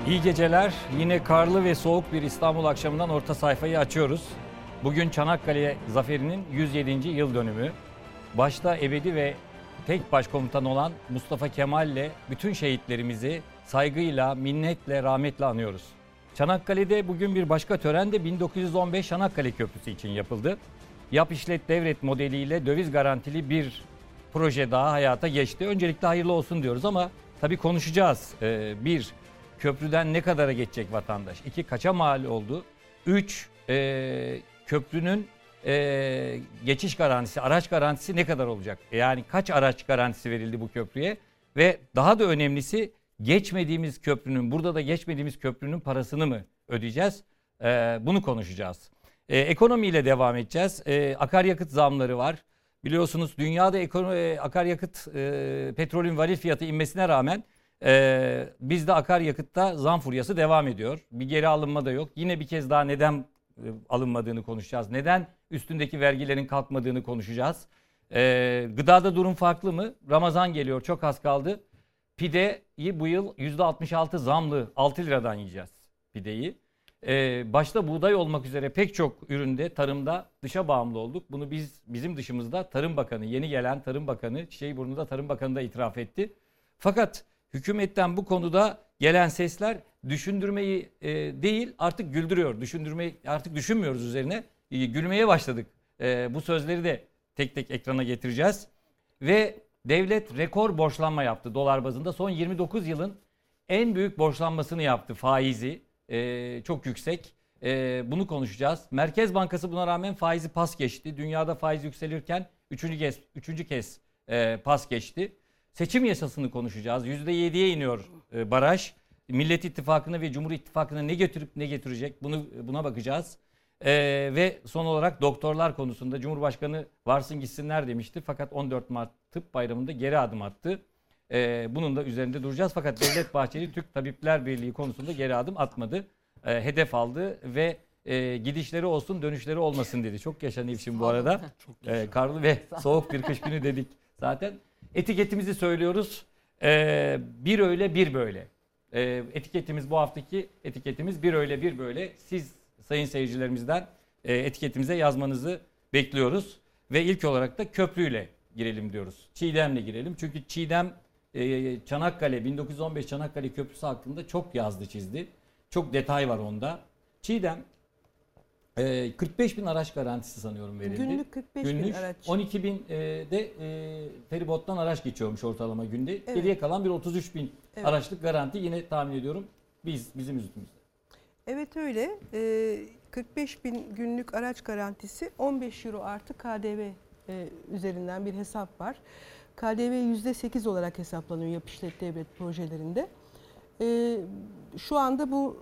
İyi geceler. Yine karlı ve soğuk bir İstanbul akşamından orta sayfayı açıyoruz. Bugün Çanakkale Zaferi'nin 107. yıl dönümü. Başta ebedi ve tek başkomutan olan Mustafa Kemal'le bütün şehitlerimizi saygıyla, minnetle, rahmetle anıyoruz. Çanakkale'de bugün bir başka tören de 1915 Çanakkale Köprüsü için yapıldı. Yap işlet devret modeliyle döviz garantili bir proje daha hayata geçti. Öncelikle hayırlı olsun diyoruz ama tabii konuşacağız. Bir, köprüden ne kadara geçecek vatandaş? 2, kaça mal oldu? 3, köprünün geçiş garantisi, araç garantisi ne kadar olacak? Yani kaç araç garantisi verildi bu köprüye? Ve daha da önemlisi geçmediğimiz köprünün, burada da geçmediğimiz köprünün parasını mı ödeyeceğiz? Bunu konuşacağız. Ekonomiyle devam edeceğiz. Akaryakıt zamları var. Biliyorsunuz dünyada akaryakıt petrolün varil fiyatı inmesine rağmen bizde akaryakıtta zam furyası devam ediyor. Bir geri alınma da yok. Yine bir kez daha neden alınmadığını konuşacağız. Neden üstündeki vergilerin kalkmadığını konuşacağız. Gıdada durum farklı mı? Ramazan geliyor, çok az kaldı. Pideyi bu yıl %66 zamlı 6 liradan yiyeceğiz pideyi. Başta buğday olmak üzere pek çok üründe, tarımda dışa bağımlı olduk. Bunu bizim dışımızda Tarım Bakanı, yeni gelen Tarım Bakanı, Çiçeğiburnu'da Tarım Bakanı da itiraf etti. Fakat hükümetten bu konuda gelen sesler düşündürmeyi değil artık güldürüyor. Düşündürmeyi artık düşünmüyoruz üzerine. Gülmeye başladık. Bu sözleri de tek tek ekrana getireceğiz. Ve devlet rekor borçlanma yaptı dolar bazında. Son 29 yılın en büyük borçlanmasını yaptı, faizi. Çok yüksek. Bunu konuşacağız. Merkez Bankası buna rağmen faizi pas geçti. Dünyada faiz yükselirken üçüncü kez pas geçti. Seçim yasasını konuşacağız. %7'ye iniyor baraj. Millet İttifakı'na ve Cumhur İttifakı'na ne götürüp ne getirecek buna bakacağız. Ve son olarak doktorlar konusunda Cumhurbaşkanı varsın gitsinler demişti. Fakat 14 Mart Tıp Bayramı'nda geri adım attı. Bunun da üzerinde duracağız. Fakat Devlet Bahçeli Türk Tabipler Birliği konusunda geri adım atmadı. Hedef aldı ve gidişleri olsun dönüşleri olmasın dedi. Çok yaşa Nevşin bu arada. Karlı ve soğuk bir kış günü dedik zaten. Etiketimizi söylüyoruz. Bir öyle bir böyle. Etiketimiz, bu haftaki etiketimiz bir öyle bir böyle. Siz sayın seyircilerimizden etiketimize yazmanızı bekliyoruz. Ve ilk olarak da köprüyle girelim diyoruz. Çiğdem'le girelim. Çünkü Çiğdem Çanakkale, 1915 Çanakkale Köprüsü hakkında çok yazdı çizdi. Çok detay var onda. Çiğdem 45 bin araç garantisi sanıyorum verildi. Günlük 45 bin araç. 12 bin de feribottan araç geçiyormuş ortalama günde. Evet. Geriye kalan bir 33 bin araçlık garanti yine tahmin ediyorum bizim üstümüzde. Evet öyle. 45 bin günlük araç garantisi 15 euro artı KDV üzerinden bir hesap var. KDV %8 olarak hesaplanıyor yap işlet devlet projelerinde. Şu anda bu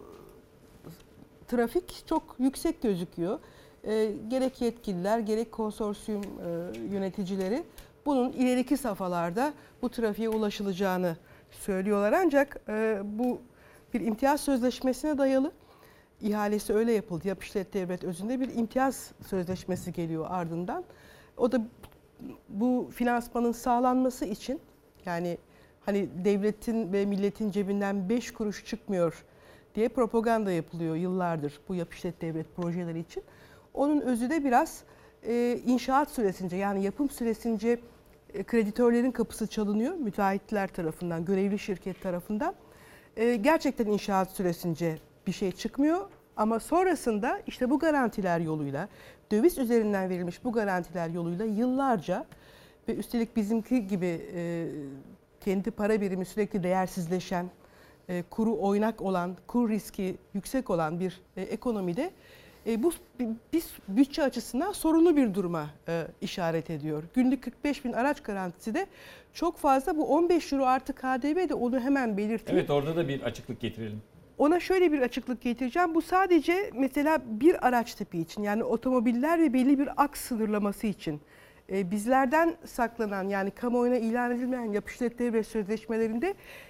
trafik çok yüksek gözüküyor. Gerek yetkililer gerek konsorsiyum yöneticileri bunun ileriki safhalarda bu trafiğe ulaşılacağını söylüyorlar. Ancak bu bir imtiyaz sözleşmesine dayalı. İhalesi öyle yapıldı. Yap işlet devlet özünde bir imtiyaz sözleşmesi geliyor ardından. O da bu finansmanın sağlanması için, yani hani devletin ve milletin cebinden 5 kuruş çıkmıyor diye propaganda yapılıyor yıllardır bu yap işlet devlet projeleri için. Onun özü de biraz inşaat süresince, yani yapım süresince kreditörlerin kapısı çalınıyor müteahhitler tarafından, görevli şirket tarafından. Gerçekten inşaat süresince bir şey çıkmıyor ama sonrasında işte bu garantiler yoluyla, döviz üzerinden verilmiş bu garantiler yoluyla yıllarca ve üstelik bizimki gibi kendi para birimi sürekli değersizleşen, kuru oynak olan, kur riski yüksek olan bir ekonomide bu bütçe açısından sorunlu bir duruma işaret ediyor. Günlük 45 bin araç garantisi de çok fazla. Bu 15 euro artı KDV de onu hemen belirteyim. Evet, orada da bir açıklık getirelim. Ona şöyle bir açıklık getireceğim. Bu sadece mesela bir araç tipi için, yani otomobiller ve belli bir aks sınırlaması için. Bizlerden saklanan, yani kamuoyuna ilan edilmeyen yap işlet devlet sözleşmelerinde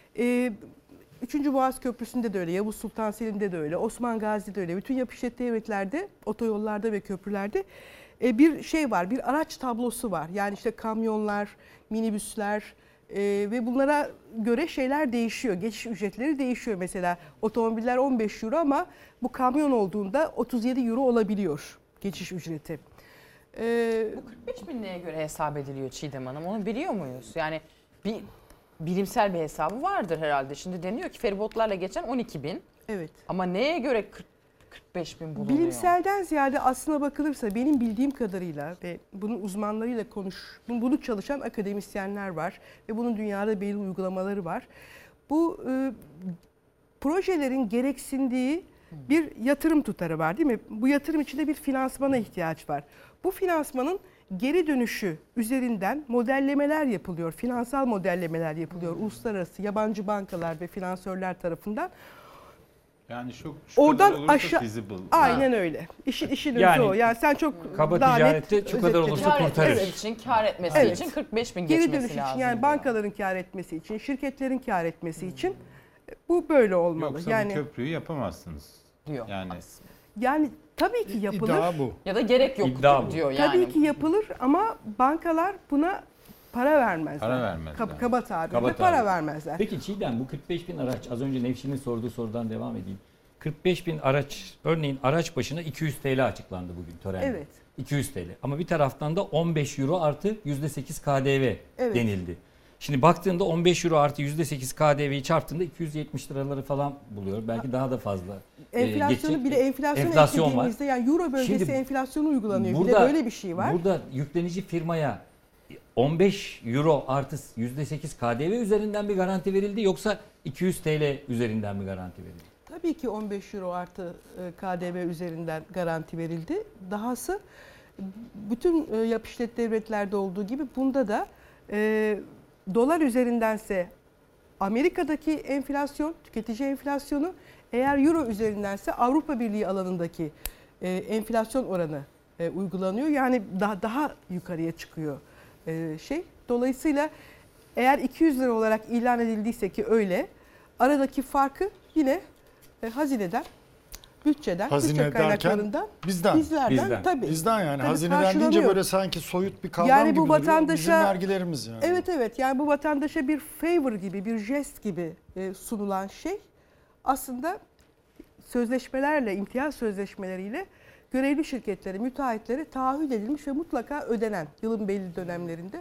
3. Boğaz Köprüsü'nde de öyle, Yavuz Sultan Selim'de de öyle, Osman Gazi'de de öyle. Bütün yap işlet devletlerde, otoyollarda ve köprülerde bir şey var, bir araç tablosu var. Yani işte kamyonlar, minibüsler, Ve bunlara göre şeyler değişiyor. Geçiş ücretleri değişiyor. Mesela otomobiller 15 euro ama bu kamyon olduğunda 37 euro olabiliyor geçiş ücreti. Bu 45 bin neye göre hesap ediliyor Çiğdem Hanım? Onu biliyor muyuz? Yani bir bilimsel bir hesabı vardır herhalde. Şimdi deniyor ki feribotlarla geçen 12 bin. Evet. Ama neye göre 45 bin bulunuyor? Bilimselden ziyade aslına bakılırsa benim bildiğim kadarıyla ve bunun uzmanlarıyla bunu çalışan akademisyenler var ve bunun dünyada belli uygulamaları var. Bu projelerin gereksindiği bir yatırım tutarı var değil mi? Bu yatırım içinde bir finansmana ihtiyaç var. Bu finansmanın geri dönüşü üzerinden modellemeler yapılıyor, finansal modellemeler yapılıyor uluslararası yabancı bankalar ve finansörler tarafından. Yani şu Oradan kadar olursa aşağı feasible. aynen öyle. İşin Yani özü o. Yani sen çok kaba daha ticarette net şu kadar özetledin. olursa Kar kurtarır. etmesi için, kar etmesi Evet. için 45 bin Geri geçmesi dönüş için lazım. yani diyor. bankaların kar etmesi için, şirketlerin kar etmesi için bu böyle olmalı. Yoksa yani bu köprüyü yapamazsınız. diyor. yani tabii ki yapılır. İddia bu. Ya da gerek yok İddia bu. diyor yani. Tabii ki yapılır ama bankalar buna para vermezler. Para vermezler. Kaba tabirle Kaba para tabir. vermezler. Peki Çiğdem, bu 45 bin araç, az önce Nevşin'in sorduğu sorudan devam edeyim. 45 bin araç, örneğin araç başına 200 TL açıklandı bugün törende. Evet. 200 TL. Ama bir taraftan da 15 euro artı %8 KDV Evet. denildi. Şimdi baktığında 15 euro artı %8 KDV'yi çarptığında 270 liraları falan buluyor. Belki daha da fazla. Enflasyonu geçecek. bile enflasyonu Enflasyon eklediğimizde yani euro bölgesi Şimdi enflasyonu uygulanıyor. Bir de böyle bir şey var. Burada yüklenici firmaya 15 euro artı %8 KDV üzerinden bir garanti verildi, yoksa 200 TL üzerinden mi garanti verildi? Tabii ki 15 euro artı KDV üzerinden garanti verildi. Dahası bütün yap işlet devletlerde olduğu gibi bunda da dolar üzerindense Amerika'daki enflasyon, tüketici enflasyonu, eğer euro üzerindense Avrupa Birliği alanındaki enflasyon oranı uygulanıyor. Yani daha yukarıya çıkıyor şey. Dolayısıyla eğer 200 lira olarak ilan edildiyse ki öyle, aradaki farkı yine hazineden, bütçe Hazine kaynaklarından, bizden. bizlerden tabii. Bizden yani. Tabii Hazineden deyince karşılanıyor. böyle sanki soyut bir kavram Yani gibi bu duruyor. vatandaşa- Bizim vergilerimiz yani. Evet yani bu vatandaşa bir favor gibi, bir jest gibi sunulan şey aslında sözleşmelerle, imtiyaz sözleşmeleriyle görevli şirketlere, müteahhitlere taahhüt edilmiş ve mutlaka ödenen yılın belli dönemlerinde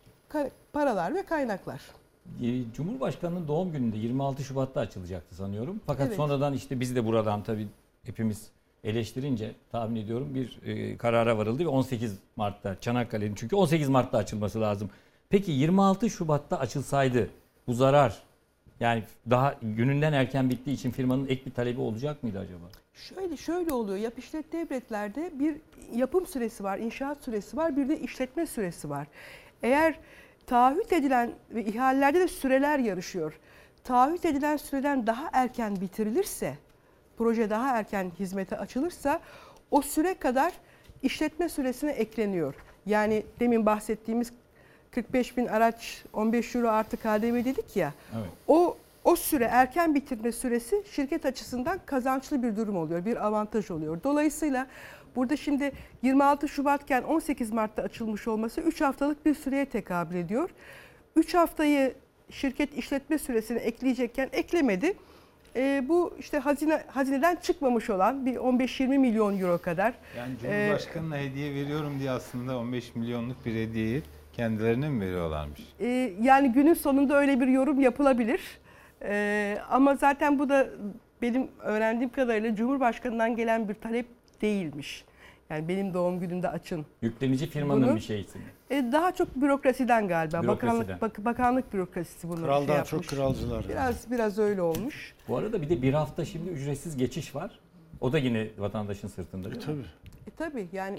paralar ve kaynaklar. Cumhurbaşkanı'nın doğum gününde 26 Şubat'ta açılacaktı sanıyorum. Fakat Evet. sonradan işte biz de buradan tabii hepimiz eleştirince tahmin ediyorum bir karara varıldı ve 18 Mart'ta Çanakkale'nin, çünkü 18 Mart'ta açılması lazım. Peki 26 Şubat'ta açılsaydı bu zarar, yani daha gününden erken bittiği için firmanın ek bir talebi olacak mıydı acaba? Şöyle oluyor. Yap işlet devletlerde bir yapım süresi var, inşaat süresi var, bir de işletme süresi var. Eğer taahhüt edilen ve ihalelerde de süreler yarışıyor. Taahhüt edilen süreden daha erken bitirilirse, proje daha erken hizmete açılırsa o süre kadar işletme süresine ekleniyor. Yani demin bahsettiğimiz 45 bin araç 15 euro artı KDV dedik ya. Evet. O süre, erken bitirme süresi şirket açısından kazançlı bir durum oluyor, bir avantaj oluyor. Dolayısıyla burada şimdi 26 Şubat'ken 18 Mart'ta açılmış olması 3 haftalık bir süreye tekabül ediyor. 3 haftayı şirket işletme süresine ekleyecekken eklemedi. Bu işte hazineden çıkmamış olan bir 15-20 milyon euro kadar. Yani Cumhurbaşkanı'na hediye veriyorum diye aslında 15 milyonluk bir hediyeyi kendilerine mi veriyorlarmış? Yani günün sonunda öyle bir yorum yapılabilir. Ama zaten bu da benim öğrendiğim kadarıyla Cumhurbaşkanı'ndan gelen bir talep değilmiş. Yani benim doğum günümde açın. Yüklenici firmanın Bunu- bir şeysi mi? Daha çok bürokrasiden galiba. Bürokrasiden. Bakanlık bürokrasisi bunu Kraldan şey yapmış. çok kralcılar. yani. Biraz öyle olmuş. Bu arada bir de bir hafta şimdi ücretsiz geçiş var. O da yine vatandaşın sırtında değil mi? Tabii. Tabii yani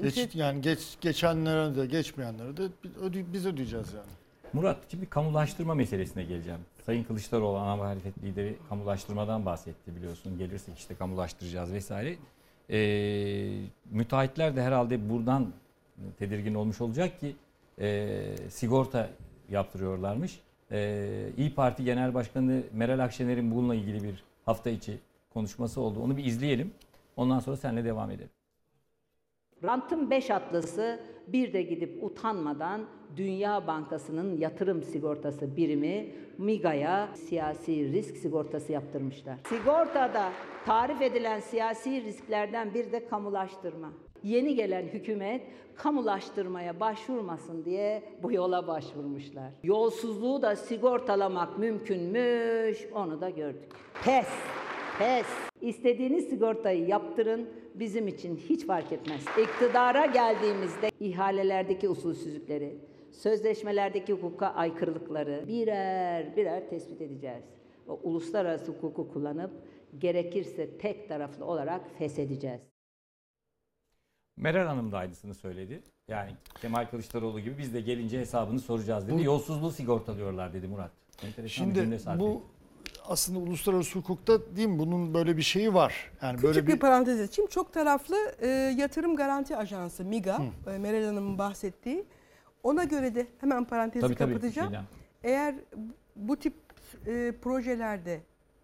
Geçenlere de geçmeyenlere de biz ödeyeceğiz yani. Murat, şimdi kamulaştırma meselesine geleceğim. Sayın Kılıçdaroğlu ana muhalefet lideri kamulaştırmadan bahsetti, biliyorsun. Gelirsek işte kamulaştıracağız vesaire. Müteahhitler de herhalde buradan tedirgin olmuş olacak ki sigorta yaptırıyorlarmış. İYİ Parti Genel Başkanı Meral Akşener'in bununla ilgili bir hafta içi konuşması oldu. Onu bir izleyelim. Ondan sonra seninle devam edelim. Rant'ın 5 atlısı bir de gidip utanmadan Dünya Bankası'nın yatırım sigortası birimi MİGA'ya siyasi risk sigortası yaptırmışlar. Sigortada tarif edilen siyasi risklerden bir de kamulaştırma. Yeni gelen hükümet kamulaştırmaya başvurmasın diye bu yola başvurmuşlar. Yolsuzluğu da sigortalamak mümkünmüş, onu da gördük. Pes, pes. İstediğiniz sigortayı yaptırın, bizim için hiç fark etmez. İktidara geldiğimizde ihalelerdeki usulsüzlükleri, sözleşmelerdeki hukuka aykırılıkları birer birer tespit edeceğiz. O uluslararası hukuku kullanıp gerekirse tek taraflı olarak feshedeceğiz. Meral Hanım da aynısını söyledi. Yani Kemal Kılıçdaroğlu gibi biz de gelince hesabını soracağız dedi. Yolsuzluğu sigortalıyorlar dedi Murat. Enteresan bir cümle Şimdi sarf bu aslında uluslararası hukukta değil mi? Bunun böyle bir şeyi var. Yani Küçük böyle bir parantez açayım. Çok taraflı yatırım garanti ajansı MİGA, Meral Hanım'ın bahsettiği. Ona göre de hemen parantezi kapatacağım. Çiğdem. Eğer bu tip projelerde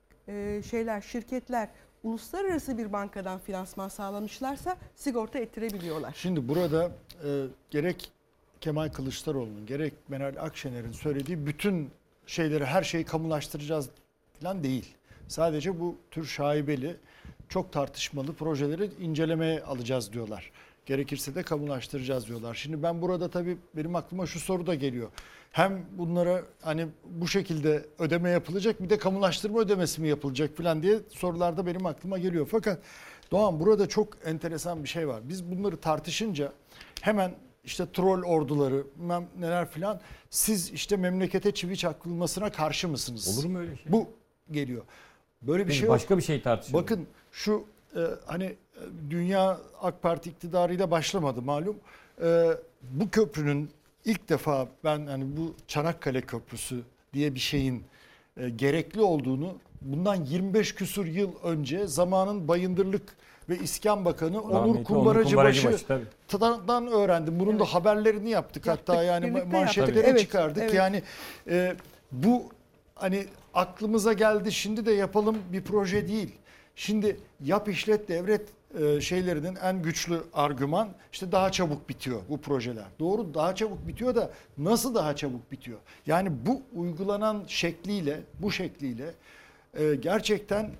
şirketler uluslararası bir bankadan finansman sağlamışlarsa sigorta ettirebiliyorlar. Şimdi burada gerek Kemal Kılıçdaroğlu'nun gerek Meral Akşener'in söylediği bütün şeyleri, her şeyi kamulaştıracağız falan değil. Sadece bu tür şaibeli, çok tartışmalı projeleri incelemeye alacağız diyorlar. Gerekirse de kamulaştıracağız diyorlar. Şimdi ben burada tabii benim aklıma şu soru da geliyor. Hem bunlara hani bu şekilde ödeme yapılacak, bir de kamulaştırma ödemesi mi yapılacak falan diye sorularda benim aklıma geliyor. Fakat Doğan, burada çok enteresan bir şey var. Biz bunları tartışınca hemen işte troll orduları neler filan, siz işte memlekete çivi çakılmasına karşı mısınız? Olur mu öyle şey? Bu geliyor. Böyle bir Peki, şey yok. başka bir şey tartışalım. Bakın şu hani dünya AK Parti iktidarıyla başlamadı malum. Bu köprünün ilk defa ben hani bu Çanakkale Köprüsü diye bir şeyin gerekli olduğunu bundan 25 küsur yıl önce zamanın Bayındırlık ve İskan Bakanı Onur Kumbaracıbaşı'dan öğrendim. Bunun da haberlerini yaptık hatta yani manşetlere yaptık. çıkardık. Evet. Yani bu hani aklımıza geldi şimdi de yapalım bir proje değil. Şimdi yap işlet devret şeylerinin en güçlü argüman işte daha çabuk bitiyor bu projeler. Doğru, daha çabuk bitiyor da nasıl daha çabuk bitiyor? Yani bu uygulanan şekliyle, bu şekliyle gerçekten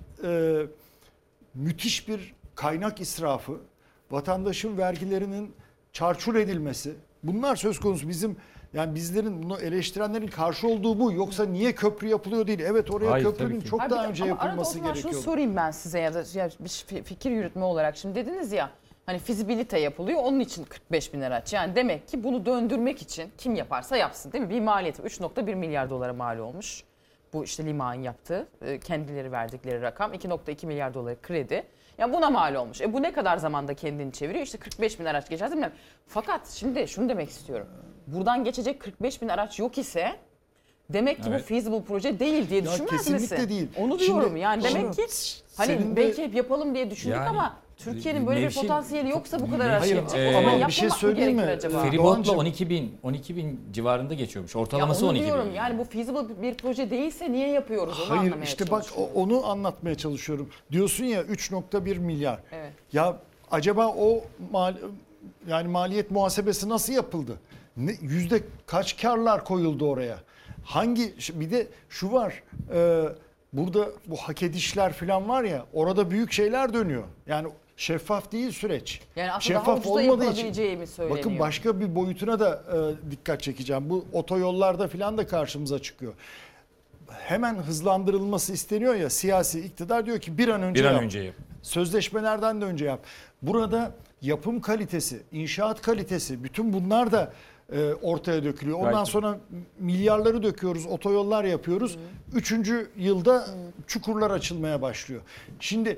müthiş bir kaynak israfı, vatandaşın vergilerinin çarçur edilmesi. Bunlar söz konusu. Yani bizlerin, bunu eleştirenlerin karşı olduğu bu. Yoksa niye köprü yapılıyor değil. Evet, oraya Hayır, köprünün tabii ki. çok daha önce Ama arada yapılması o zaman gerekiyor. şunu sorayım ben size ya da bir fikir yürütme olarak. Şimdi dediniz ya hani fizibilite yapılıyor, onun için 45 bin araç. Yani demek ki bunu döndürmek için kim yaparsa yapsın değil mi? Bir maliyeti 3.1 milyar dolara mal olmuş. Bu işte limanın yaptığı, kendileri verdikleri rakam 2.2 milyar doları kredi. Ya buna mal olmuş. Bu ne kadar zamanda kendini çeviriyor? İşte 45 bin araç geçer değil mi? Fakat şimdi şunu demek istiyorum. Buradan geçecek 45 bin araç yok ise demek ki bu feasible proje değil diye düşünmez misin? Kesinlikle değil. Onu diyorum Şimdi, yani demek ki hani belki hep yapalım diye düşündük Yani, ama Türkiye'nin böyle bir potansiyeli yoksa bu kadar araç Hayır, geçecek. O zaman ama bir yapmamak şey mı söyleyeyim mi? gerekir acaba? Feribotla Doğancığım. 12 bin civarında geçiyormuş. Ya Ortalaması onu 12 bin. diyorum yani bu feasible bir proje değilse niye yapıyoruz onu Hayır, anlamaya işte bak çalışıyorum. onu anlatmaya çalışıyorum. Diyorsun ya 3.1 milyar. Evet. Ya acaba o yani maliyet muhasebesi nasıl yapıldı? Yüzde kaç karlar koyuldu oraya? Bir de şu var. Burada bu hak edişler falan var ya, orada büyük şeyler dönüyor. Yani şeffaf değil süreç. Yani aslında Şeffaf daha ucuza olmadığı için. yapılabileceği mi söyleniyor? Bakın başka bir boyutuna da dikkat çekeceğim. Bu otoyollarda falan da karşımıza çıkıyor. Hemen hızlandırılması isteniyor ya, siyasi iktidar diyor ki bir an önce yap. Sözleşmelerden de önce yap. Burada yapım kalitesi, inşaat kalitesi, bütün bunlar da ortaya dökülüyor. Ondan Gayet sonra milyarları döküyoruz, otoyollar yapıyoruz. Üçüncü yılda çukurlar açılmaya başlıyor. Şimdi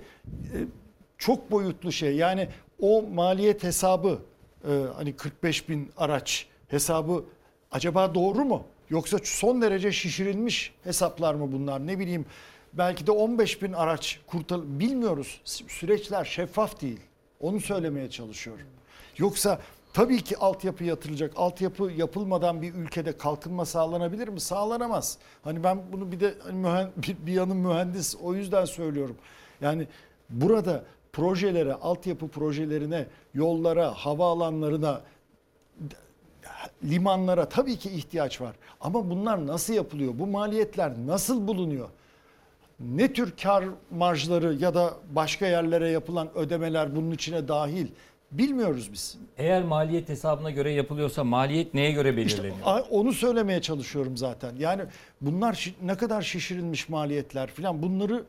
çok boyutlu şey, yani o maliyet hesabı, hani 45 bin araç hesabı acaba doğru mu? Yoksa son derece şişirilmiş hesaplar mı bunlar? Ne bileyim, belki de 15 bin araç bilmiyoruz. Süreçler şeffaf değil. Onu söylemeye çalışıyorum. Yoksa tabii ki altyapı yatırılacak. Altyapı yapılmadan bir ülkede kalkınma sağlanabilir mi? Sağlanamaz. Hani ben bunu bir de bir yanım mühendis, o yüzden söylüyorum. Yani burada projelere, altyapı projelerine, yollara, havaalanlarına, limanlara tabii ki ihtiyaç var. Ama bunlar nasıl yapılıyor? Bu maliyetler nasıl bulunuyor? Ne tür kar marjları ya da başka yerlere yapılan ödemeler bunun içine dahil? Bilmiyoruz biz. Eğer maliyet hesabına göre yapılıyorsa maliyet neye göre İşte belirleniyor? onu söylemeye çalışıyorum zaten. Yani bunlar ne kadar şişirilmiş maliyetler falan, bunları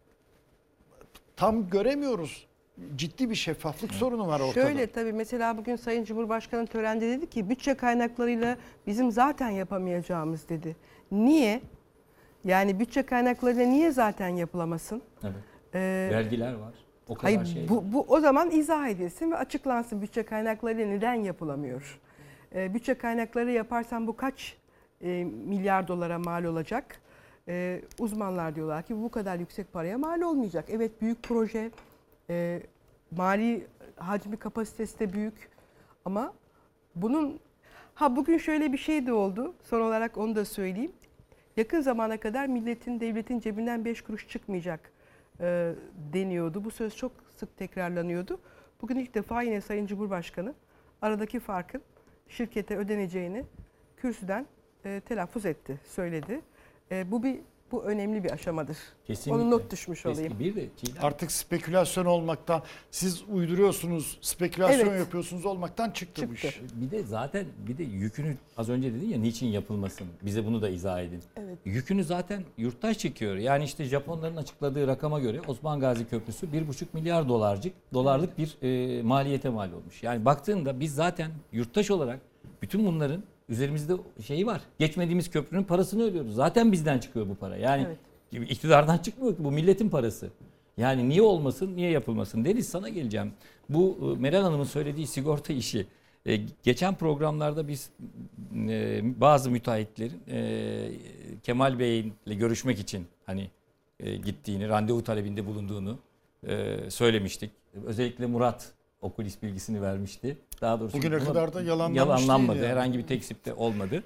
tam göremiyoruz. Ciddi bir şeffaflık sorunu var ortada. Şöyle tabii mesela bugün Sayın Cumhurbaşkanı törende dedi ki bütçe kaynaklarıyla bizim zaten yapamayacağımız dedi. Niye? Yani bütçe kaynaklarıyla niye zaten yapılamasın? Evet. Ee, Vergiler var. O kadar Hayır, şey. bu o zaman izah edilsin ve açıklansın bütçe kaynaklarıyla neden yapılamıyor. Bütçe kaynakları yaparsan bu kaç milyar dolara mal olacak? Uzmanlar diyorlar ki bu kadar yüksek paraya mal olmayacak. Evet, büyük proje, mali hacmi kapasitesi de büyük ama bunun bugün şöyle bir şey de oldu. Son olarak onu da söyleyeyim. Yakın zamana kadar milletin, devletin cebinden 5 kuruş çıkmayacak deniyordu. Bu söz çok sık tekrarlanıyordu. Bugün ilk defa yine Sayın Cumhurbaşkanı aradaki farkın şirkete ödeneceğini kürsüden telaffuz etti, söyledi. Bu önemli bir aşamadır. Kesinlikle. Onu not düşmüş olayım. Bir de Çiğdem, Artık spekülasyon olmaktan, siz uyduruyorsunuz, spekülasyon Evet. yapıyorsunuz olmaktan çıktı bu Çıktı. iş. bir de yükünü az önce dedin ya, niçin yapılmasın? Bize bunu da izah edin. Evet. Yükünü zaten yurttaş çekiyor. Yani işte Japonların açıkladığı rakama göre Osman Gazi Köprüsü 1,5 milyar dolarlık bir maliyete mal olmuş. Yani baktığında biz zaten yurttaş olarak bütün bunların üzerimizde şeyi var. Geçmediğimiz köprünün parasını ödüyoruz. Zaten bizden çıkıyor bu para. Yani iktidardan çıkmıyor ki, bu milletin parası. Yani niye olmasın, niye yapılmasın? Deniz, sana geleceğim. Bu Meral Hanım'ın söylediği sigorta işi. Geçen programlarda biz bazı müteahhitlerin Kemal Bey'le görüşmek için hani gittiğini, randevu talebinde bulunduğunu söylemiştik. Özellikle Murat o kulis bilgisini vermişti. Daha doğrusu Bugüne kadar da yalanlanmadı. değil yani. Herhangi bir tekzip de olmadı.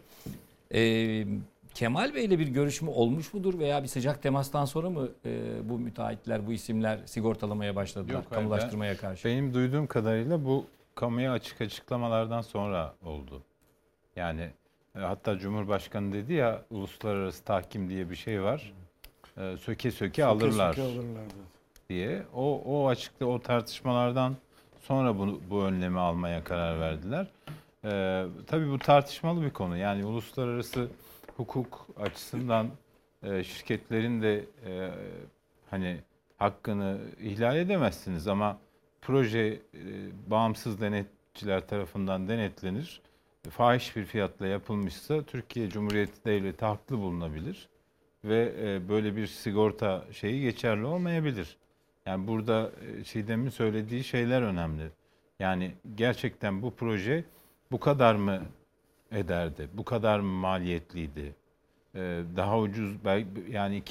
Kemal Bey'le bir görüşme olmuş mudur veya bir sıcak temastan sonra mı bu müteahhitler, bu isimler sigortalamaya başladılar, Yok, kamulaştırmaya karşı? Benim duyduğum kadarıyla bu kamuya açık açıklamalardan sonra oldu. Yani hatta Cumhurbaşkanı dedi ya, uluslararası tahkim diye bir şey var. Söke söke alırlar diye. O tartışmalardan sonra bu önlemi almaya karar verdiler. Tabii bu tartışmalı bir konu. Yani uluslararası hukuk açısından şirketlerin de hani hakkını ihlal edemezsiniz ama proje bağımsız denetçiler tarafından denetlenir. Fahiş bir fiyatla yapılmışsa Türkiye Cumhuriyeti Devleti haklı bulunabilir ve böyle bir sigorta şeyi geçerli olmayabilir. Yani burada Çiğdem'in söylediği şeyler önemli. Yani gerçekten bu proje bu kadar mı ederdi? Bu kadar mı maliyetliydi? Daha ucuz, yani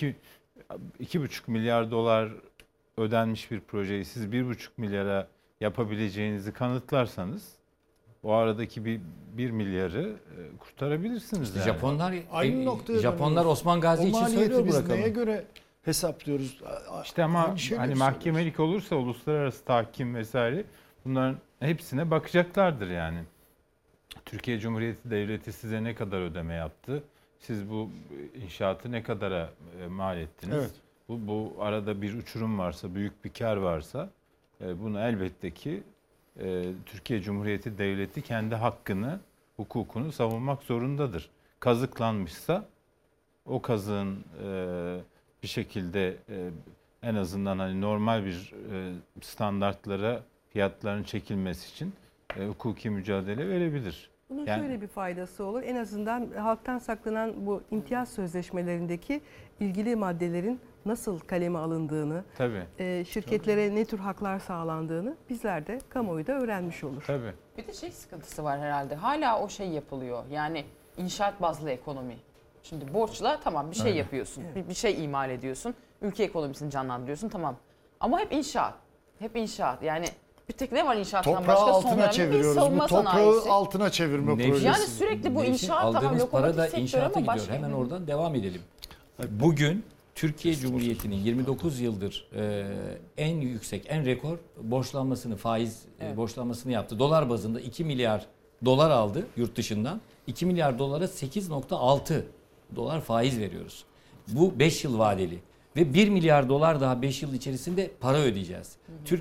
2,5 milyar dolar ödenmiş bir projeyi siz 1,5 milyara yapabileceğinizi kanıtlarsanız o aradaki 1 milyarı kurtarabilirsiniz. İşte yani. Aynı noktaya Japonlar dönüyoruz. Osman Gazi O için maliyeti söylüyor biz bırakalım. neye göre hesaplıyoruz? İşte ama Aynı şeyleri hani söylüyoruz. mahkemelik olursa uluslararası tahkim vesaire bunların hepsine bakacaklardır yani. Türkiye Cumhuriyeti Devleti size ne kadar ödeme yaptı? Siz bu inşaatı ne kadara mal ettiniz? Evet. Bu arada bir uçurum varsa, büyük bir kar varsa bunu elbette ki Türkiye Cumhuriyeti Devleti kendi hakkını, hukukunu savunmak zorundadır. Kazıklanmışsa o kazığın bir şekilde en azından hani normal bir standartlara fiyatların çekilmesi için hukuki mücadele verebilir. Bunun Yani- şöyle bir faydası olur. En azından halktan saklanan bu imtiyaz sözleşmelerindeki ilgili maddelerin nasıl kaleme alındığını, Tabii, şirketlere ne tür haklar sağlandığını bizler de kamuoyu da öğrenmiş olur. tabii. Bir de sıkıntısı var herhalde. Hala o şey yapılıyor. Yani inşaat bazlı ekonomi. Şimdi borçla tamam bir şey yapıyorsun. Bir şey imal ediyorsun. Ülke ekonomisini canlandırıyorsun, tamam. Ama hep inşaat. Hep inşaat. Yani bir tek ne var inşaattan Toprağı başka? Son altına dönemde bir çeviriyoruz. savunma Bu toprağı sanayisi. altına çevirme Nefis. projesi. Yani sürekli bu Neyse, inşaat tamam aldığımız para da lokomotif sektör inşaata ama gidiyor. başka. Hemen oradan devam edelim. Bugün Türkiye Cumhuriyeti'nin 29 yıldır en yüksek, en rekor borçlanmasını, faiz borçlanmasını yaptı. Dolar bazında 2 milyar dolar aldı yurt dışından. 2 milyar dolara 8,6 dolar faiz veriyoruz. Bu 5 yıl vadeli. Ve 1 milyar dolar daha 5 yıl içerisinde para ödeyeceğiz.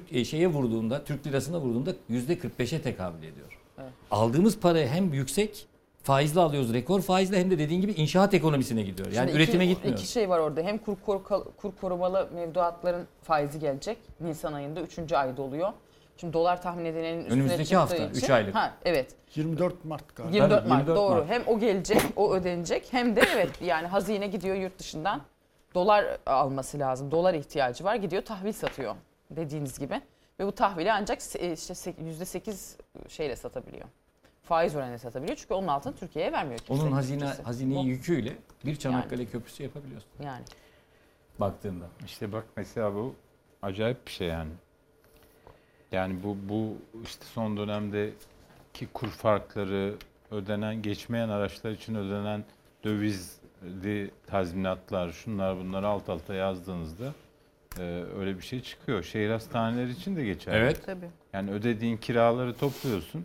Türk lirasına vurduğunda %45'e tekabül ediyor. Evet. Aldığımız para hem yüksek, faizle alıyoruz, rekor faizle, hem de dediğin gibi inşaat ekonomisine gidiyor. Yani Şimdi üretime gitmiyor. İki şey var orada. Hem kur korumalı mevduatların faizi gelecek. Nisan ayında 3. ayda oluyor. Şimdi dolar tahmin edilenin üstüne Önümüzdeki çıktığı hafta, için. 3 aylık. Evet. 24 Mart galiba. 24 Mart 24 doğru. Mart. Hem o gelecek, o ödenecek, hem de evet yani hazine gidiyor yurt dışından dolar alması lazım. Dolar ihtiyacı var. Gidiyor tahvil satıyor dediğiniz gibi. Ve bu tahvili ancak işte %8 şeyle satabiliyor. Faiz oranıyla satabiliyor. Çünkü onun altını Türkiye'ye vermiyor kimse. Onun Kimse. hazineyi O- yüküyle bir Çanakkale Köprüsü yapabiliyorsun Yani. baktığında. İşte bak mesela bu acayip bir şey yani. Yani bu işte son dönemdeki kur farkları, geçmeyen araçlar için ödenen dövizli tazminatlar, şunlar bunlar alt alta yazdığınızda öyle bir şey çıkıyor. Şehir hastaneleri için de geçerli. Evet. Tabii. Yani ödediğin kiraları topluyorsun.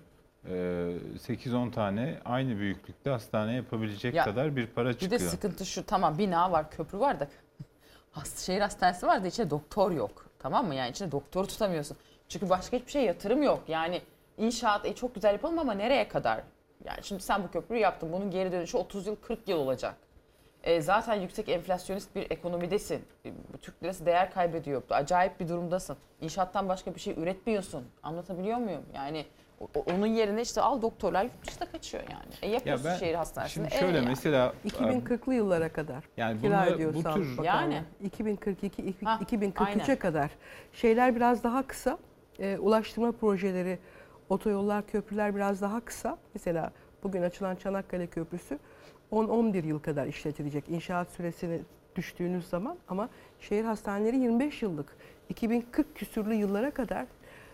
8-10 tane aynı büyüklükte hastane yapabilecek Ya, kadar bir para Bir çıkıyor. de sıkıntı şu, tamam bina var, köprü var da şehir hastanesi var da içinde doktor yok. Tamam mı? Yani içinde doktor tutamıyorsun. Çünkü başka hiçbir şey yatırım yok. Yani inşaat çok güzel yapalım ama nereye kadar? Yani şimdi sen bu köprüyü yaptın. Bunun geri dönüşü 30 yıl 40 yıl olacak. Zaten yüksek enflasyonist bir ekonomidesin. Türk lirası değer kaybediyor. Acayip bir durumdasın. İnşaattan başka bir şey üretmiyorsun. Anlatabiliyor muyum? Yani onun yerine işte al doktorlar yurt dışına kaçıyor yani. Yapıyorsun şehir hastanesinde. Şimdi şöyle yani. mesela 2040'lı yıllara kadar yani kira bunlar, ödüyor bu Sağlık tür Bakanlığı. Yani. 2042, Ha, 2043'e aynen. kadar. Şeyler biraz daha kısa. Ulaştırma projeleri, otoyollar, köprüler biraz daha kısa. Mesela bugün açılan Çanakkale Köprüsü 10-11 yıl kadar işletilecek inşaat süresini düştüğünüz zaman, ama şehir hastaneleri 25 yıllık. 2040 küsürlü yıllara kadar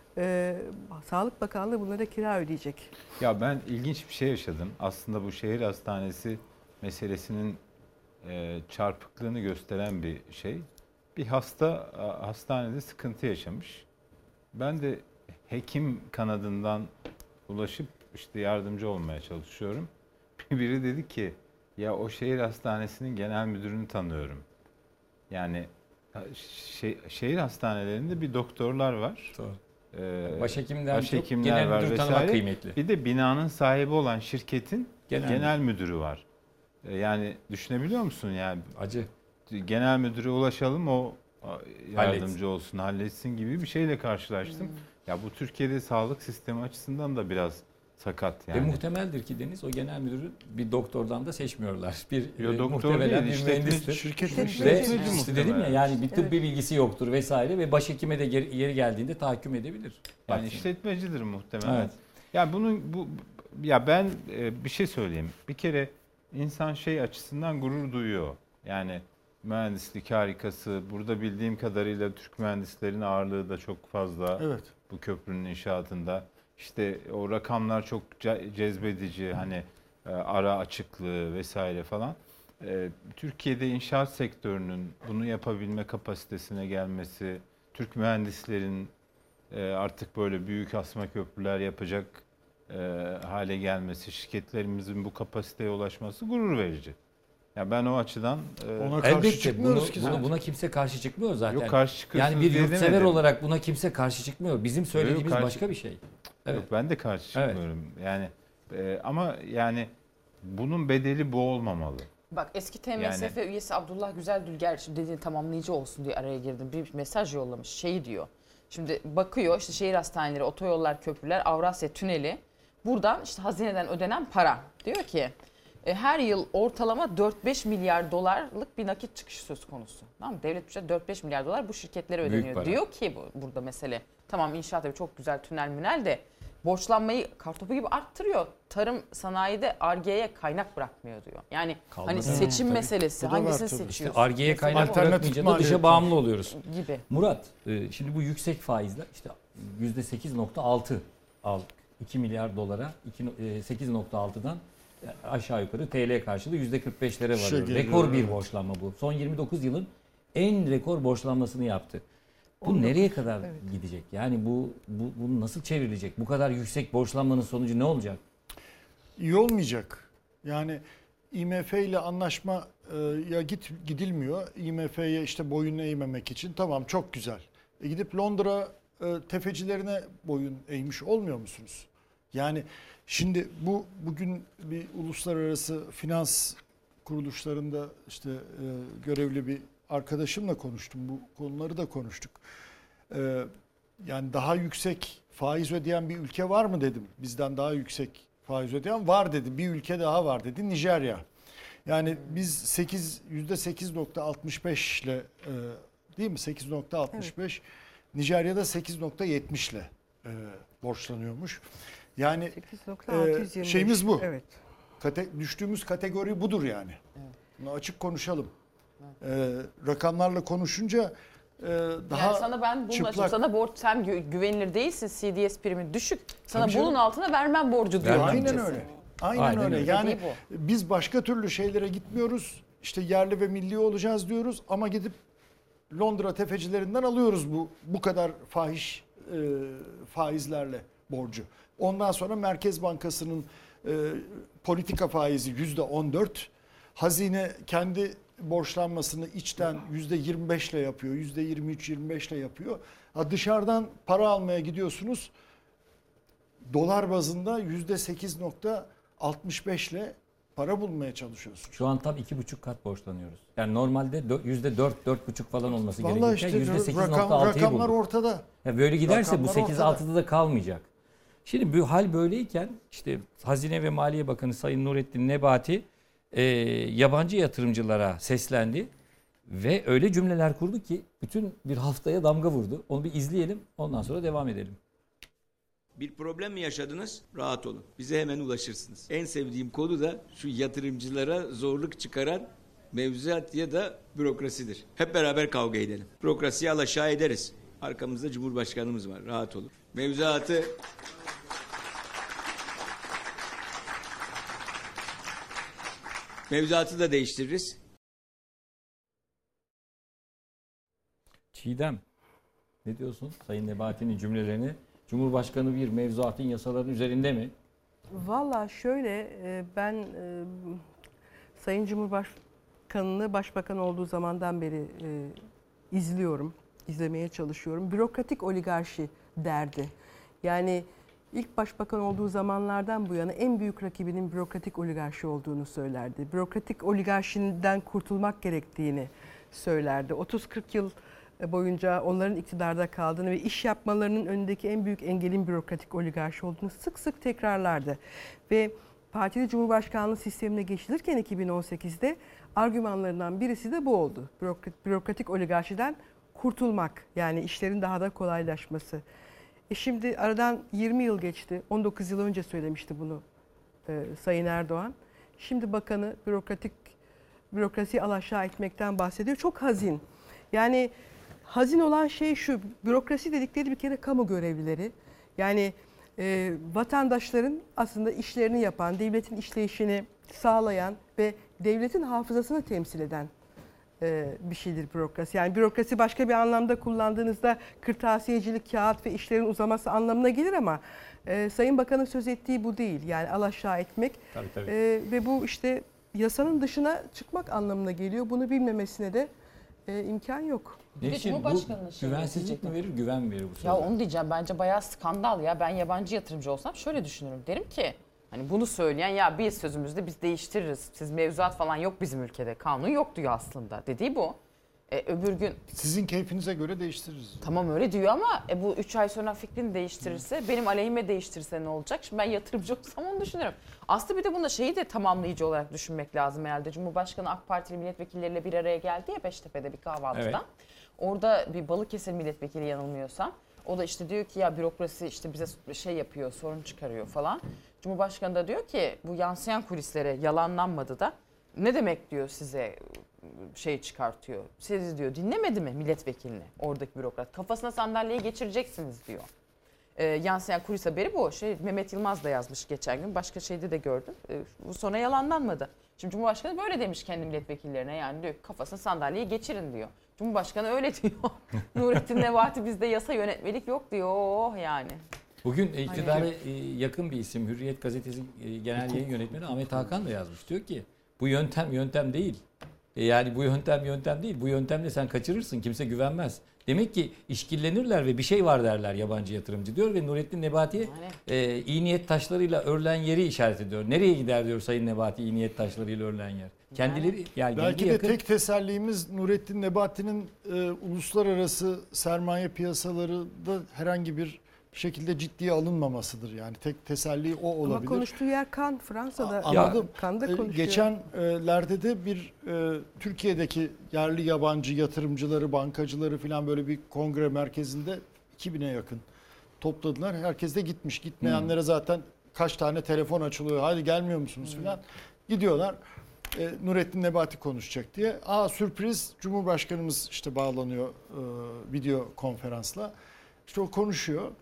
Sağlık Bakanlığı bunlara kira ödeyecek. ya ben ilginç bir şey yaşadım. Aslında bu şehir hastanesi meselesinin çarpıklığını gösteren bir şey. Bir hasta hastanede sıkıntı yaşamış. Ben de hekim kanadından ulaşıp işte yardımcı olmaya çalışıyorum. Biri dedi ki ya o şehir hastanesinin genel müdürünü tanıyorum. Yani şehir hastanelerinde bir doktorlar var. Doğru. Ee, Başhekimden çok başhekimler genel var müdür tanımak vesaire. kıymetli. Bir de binanın sahibi olan şirketin Genel genel müdürü var. Yani düşünebiliyor musun yani? Acı. Genel müdüre ulaşalım, o yardımcı Halletsin. olsun, halletsin gibi bir şeyle karşılaştım. Ya bu Türkiye'de sağlık sistemi açısından da biraz sakat Ve yani. muhtemeldir ki Deniz, o genel müdürü bir doktordan da seçmiyorlar. Bir Yo, doktor muhtemelen değil, bir mühendistir. Şirketin Ve işletmeci işte dedim ya, muhtemelen. yani bir tıbbi bilgisi yoktur vesaire ve başhekime de yeri geldiğinde tahakküm edebilir. Yani Bak, işletmecidir muhtemelen. Evet. Ya ya ben bir şey söyleyeyim. Bir kere insan şey açısından gurur duyuyor. Yani mühendislik harikası. Burada bildiğim kadarıyla Türk mühendislerin ağırlığı da çok fazla. Evet. Bu köprünün inşaatında. İşte o rakamlar çok cezbedici, hani ara açıklığı vesaire falan. Türkiye'de inşaat sektörünün bunu yapabilme kapasitesine gelmesi, Türk mühendislerin artık böyle büyük asma köprüler yapacak hale gelmesi, şirketlerimizin bu kapasiteye ulaşması gurur verici. Ya ben o açıdan Ona karşı elbette çıkmıyoruz ki bunu, zaten. buna kimse karşı çıkmıyor zaten. yok karşı çıkıyorsunuz Yani bir diye yurtsever demedim. olarak buna kimse karşı çıkmıyor. Bizim söylediğimiz karşı- başka bir şey. Evet. Yok, ben de karşı Evet. çıkmıyorum. Yani ama yani bunun bedeli bu olmamalı. Bak eski TMSF üyesi Abdullah Güzeldülger, şimdi dediğin tamamlayıcı olsun diye araya girdim. Bir mesaj yollamış. Şeyi diyor. Şimdi bakıyor işte şehir hastaneleri, otoyollar, köprüler, Avrasya Tüneli. Buradan işte hazineden ödenen para. Diyor ki her yıl ortalama 4-5 milyar dolarlık bir nakit çıkışı söz konusu. Tamam mı? Devlet bütçesi 4-5 milyar dolar bu şirketlere Büyük ödeniyor. para. Diyor ki burada mesele, tamam inşaat evi çok güzel, tünel münel de borçlanmayı kartopu gibi arttırıyor. Tarım sanayide Ar-Ge'ye kaynak bırakmıyor diyor. Yani hani Kalmasın. seçim Tabii. meselesi, Bu da var hangisini tabii. İşte seçiyorsun? Ar-Ge'ye Mesela kaynak bu. Alternatif bırakmayınca da dışa maliyet bağımlı oluyoruz. gibi. Murat, şimdi bu yüksek faizler işte %8,6 aldık. 2 milyar dolara 8,6'dan aşağı yukarı TL karşılığı %45'lere varıyor. geliyor, Rekor bir evet. borçlanma bu. Son 29 yılın en rekor borçlanmasını yaptı. Bu 19, nereye kadar evet. gidecek? Yani bu nasıl çevrilecek? Bu kadar yüksek borçlanmanın sonucu ne olacak? İyi olmayacak. Yani IMF ile anlaşma gidilmiyor. IMF'ye işte boyun eğmemek için tamam çok güzel. Gidip Londra tefecilerine boyun eğmiş olmuyor musunuz? Yani şimdi bugün bir uluslararası finans kuruluşlarında işte görevli bir arkadaşımla konuştum. Bu konuları da konuştuk. Yani daha yüksek faiz ödeyen bir ülke var mı dedim. Bizden daha yüksek faiz ödeyen var dedi. Bir ülke daha var dedi. Nijerya. Yani biz %8.65 ile değil mi? 8.65. Evet. Nijerya'da 8.70 ile borçlanıyormuş. Yani 8.625. Şeyimiz bu. Evet. Düştüğümüz kategori budur yani. Evet. Bunu açık konuşalım. Rakamlarla konuşunca daha yani sana ben bunun çıplak. Sana borç, sen güvenilir değilsin, CDS primi düşük. Sana Tabii bunun canım. altına vermem borcu diyor. Aynen öyle. Aynen öyle. Yani bu. biz başka türlü şeylere gitmiyoruz. İşte yerli ve milli olacağız diyoruz ama gidip Londra tefecilerinden alıyoruz bu kadar fahiş faizlerle borcu. Ondan sonra Merkez Bankası'nın politika faizi %14. Hazine kendi borçlanmasını içten %25 ile yapıyor. %23-25 ile yapıyor. Dışarıdan para almaya gidiyorsunuz. Dolar bazında %8.65 ile para bulmaya çalışıyorsunuz. Şu an tam 2,5 kat borçlanıyoruz. Yani normalde %4-4,5 falan olması Vallahi gerekirken işte %8.6'yı rakamlar bulduk. ortada. Ya böyle giderse bu Rakamlar 8-6'da da kalmayacak. Şimdi bu hal böyleyken işte Hazine ve Maliye Bakanı Sayın Nurettin Nebati yabancı yatırımcılara seslendi ve öyle cümleler kurdu ki bütün bir haftaya damga vurdu. Onu bir izleyelim, ondan sonra devam edelim. Bir problem mi yaşadınız? Rahat olun. Bize hemen ulaşırsınız. En sevdiğim konu da şu yatırımcılara zorluk çıkaran mevzuat ya da bürokrasidir. Hep beraber kavga edelim. Bürokrasiyi alaşağı ederiz. Arkamızda Cumhurbaşkanımız var. Rahat olun. Mevzuatı da değiştiririz. Çiğdem, ne diyorsun Sayın Nebati'nin cümlelerini? Cumhurbaşkanı bir mevzuatın, yasaların üzerinde mi? Valla şöyle ben Sayın Cumhurbaşkanı'nı başbakan olduğu zamandan beri izliyorum, izlemeye çalışıyorum. Bürokratik oligarşi derdi. Yani ilk başbakan olduğu zamanlardan bu yana en büyük rakibinin bürokratik oligarşi olduğunu söylerdi. Bürokratik oligarşiden kurtulmak gerektiğini söylerdi. 30-40 yıl boyunca onların iktidarda kaldığını ve iş yapmalarının önündeki en büyük engelin bürokratik oligarşi olduğunu sık sık tekrarlardı. Ve partili cumhurbaşkanlığı sistemine geçilirken 2018'de argümanlarından birisi de bu oldu. Bürokratik oligarşiden kurtulmak, yani işlerin daha da kolaylaşması. Şimdi aradan 20 yıl geçti. 19 yıl önce söylemişti bunu Sayın Erdoğan. Şimdi bakanı bürokrasiyi alaşağı etmekten bahsediyor. Çok hazin. Yani hazin olan şey şu, bürokrasi dedikleri bir kere kamu görevlileri. Yani vatandaşların aslında işlerini yapan, devletin işleyişini sağlayan ve devletin hafızasını temsil eden bir şeydir bürokrasi. Yani bürokrasi başka bir anlamda kullandığınızda kırtasiyecilik, kağıt ve işlerin uzaması anlamına gelir ama Sayın Bakan'ın söz ettiği bu değil. Yani alaşağı etmek. Tabii. Ve bu işte yasanın dışına çıkmak anlamına geliyor. Bunu bilmemesine de imkan yok. Nevşin, bu güvensizlik mi verir, güven mi verir bu sözler? Ya onu diyeceğim, bence bayağı skandal ya. Ben yabancı yatırımcı olsam şöyle düşünürüm. Derim ki hani bunu söyleyen, ya biz sözümüzde biz değiştiririz. Siz mevzuat falan yok bizim ülkede. Kanun yok diyor aslında. Dediği bu. Öbür gün... Sizin keyfinize göre değiştiririz. Tamam öyle diyor ama bu 3 ay sonra fikrini değiştirirse, benim aleyhime değiştirirse ne olacak? Şimdi ben yatırımcı olsam onu düşünürüm. Aslında bir de bunda şeyi de tamamlayıcı olarak düşünmek lazım herhalde. Cumhurbaşkanı AK Partili milletvekilleriyle bir araya geldi ya Beştepe'de bir kahvaltıda. Evet. Orada bir Balıkesir milletvekili yanılmıyorsam. O da işte diyor ki ya bürokrasi işte bize şey yapıyor, sorun çıkarıyor falan. Cumhurbaşkanı da diyor ki bu yansıyan kulislere yalanlanmadı da. Ne demek diyor size şey çıkartıyor. Siz diyor dinlemedi mi milletvekilini oradaki bürokrat? Kafasına sandalyeyi geçireceksiniz diyor. Yansıyan kulis haberi bu. Mehmet Yılmaz da yazmış geçen gün. Başka şeyde de gördüm. Bu sonra yalanlanmadı. Şimdi Cumhurbaşkanı böyle demiş kendi milletvekillerine, yani diyor kafasını sandalyeye geçirin diyor. Cumhurbaşkanı öyle diyor. Nurettin Nebati bizde yasa yönetmelik yok diyor. Oh yani. Bugün iktidara yakın bir isim, Hürriyet Gazetesi Genel Yayın Yönetmeni Ahmet Hakan da yazmış. Diyor ki bu yöntem değil. Yani bu yöntem değil. Bu yöntemle sen kaçırırsın. Kimse güvenmez. Demek ki işkillenirler ve bir şey var derler yabancı yatırımcı diyor ve Nurettin Nebati'ye iyi niyet taşlarıyla örülen yeri işaret ediyor. Nereye gider diyor Sayın Nebati iyi niyet taşlarıyla örülen yer. Kendileri yani belki de yakın... tek tesellimiz Nurettin Nebati'nin uluslararası sermaye piyasalarında herhangi bir şekilde ciddiye alınmamasıdır. Yani tek teselli o olabilir. Ama konuştuğu yer Cannes, Fransa'da. Anladım. Cannes'da konuşuyor. Geçenlerde de bir Türkiye'deki yerli yabancı yatırımcıları, bankacıları falan böyle bir kongre merkezinde 2000'e yakın topladılar. Herkes de gitmiş. Gitmeyenlere zaten kaç tane telefon açılıyor. Hadi gelmiyor musunuz falan. Gidiyorlar. Nurettin Nebati konuşacak diye. Sürpriz, Cumhurbaşkanımız işte bağlanıyor video konferansla. İşte o konuşuyor.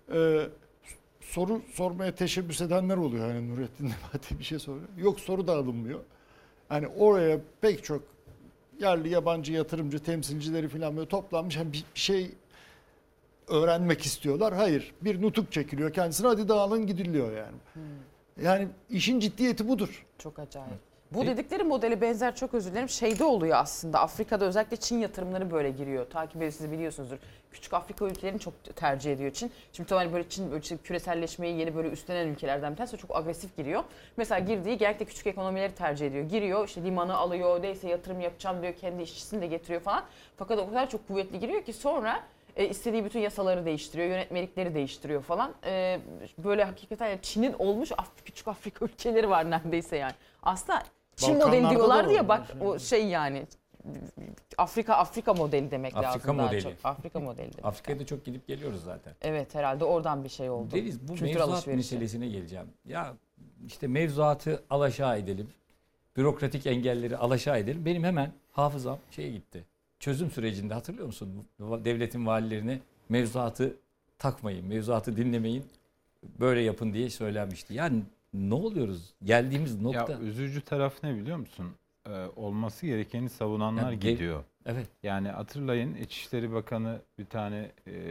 Soru sormaya teşebbüs edenler oluyor. Hani Nurettin Nebati bir şey soruyor. Yok, soru da alınmıyor. Hani oraya pek çok yerli yabancı yatırımcı temsilcileri falan böyle toplanmış. Yani bir şey öğrenmek istiyorlar. Hayır. Bir nutuk çekiliyor kendisine. Hadi dağılın gidiliyor yani. Yani işin ciddiyeti budur. Çok acayip. Bu dedikleri modeli benzer, çok özür dilerim, şeyde oluyor aslında. Afrika'da özellikle Çin yatırımları böyle giriyor. Takip ediyorsunuz, biliyorsunuzdur. Küçük Afrika ülkelerini çok tercih ediyor Çin. Şimdi tabii böyle Çin böyle küreselleşmeyi yeni böyle üstlenen ülkelerden bir tanesi, çok agresif giriyor. Mesela girdiği genellikle küçük ekonomileri tercih ediyor. Giriyor işte limanı alıyor, neyse yatırım yapacağım diyor, kendi işçisini de getiriyor falan. Fakat o kadar çok kuvvetli giriyor ki sonra istediği bütün yasaları değiştiriyor, yönetmelikleri değiştiriyor falan. Böyle hakikaten Çin'in olmuş küçük Afrika ülkeleri var neredeyse yani. Aslında Çin Balkanlarda modeli diyorlardı da ya, var bak yani. o şey yani Afrika modeli demek Afrika lazım modeli. daha çok. Afrika modeli demek. Afrika'ya da çok gidip geliyoruz zaten. Evet, herhalde oradan bir şey oldu. Deniz, bu Kültür mevzuat alışverişi. meselesine geleceğim. Ya işte mevzuatı alaşağı edelim. Bürokratik engelleri alaşağı edelim. Benim hemen hafızam şeye gitti. Çözüm sürecinde hatırlıyor musun? Devletin valilerine mevzuatı takmayın, mevzuatı dinlemeyin, böyle yapın diye söylenmişti. Yani ne oluyoruz? Geldiğimiz nokta. Ya üzücü taraf ne biliyor musun? Olması gerekeni savunanlar Yani gidiyor. Evet. Yani hatırlayın, İçişleri Bakanı bir tane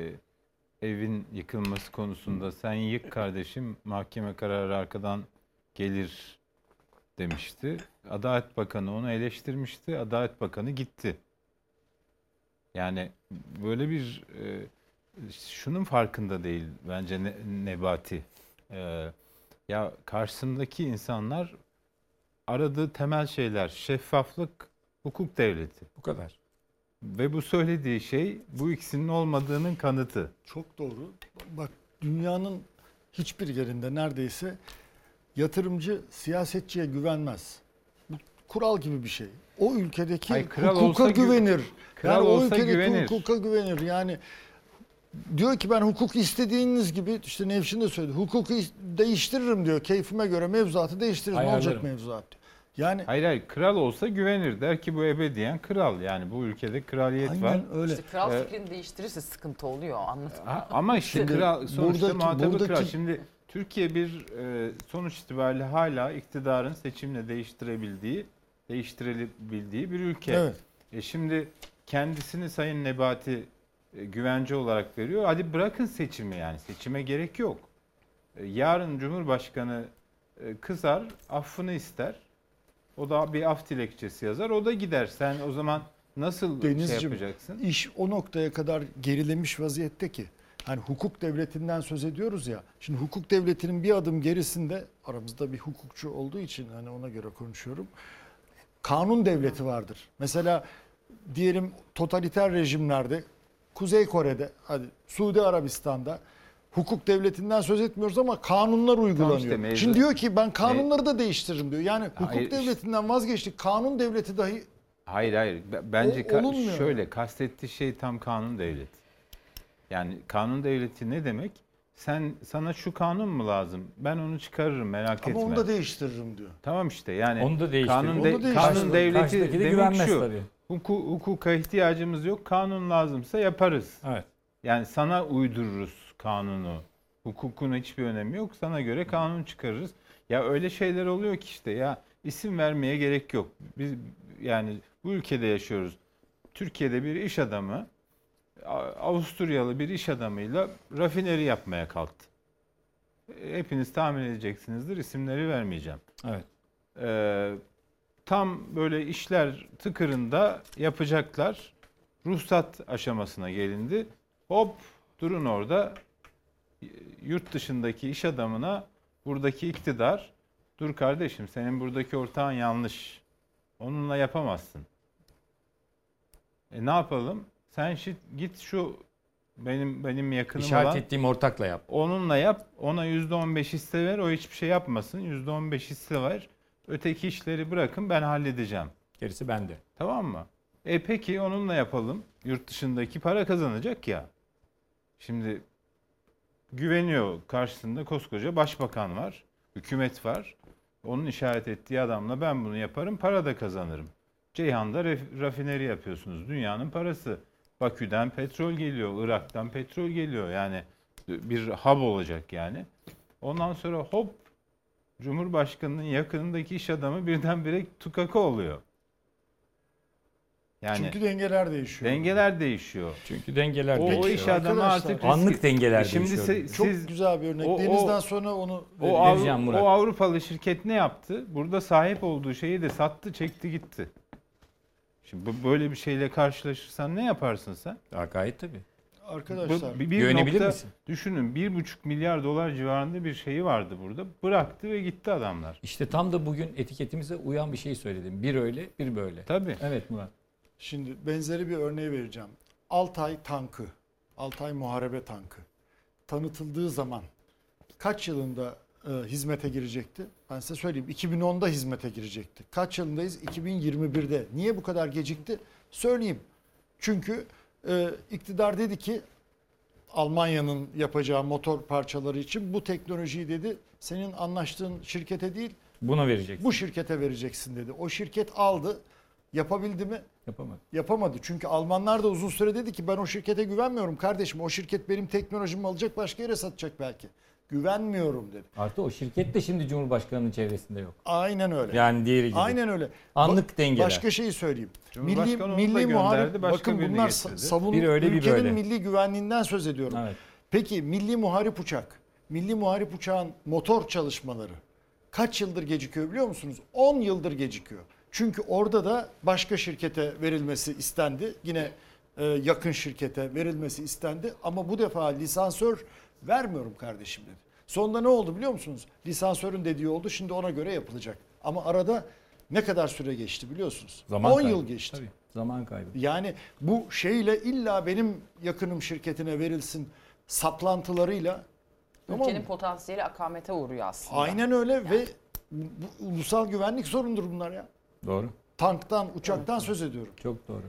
evin yıkılması konusunda sen yık kardeşim, mahkeme kararı arkadan gelir demişti. Adalet Bakanı onu eleştirmişti. Adalet Bakanı gitti. Yani böyle bir şunun farkında değil bence Nebati. Ya karşısındaki insanlar aradığı temel şeyler şeffaflık, hukuk devleti. Bu kadar. Ve bu söylediği şey bu ikisinin olmadığının kanıtı. Çok doğru. Bak, dünyanın hiçbir yerinde neredeyse yatırımcı siyasetçiye güvenmez. Bu kural gibi bir şey. O ülkedeki Hayır, kral hukuka olsa güvenir. kral Yani o olsa ülkedeki güvenir. hukuka güvenir. Yani diyor ki ben hukuk istediğiniz gibi, işte Nevşin de söyledi. Hukuku değiştiririm diyor. Keyfime göre mevzuatı değiştiririm. Ne olacak Ayarlarım. mevzuat diyor. Yani Hayır, kral olsa güvenir. Der ki bu ebediyen kral. Yani bu ülkede kraliyet var. aynen öyle. İşte kral fikrini değiştirirse sıkıntı oluyor, anlatın. Ama işte Şimdi kral sonuçta muhatabı buradaki- kral. Şimdi Türkiye bir sonuç itibariyle hala iktidarın seçimle değiştirebildiği bir ülke. Evet. Şimdi kendisini Sayın Nebati güvence olarak veriyor. Hadi bırakın seçimi yani. Seçime gerek yok. Yarın Cumhurbaşkanı kızar, affını ister. O da bir af dilekçesi yazar. O da gider. Sen o zaman nasıl şey Denizciğim, yapacaksın? İş o noktaya kadar gerilemiş vaziyette ki. Hani hukuk devletinden söz ediyoruz ya. Şimdi hukuk devletinin bir adım gerisinde, aramızda bir hukukçu olduğu için hani ona göre konuşuyorum. Kanun devleti vardır. Mesela diyelim totaliter rejimlerde, Kuzey Kore'de, hadi Suudi Arabistan'da hukuk devletinden söz etmiyoruz ama kanunlar uygulanıyor. işte Şimdi diyor ki ben kanunları da değiştiririm diyor. Yani hukuk Hayır, işte- devletinden vazgeçtik. Kanun devleti dahi Hayır. Bence olunmuyor. şöyle kastettiği şey tam kanun devleti. Yani kanun devleti ne demek? Sana şu kanun mu lazım? Ben onu çıkarırım, merak ama etme. onu da değiştiririm diyor. Tamam işte yani Onu da değiştirir. kanun, Onu da değiştirir. kanun devleti Karşıdaki de demek güvenmez şu. tabii. Hukuka ihtiyacımız yok. Kanun lazımsa yaparız. Evet. Yani sana uydururuz kanunu. Hukukun hiçbir önemi yok. Sana göre kanun çıkarırız. Ya öyle şeyler oluyor ki işte ya isim vermeye gerek yok. Biz yani bu ülkede yaşıyoruz. Türkiye'de bir iş adamı Avusturyalı bir iş adamıyla rafineri yapmaya kalktı. Hepiniz tahmin edeceksinizdir. İsimleri vermeyeceğim. Evet. Tam böyle işler tıkırında yapacaklar. Ruhsat aşamasına gelindi. Hop durun orada. Yurt dışındaki iş adamına buradaki iktidar, dur kardeşim senin buradaki ortağın yanlış. Onunla yapamazsın. Ne yapalım? Sen git şu benim yakınım İşaret olan ettiğim ortakla yap. onunla yap. Ona %15 hisse ver. O hiçbir şey yapmasın. %15 hisse ver. Öteki işleri bırakın ben halledeceğim. Gerisi bende. Tamam mı? Peki onunla yapalım. Yurt dışındaki para kazanacak ya. Şimdi güveniyor, karşısında koskoca başbakan var. Hükümet var. Onun işaret ettiği adamla ben bunu yaparım, para da kazanırım. Ceyhan'da rafineri yapıyorsunuz. Dünyanın parası. Bakü'den petrol geliyor, Irak'tan petrol geliyor. Yani bir hub olacak yani. Ondan sonra hop Cumhurbaşkanı'nın yakınındaki iş adamı birdenbire tukaka oluyor. Yani Çünkü dengeler değişiyor. dengeler değişiyor. Çünkü dengeler O değişiyor. iş adamı Arkadaşlar, artık anlık dengeler Şimdi değişiyor. Çok siz güzel bir örnek. o- Denizden sonra onu Vereceğim Murat. O Avrupalı şirket ne yaptı? Burada sahip olduğu şeyi de sattı, çekti gitti. Şimdi böyle bir şeyle karşılaşırsan ne yaparsın sen? Gayet tabii. arkadaşlar Bir Güvenebilir nokta, misin? düşünün 1,5 milyar dolar civarında bir şeyi vardı burada. Bıraktı ve gitti adamlar. İşte tam da bugün etiketimize uyan bir şey söyledim. Bir öyle, bir böyle. Tabii. Evet Murat. şimdi benzeri bir örneği vereceğim. Altay tankı, Altay Muharebe tankı tanıtıldığı zaman kaç yılında hizmete girecekti? Ben size söyleyeyim. 2010'da hizmete girecekti. Kaç yılındayız? 2021'de. Niye bu kadar gecikti? Söyleyeyim. Çünkü iktidar dedi ki Almanya'nın yapacağı motor parçaları için bu teknolojiyi dedi senin anlaştığın şirkete değil Buna vereceksin. bu şirkete vereceksin dedi. O şirket aldı. Yapabildi mi? Yapamadım. Yapamadı. Çünkü Almanlar da uzun süre dedi ki ben o şirkete güvenmiyorum kardeşim. O şirket benim teknolojimi alacak başka yere satacak belki. Güvenmiyorum dedi. Artı o şirket de şimdi Cumhurbaşkanı'nın çevresinde yok. Aynen öyle. Yani diğeri gibi. Aynen öyle. Anlık dengeler. Başka şeyi söyleyeyim. Cumhurbaşkanı onu da Milli gönderdi, muharip başka bakın birini bunlar getirdi. Bir öyle, bir ülkenin böyle. milli güvenliğinden söz ediyorum. Evet. Peki milli muharip uçak. Milli muharip uçağın motor çalışmaları kaç yıldır gecikiyor biliyor musunuz? 10 yıldır gecikiyor. Çünkü orada da başka şirkete verilmesi istendi. Yine yakın şirkete verilmesi istendi. Ama bu defa lisansör vermiyorum kardeşim dedi. Sonunda ne oldu biliyor musunuz? Lisansörün dediği oldu. Şimdi ona göre yapılacak. Ama arada ne kadar süre geçti biliyorsunuz? Zaman 10 kaybı. yıl geçti. Tabii. Zaman kaybı. Yani bu şeyle illa benim yakınım şirketine verilsin saplantılarıyla tamam Ülkenin mı? potansiyeli akamete uğruyor aslında. Aynen öyle ve bu ulusal güvenlik sorundur bunlar ya. Doğru. Tanktan, uçaktan söz ediyorum. Çok doğru.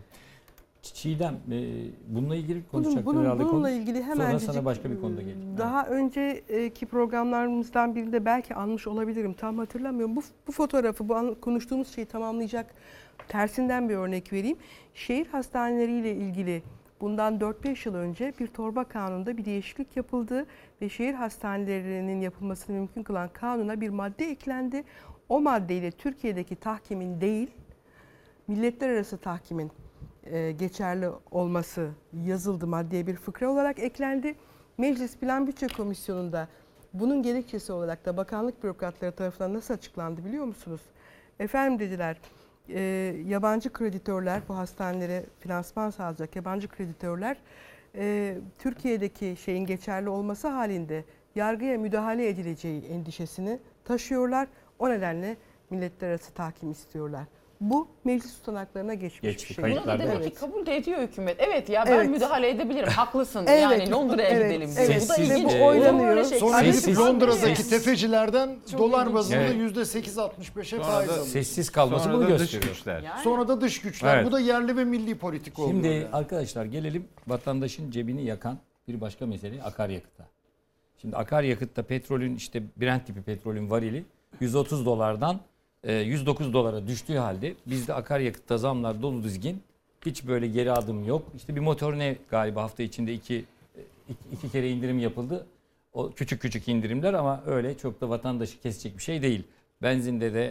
Çiğdem, bununla ilgili konuşacaktık herhalde. Bununla Konuş. ilgili Sonra hemencik sana başka bir konuda geleceğim. daha önceki programlarımızdan birinde belki almış olabilirim. Tam hatırlamıyorum. Bu fotoğrafı, bu konuştuğumuz şeyi tamamlayacak tersinden bir örnek vereyim. Şehir hastaneleriyle ilgili bundan 4-5 yıl önce bir torba kanunda bir değişiklik yapıldı ve şehir hastanelerinin yapılmasını mümkün kılan kanuna bir madde eklendi. O maddeyle Türkiye'deki tahkimin değil, milletler arası tahkimin geçerli olması yazıldı, maddeye bir fıkra olarak eklendi. Meclis Plan Bütçe Komisyonu'nda bunun gerekçesi olarak da bakanlık bürokratları tarafından nasıl açıklandı biliyor musunuz? Efendim dediler, yabancı kreditörler, bu hastanelere finansman sağlayacak yabancı kreditörler Türkiye'deki şeyin geçerli olması halinde yargıya müdahale edileceği endişesini taşıyorlar. O nedenle milletler arası tahkim istiyorlar. Bu meclis tutanaklarına geçmiş Geçti, bir şey. kayıt. Bunu da demek Evet. ki kabul de ediyor hükümet. Evet ya ben Evet. müdahale edebilirim. Haklısın. Evet. Yani Londra'ya Evet. gidelim Evet. diye. Bu da Sessiz, ilginç. bu oynanıyor. Böyle şey. Sonra Sessiz. gidip Londra'daki Sessiz. tefecilerden Çok dolar ilginç. bazında Evet. %8-65'e Sonra faiz da alıyor. Sessiz kalması Sonra bunu da dış gösteriyor. güçler. Yani. Sonra da dış güçler. Evet. Bu da yerli ve milli politik oluyor. Şimdi yani. arkadaşlar gelelim vatandaşın cebini yakan bir başka mesele akaryakıta. Şimdi akaryakıtta petrolün işte Brent tipi petrolün varili 130 dolardan 109 dolara düştüğü halde bizde akaryakıtta zamlar dolu dizgin. Hiç böyle geri adım yok. İşte bir motor ne galiba hafta içinde iki kere indirim yapıldı. O küçük küçük indirimler ama öyle çok da vatandaşı kesecek bir şey değil. Benzinde de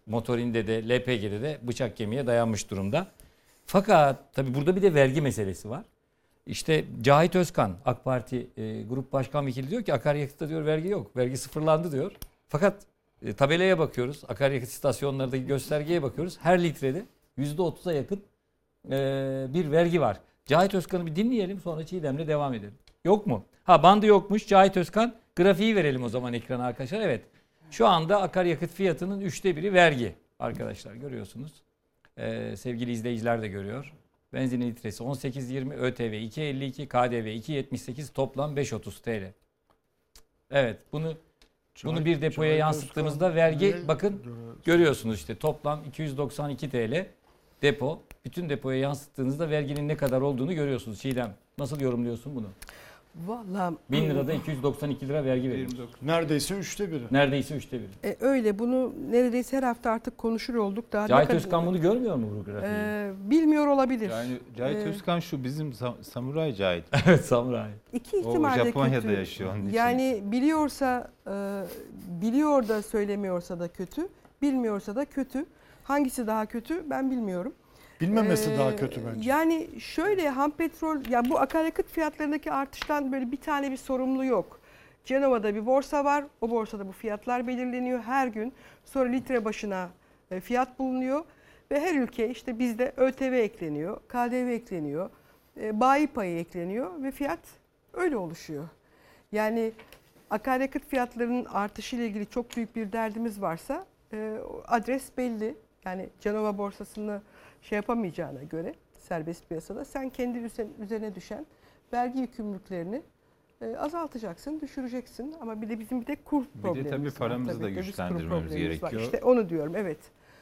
motorinde de LPG'de de bıçak kemiğe dayanmış durumda. Fakat tabii burada bir de vergi meselesi var. İşte Cahit Özkan, AK Parti Grup Başkan Vekili diyor ki akaryakıtta diyor vergi yok. Vergi sıfırlandı diyor. Fakat tabelaya bakıyoruz. Akaryakıt istasyonlarındaki göstergeye bakıyoruz. Her litrede %30'a yakın bir vergi var. Cahit Özkan'ı bir dinleyelim, sonra Çiğdem'le devam edelim. Yok mu? Bandı yokmuş. Cahit Özkan, grafiği verelim o zaman ekrana arkadaşlar. Evet. Şu anda akaryakıt fiyatının 1/3 vergi. Arkadaşlar görüyorsunuz. Sevgili izleyiciler de görüyor. Benzin litresi 18.20, ÖTV 2.52, KDV 2.78, toplam 5.30 TL. Evet, bunu bir depoya yansıttığımızda vergi bakın görüyorsunuz işte toplam 292 TL depo. Bütün depoya yansıttığınızda verginin ne kadar olduğunu görüyorsunuz. Çiğdem, nasıl yorumluyorsun bunu? Vallahi 1000 lirada 292 lira vergi veriyor. Neredeyse 1/3. Neredeyse 1/3. Öyle, bunu neredeyse her hafta artık konuşur olduk. Daha Cahit Özkan bunu görmüyor mu bu grafiği? Bilmiyor olabilir. Yani Cahit Özkan şu bizim samuray Cahit. Evet, samuray. İki O ihtimalle Japonya'da kötü. yaşıyor onun için. Yani biliyorsa, biliyor da söylemiyorsa da kötü, bilmiyorsa da kötü. Hangisi daha kötü ben bilmiyorum. Bilmemesi daha kötü bence. Yani şöyle, ham petrol, ya bu akaryakıt fiyatlarındaki artıştan böyle bir tane bir sorumlu yok. Cenova'da bir borsa var. O borsada bu fiyatlar belirleniyor her gün. Sonra litre başına fiyat bulunuyor ve her ülke, işte bizde ÖTV ekleniyor, KDV ekleniyor, bayi payı ekleniyor ve fiyat öyle oluşuyor. Yani akaryakıt fiyatlarının artışı ile ilgili çok büyük bir derdimiz varsa adres belli. Yani Cenova borsasını yapamayacağına göre serbest piyasada sen kendi üzerine düşen vergi yükümlülüklerini azaltacaksın, düşüreceksin. Ama bir de bizim kur problemimiz var. Bir de tabii paramızı da Tabii, döviz kuru güçlendirmemiz problemimiz var. gerekiyor. İşte onu diyorum, evet.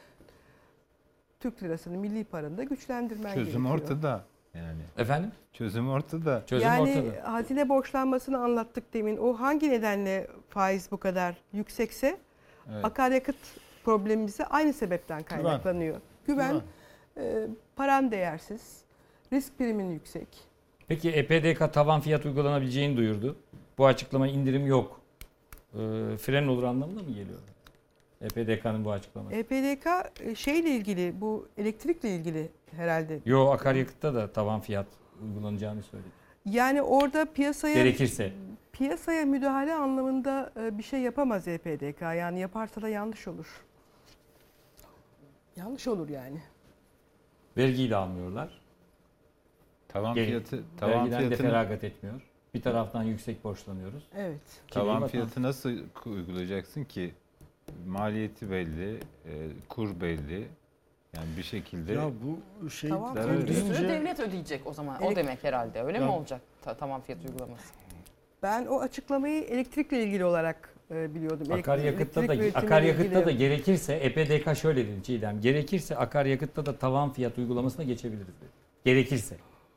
Türk lirasını, milli paranı da güçlendirmen gerekiyor. Çözüm ortada yani. Efendim? Çözüm ortada. Çözüm yani ortada. hazine borçlanmasını anlattık demin. O hangi nedenle faiz bu kadar yüksekse Evet. akaryakıt problemimize aynı sebepten kaynaklanıyor. Güven. Paran değersiz, risk primin yüksek. Peki EPDK tavan fiyat uygulanabileceğini duyurdu. Bu açıklama indirim yok. Fren olur anlamına mı geliyor? EPDK'nın bu açıklaması. EPDK şeyle ilgili, bu elektrikle ilgili herhalde. Yo, akaryakıtta da tavan fiyat uygulanacağını söyledi. Yani orada Gerekirse. piyasaya müdahale anlamında bir şey yapamaz EPDK. Yani yaparsa da yanlış olur. Yanlış olur yani. Vergiyi de almıyorlar. Tavan Vergiden de fiyatını feragat etmiyor. Bir taraftan yüksek borçlanıyoruz. Evet. tavan Vatan- fiyatı nasıl uygulayacaksın ki? Maliyeti belli, kur belli. Yani bir şekilde Ya bu şey Tamam, evet. Bir sürü deyince devlet ödeyecek o zaman. O Elek- demek herhalde. Öyle mi Ya- olacak tamam fiyat uygulaması? Ben o açıklamayı elektrikle ilgili olarak biliyordum. Akaryakıtta Elektrik üretimiyle akaryakıtta da ilgili. gerekirse EPDK şöyle dedi Çiğdem. Gerekirse akaryakıtta da tavan fiyat uygulamasına geçebiliriz dedi. Gerekirse.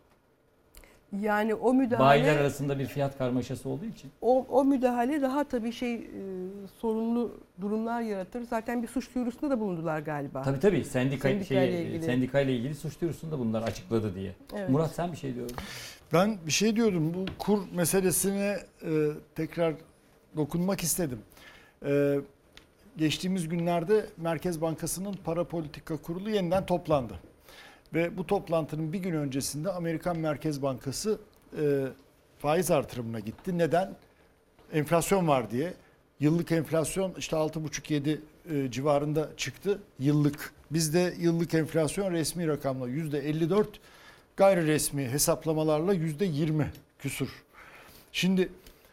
Yani o Bayiler müdahale, arasında bir fiyat karmaşası olduğu için. o müdahale daha tabii sorunlu durumlar yaratır. Zaten bir suç duyurusunda da bulundular galiba. Tabii sendikayla ilgili suç duyurusunda bunlar açıkladı diye. Evet. Murat, sen bir şey diyordun. ben bir şey diyordum. Bu kur meselesine tekrar dokunmak istedim. Geçtiğimiz günlerde Merkez Bankası'nın Para Politika Kurulu yeniden toplandı. Ve bu toplantının bir gün öncesinde Amerikan Merkez Bankası faiz artırımına gitti. Neden? Enflasyon var diye. Yıllık enflasyon işte 6,5-7 civarında çıktı. Yıllık. Bizde yıllık enflasyon resmi rakamla %54, gayri resmi hesaplamalarla %20 küsur. Şimdi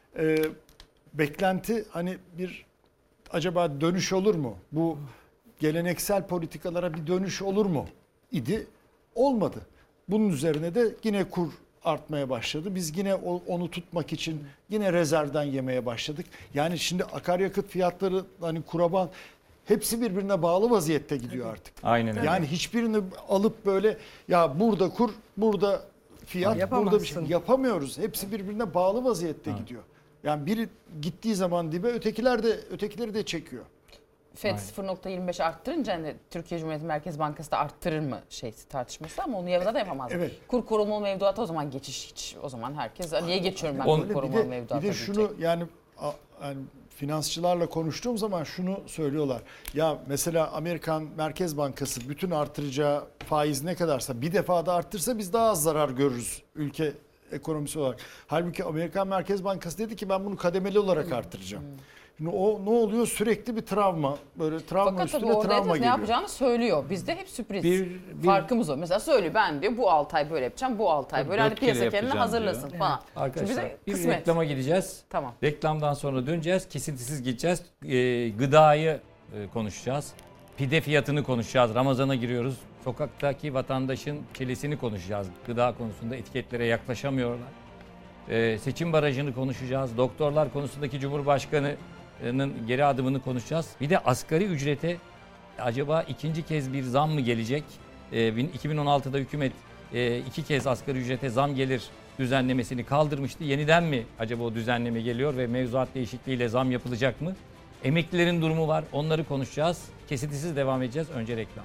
beklenti hani bir acaba dönüş olur mu? Bu geleneksel politikalara bir dönüş olur mu idi? Olmadı. Bunun üzerine de yine kur artmaya başladı. Biz yine onu tutmak için yine rezervden yemeye başladık. Yani şimdi akaryakıt fiyatları hani kura hepsi birbirine bağlı vaziyette gidiyor artık. Aynen öyle. Yani hiçbirini alıp böyle ya burada kur, burada fiyat, burada bir şey yapamıyoruz. Hepsi birbirine bağlı vaziyette gidiyor. Yani biri gittiği zaman dibe ötekileri de çekiyor. FED 0.25 arttırınca hani Türkiye Cumhuriyeti Merkez Bankası da arttırır mı tartışması ama onu da yapamaz. Evet. Kur korumalı mevduata o zaman geçiş hiç. O zaman herkes niye geçiyorum ben On- kur korumalı mevduata Bir de şunu yani finansçılarla konuştuğum zaman şunu söylüyorlar. Ya mesela Amerikan Merkez Bankası bütün artıracağı faiz ne kadarsa bir defada arttırsa biz daha az zarar görürüz ülke ekonomisi olarak. Halbuki Amerikan Merkez Bankası dedi ki ben bunu kademeli olarak artıracağım. Şimdi o ne oluyor? Sürekli bir travma. Böyle travma Fakat tabii üstüne orada travma herkes ne geliyor. yapacağını söylüyor. Bizde hep sürpriz. Bir- Farkımız o. Mesela söylüyor ben diyor bu 6 ay böyle yapacağım, bu 6 ay Tabii böyle. Hani 4 kere piyasa kendini yapacağım hazırlasın diyor. falan. Şimdi Arkadaşlar bize bir kısmet. reklama gideceğiz. Tamam. Reklamdan sonra döneceğiz. Kesintisiz gideceğiz. Gıdayı konuşacağız. Pide fiyatını konuşacağız. Ramazana giriyoruz. Sokaktaki vatandaşın çilesini konuşacağız. Gıda konusunda etiketlere yaklaşamıyorlar. Seçim barajını konuşacağız. Doktorlar konusundaki Cumhurbaşkanı'nın geri adımını konuşacağız. Bir de asgari ücrete acaba ikinci kez bir zam mı gelecek? 2016'da hükümet 2 kez asgari ücrete zam gelir düzenlemesini kaldırmıştı. Yeniden mi acaba o düzenleme geliyor ve mevzuat değişikliğiyle zam yapılacak mı? Emeklilerin durumu var. Onları konuşacağız. Kesintisiz devam edeceğiz. Önce reklam.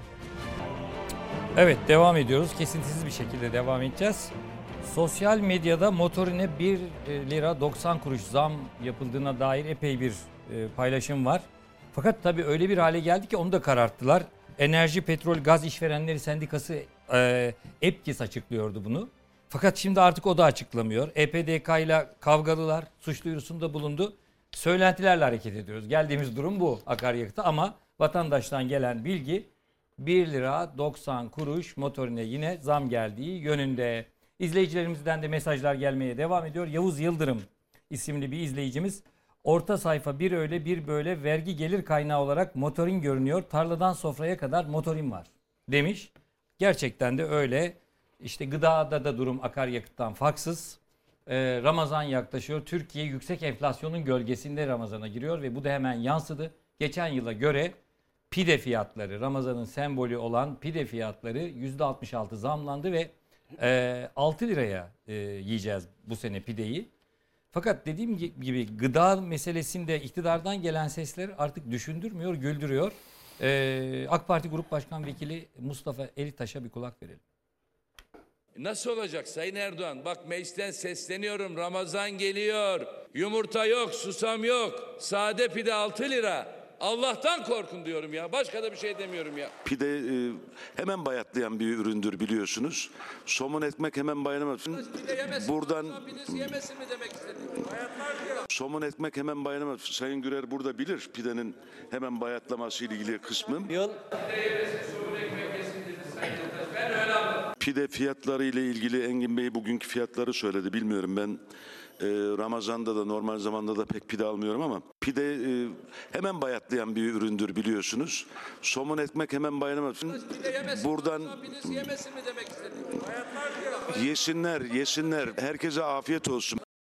Evet, devam ediyoruz. Kesintisiz bir şekilde devam edeceğiz. Sosyal medyada motorine 1 lira 90 kuruş zam yapıldığına dair epey bir paylaşım var. Fakat tabii öyle bir hale geldi ki onu da kararttılar. Enerji, Petrol, Gaz İşverenleri Sendikası EPGİS açıklıyordu bunu. Fakat şimdi artık o da açıklamıyor. EPDK ile kavgalılar, suç duyurusunda bulundu. Söylentilerle hareket ediyoruz. Geldiğimiz durum bu akaryakıta ama vatandaştan gelen bilgi 1 lira 90 kuruş motorine yine zam geldiği yönünde. İzleyicilerimizden de mesajlar gelmeye devam ediyor. Yavuz Yıldırım isimli bir izleyicimiz. Orta sayfa bir öyle bir böyle vergi gelir kaynağı olarak motorin görünüyor. Tarladan sofraya kadar motorin var demiş. Gerçekten de öyle. İşte gıdada da durum akaryakıttan farksız. Ramazan yaklaşıyor. Türkiye yüksek enflasyonun gölgesinde Ramazan'a giriyor ve bu da hemen yansıdı. Geçen yıla göre pide fiyatları, Ramazan'ın sembolü olan pide fiyatları %66 zamlandı ve 6 liraya yiyeceğiz bu sene pideyi. Fakat dediğim gibi gıda meselesinde iktidardan gelen sesler artık düşündürmüyor, güldürüyor. AK Parti Grup Başkan Vekili Mustafa Elitaş'a bir kulak verelim. Nasıl olacak Sayın Erdoğan? Bak meclisten sesleniyorum. Ramazan geliyor. Yumurta yok, susam yok. Sade pide 6 lira. Allah'tan korkun diyorum ya. Başka da bir şey demiyorum ya. Pide hemen bayatlayan bir üründür biliyorsunuz. Somun ekmek hemen bayatlamaz. Buradan Yemesin mi demek istedim? somun ekmek hemen bayatlamaz. Sayın Gürer burada bilir pidenin hemen bayatlaması ile ilgili kısmı. Pide fiyatları ile ilgili Engin Bey bugünkü fiyatları söyledi. Bilmiyorum ben Ramazan'da da normal zamanda da pek pide almıyorum ama pide hemen bayatlayan bir üründür biliyorsunuz. Somun ekmek hemen bayatlamaz. Buradan Yemesin mi demek istedim? yesinler. Herkese afiyet olsun.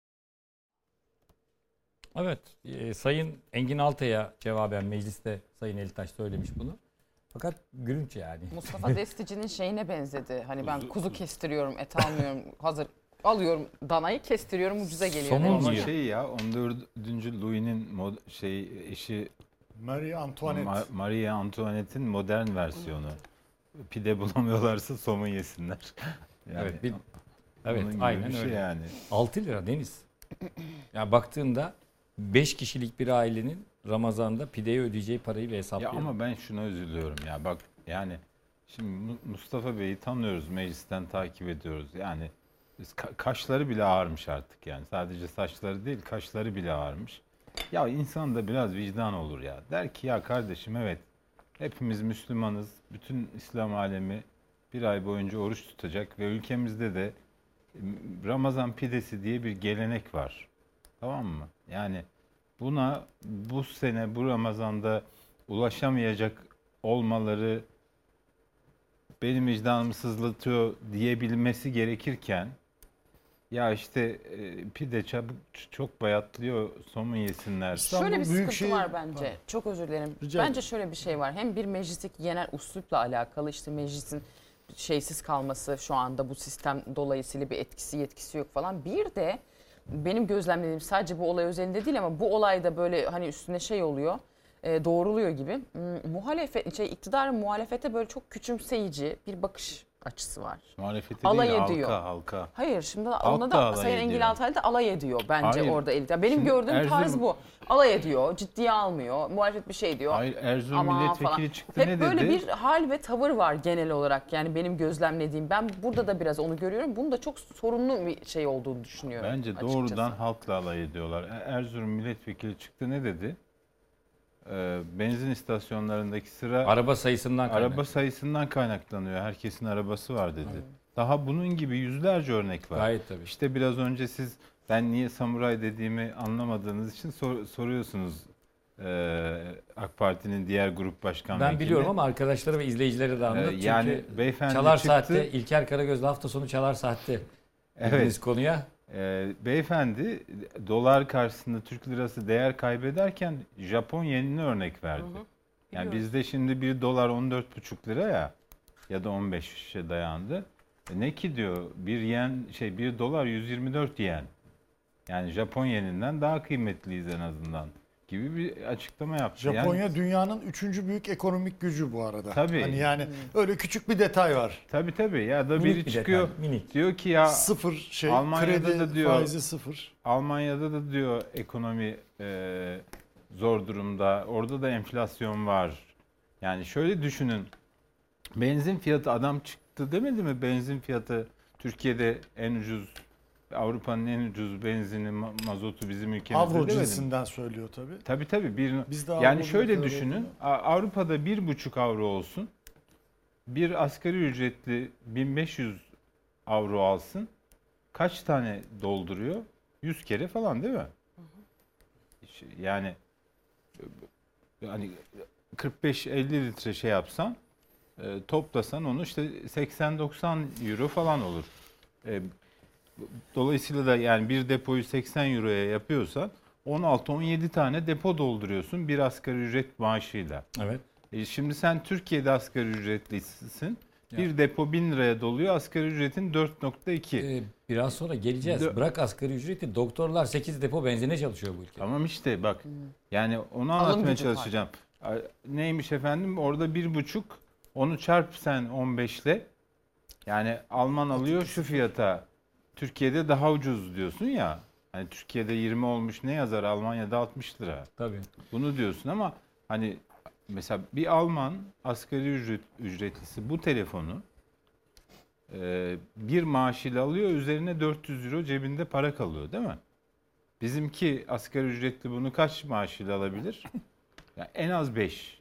Evet, Sayın Engin Altay'a cevaben mecliste Sayın Elitaş söylemiş bunu. Fakat gülünç yani. Mustafa Destici'nin şeyine benzedi. Hani ben kuzu kestiriyorum, et almıyorum. Hazır alıyorum danayı, kestiriyorum, ucuza geliyor. Somun demiş. Ama diyor. şey ya 14. Louis'nin eşi Marie Antoinette. Marie Antoinette'in modern versiyonu. Pide bulamıyorlarsa somun yesinler. Yani Evet, evet onun gibi aynen bir şey öyle. yani. 6 lira Deniz. Ya baktığında 5 kişilik bir ailenin Ramazan'da pideye ödeyeceği parayı bir Ya hesaplayalım. ama ben şuna üzülüyorum ya bak yani şimdi Mustafa Bey'i tanıyoruz, meclisten takip ediyoruz. Yani kaşları bile ağarmış artık yani. Sadece saçları değil, kaşları bile ağarmış. Ya insan da biraz vicdan olur ya. Der ki ya kardeşim evet hepimiz Müslümanız. Bütün İslam alemi bir ay boyunca oruç tutacak ve ülkemizde de Ramazan pidesi diye bir gelenek var. Tamam mı? Yani buna bu sene bu Ramazan'da ulaşamayacak olmaları benim vicdanımı sızlatıyor diyebilmesi gerekirken ya işte pide çok bayatlıyor somun yesinler. İstanbul Şöyle bir sıkıntı Büyükşehir- var bence. Çok özür dilerim. Rica Bence ederim. şöyle bir şey var. Hem bir meclisteki genel üslupla alakalı, işte meclisin şeysiz kalması şu anda bu sistem dolayısıyla bir etkisi yetkisi yok falan. Bir de benim gözlemlediğim sadece bu olay özelinde değil ama bu olayda böyle hani üstüne şey oluyor. Doğruluyor gibi. Iktidarın muhalefete böyle çok küçümseyici bir bakış açısı var. Muhalefeti Alay değil, ediyor. halka. Hayır şimdi Halk ona da da alay Sayın ediyor. Engin Altaylı da alay ediyor bence Hayır. orada elit. Benim Şimdi gördüğüm tarz Erzurum- bu. Alay ediyor, ciddiye almıyor, muhalefet bir şey diyor. Hayır, Erzurum Aman milletvekili falan. çıktı, Hep ne böyle dedi? bir hal ve tavır var genel olarak. Yani benim gözlemlediğim. Ben burada da biraz onu görüyorum. Bunun da çok sorunlu bir şey olduğunu düşünüyorum. Bence açıkçası. doğrudan halkla alay ediyorlar. Erzurum milletvekili çıktı, ne dedi? Benzin istasyonlarındaki sıra Araba sayısından kaynaklı. araba sayısından kaynaklanıyor. Herkesin arabası var dedi. Daha bunun gibi yüzlerce örnek var. Gayet tabii. İşte biraz önce siz ben niye samuray dediğimi anlamadığınız için soruyorsunuz AK Parti'nin diğer grup başkan Ben vekili. biliyorum ama arkadaşlara ve izleyicilere de anlat. Çünkü yani beyefendi Çalar çıktı. Saat'te İlker Karagöz'le hafta sonu Çalar Saat'te dediğiniz konuya. Beyefendi dolar karşısında Türk lirası değer kaybederken Japon yenini örnek verdi. Yani bizde şimdi 1 dolar 14,5 lira ya da 15'e dayandı. Ne ki diyor, 1 dolar 124 yen. Yani Japon yeninden daha kıymetliyiz en azından gibi bir açıklama yaptı. Japonya Yani, dünyanın 3. büyük ekonomik gücü bu arada. Tabii. Hani yani öyle küçük bir detay var. tabii ya da Minik biri bir çıkıyor detay, minik. diyor ki ya Sıfır şey, Almanya'da kredi da diyor, faizi sıfır. Almanya'da da diyor ekonomi zor durumda. Orada da enflasyon var. Yani şöyle düşünün. Benzin fiyatı, adam çıktı demedi mi? Benzin fiyatı Türkiye'de en ucuz, Avrupa'nın en ucuz benzini, mazotu bizim ülkemizde Avro demedi mi? cinsinden söylüyor tabii. Tabii. Biz de Yani Avro şöyle blokları düşünün. olduğunu- Avrupa'da 1,5 avro olsun. Bir asgari ücretli 1500 avro alsın. Kaç tane dolduruyor? 100 kere falan değil mi? Yani hani 45-50 litre şey yapsan, toplasan onu işte 80-90 euro falan olur. Dolayısıyla da yani bir depoyu 80 euroya yapıyorsan 16-17 tane depo dolduruyorsun bir asgari ücret maaşıyla. Evet. Şimdi sen Türkiye'de asgari ücretlisin. Bir depo 1000 liraya doluyor. Asgari ücretin 4,2. Biraz sonra geleceğiz. Bırak asgari ücreti, doktorlar 8 depo benzine çalışıyor bu ülkede. Tamam işte bak. Yani onu Alım anlatmaya gücü var. çalışacağım. Neymiş efendim? Orada 1,5. Onu çarp sen 15'le. Yani Alman alıyor şu fiyata. Türkiye'de daha ucuz diyorsun ya. Hani Türkiye'de 20 olmuş ne yazar? Almanya'da 60 lira. Tabii. Bunu diyorsun ama hani mesela bir Alman asgari ücretlisi bu telefonu bir maaşıyla alıyor, üzerine 400 euro cebinde para kalıyor değil mi? Bizimki asgari ücretli bunu kaç maaşıyla alabilir? Yani en az 5.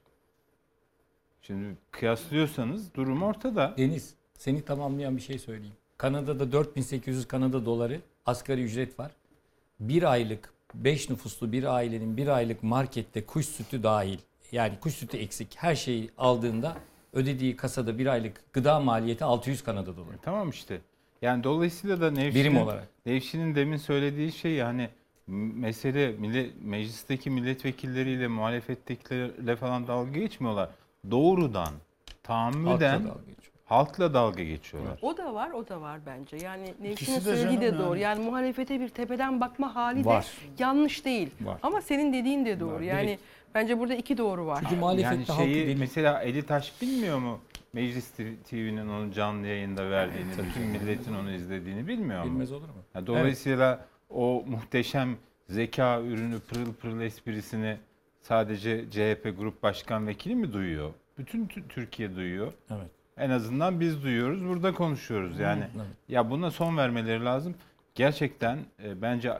Şimdi kıyaslıyorsanız durum ortada. Deniz, seni tamamlayan bir şey söyleyeyim. Kanada'da 4800 Kanada doları asgari ücret var. Bir aylık 5 nüfuslu bir ailenin bir aylık markette kuş sütü dahil, yani kuş sütü eksik her şeyi aldığında ödediği kasada bir aylık gıda maliyeti 600 Kanada doları. Tamam işte. Yani dolayısıyla da Birim olarak. Nevşin'in demin söylediği şey, hani mesele meclisteki milletvekilleriyle muhalefettekilerle falan dalga geçmiyorlar. Doğrudan, tahammüden Halkla dalga geçiyor. halkla dalga geçiyorlar. O da var bence. Yani Nevşin'in İkisi de söylediği de canım doğru. yani. Yani muhalefete bir tepeden bakma hali Var. de yanlış değil. Var. Ama senin dediğin de doğru. Var, Yani direkt. bence burada iki doğru var. Çünkü muhalefette Yani halkı şeyi değil. mesela Eli Taş bilmiyor mu? Meclis TV'nin onu canlı yayında verdiğini, bütün milletin onu izlediğini bilmiyor mu? Bilmez olur mu? Ya dolayısıyla o muhteşem zeka ürünü, pırıl pırıl esprisini sadece CHP Grup Başkan Vekili mi duyuyor? Bütün Türkiye duyuyor. Evet. En azından biz duyuyoruz, burada konuşuyoruz. Yani ya buna son vermeleri lazım. Gerçekten bence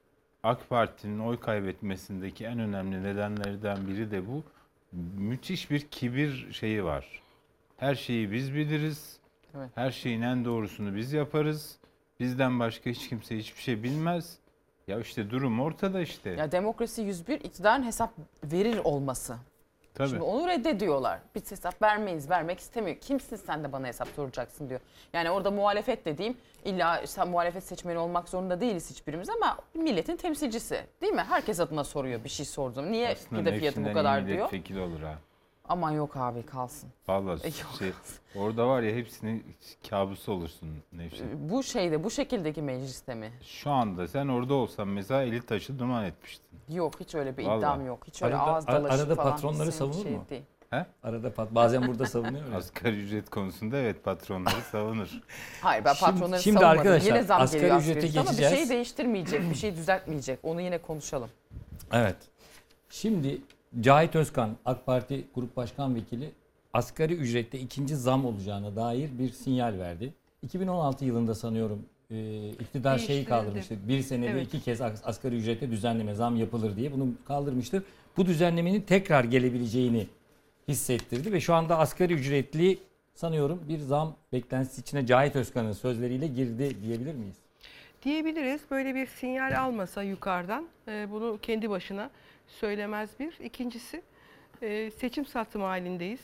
AK Parti'nin oy kaybetmesindeki en önemli nedenlerden biri de bu. Müthiş bir kibir şeyi var. Her şeyi biz biliriz. Evet. Her şeyin en doğrusunu biz yaparız. Bizden başka hiç kimse hiçbir şey bilmez. Ya işte durum ortada işte. Ya demokrasi 101 iktidarın hesap verir olması. Tabii. Şimdi onu reddediyorlar. Biz hesap vermek istemiyor. Kimsin sen de bana hesap soracaksın diyor. Yani orada muhalefet dediğim illa sen muhalefet seçmeni olmak zorunda değiliz hiçbirimiz ama milletin temsilcisi değil mi? Herkes adına soruyor bir şey sorduğum. Niye Aslında pide fiyatı bu Nevşin'den kadar iyi diyor. milletvekili olur ha. Aman yok abi kalsın. Vallahi Yok. orada var ya hepsinin kabusu olursun Nevşin. Bu şeyde bu şekildeki mecliste mi? Şu anda sen orada olsan mesela Eli Taş'ı duman etmiştin. Yok hiç öyle bir Vallahi. iddiam yok. Hiç öyle Arada- ağız dalaşı arada falan patronları hiç savunur şey mu? değil. Arada bazen burada savunuyor ya. Asgari ücret konusunda evet patronları savunur. Hayır, ben patronları şimdi savunmadım. arkadaşlar, Yine zam asgari geliyor ücrete asgari ücrete ama bir geçeceğiz. şey değiştirmeyecek, bir şey düzeltmeyecek. Onu yine konuşalım. Evet. Şimdi Cahit Özkan, AK Parti Grup Başkan Vekili, asgari ücrette ikinci zam olacağına dair bir sinyal verdi. 2016 yılında sanıyorum iktidar şeyi Değiştirildi. kaldırmıştı. Bir senede Evet. 2 kez asgari ücrette düzenleme zam yapılır diye bunu kaldırmıştı. Bu düzenlemenin tekrar gelebileceğini hissettirdi ve şu anda asgari ücretli sanıyorum bir zam beklentisi içine Cahit Özkan'ın sözleriyle girdi diyebilir miyiz? Diyebiliriz. Böyle bir sinyal almasa yukarıdan bunu kendi başına söylemez bir. İkincisi seçim satımı halindeyiz.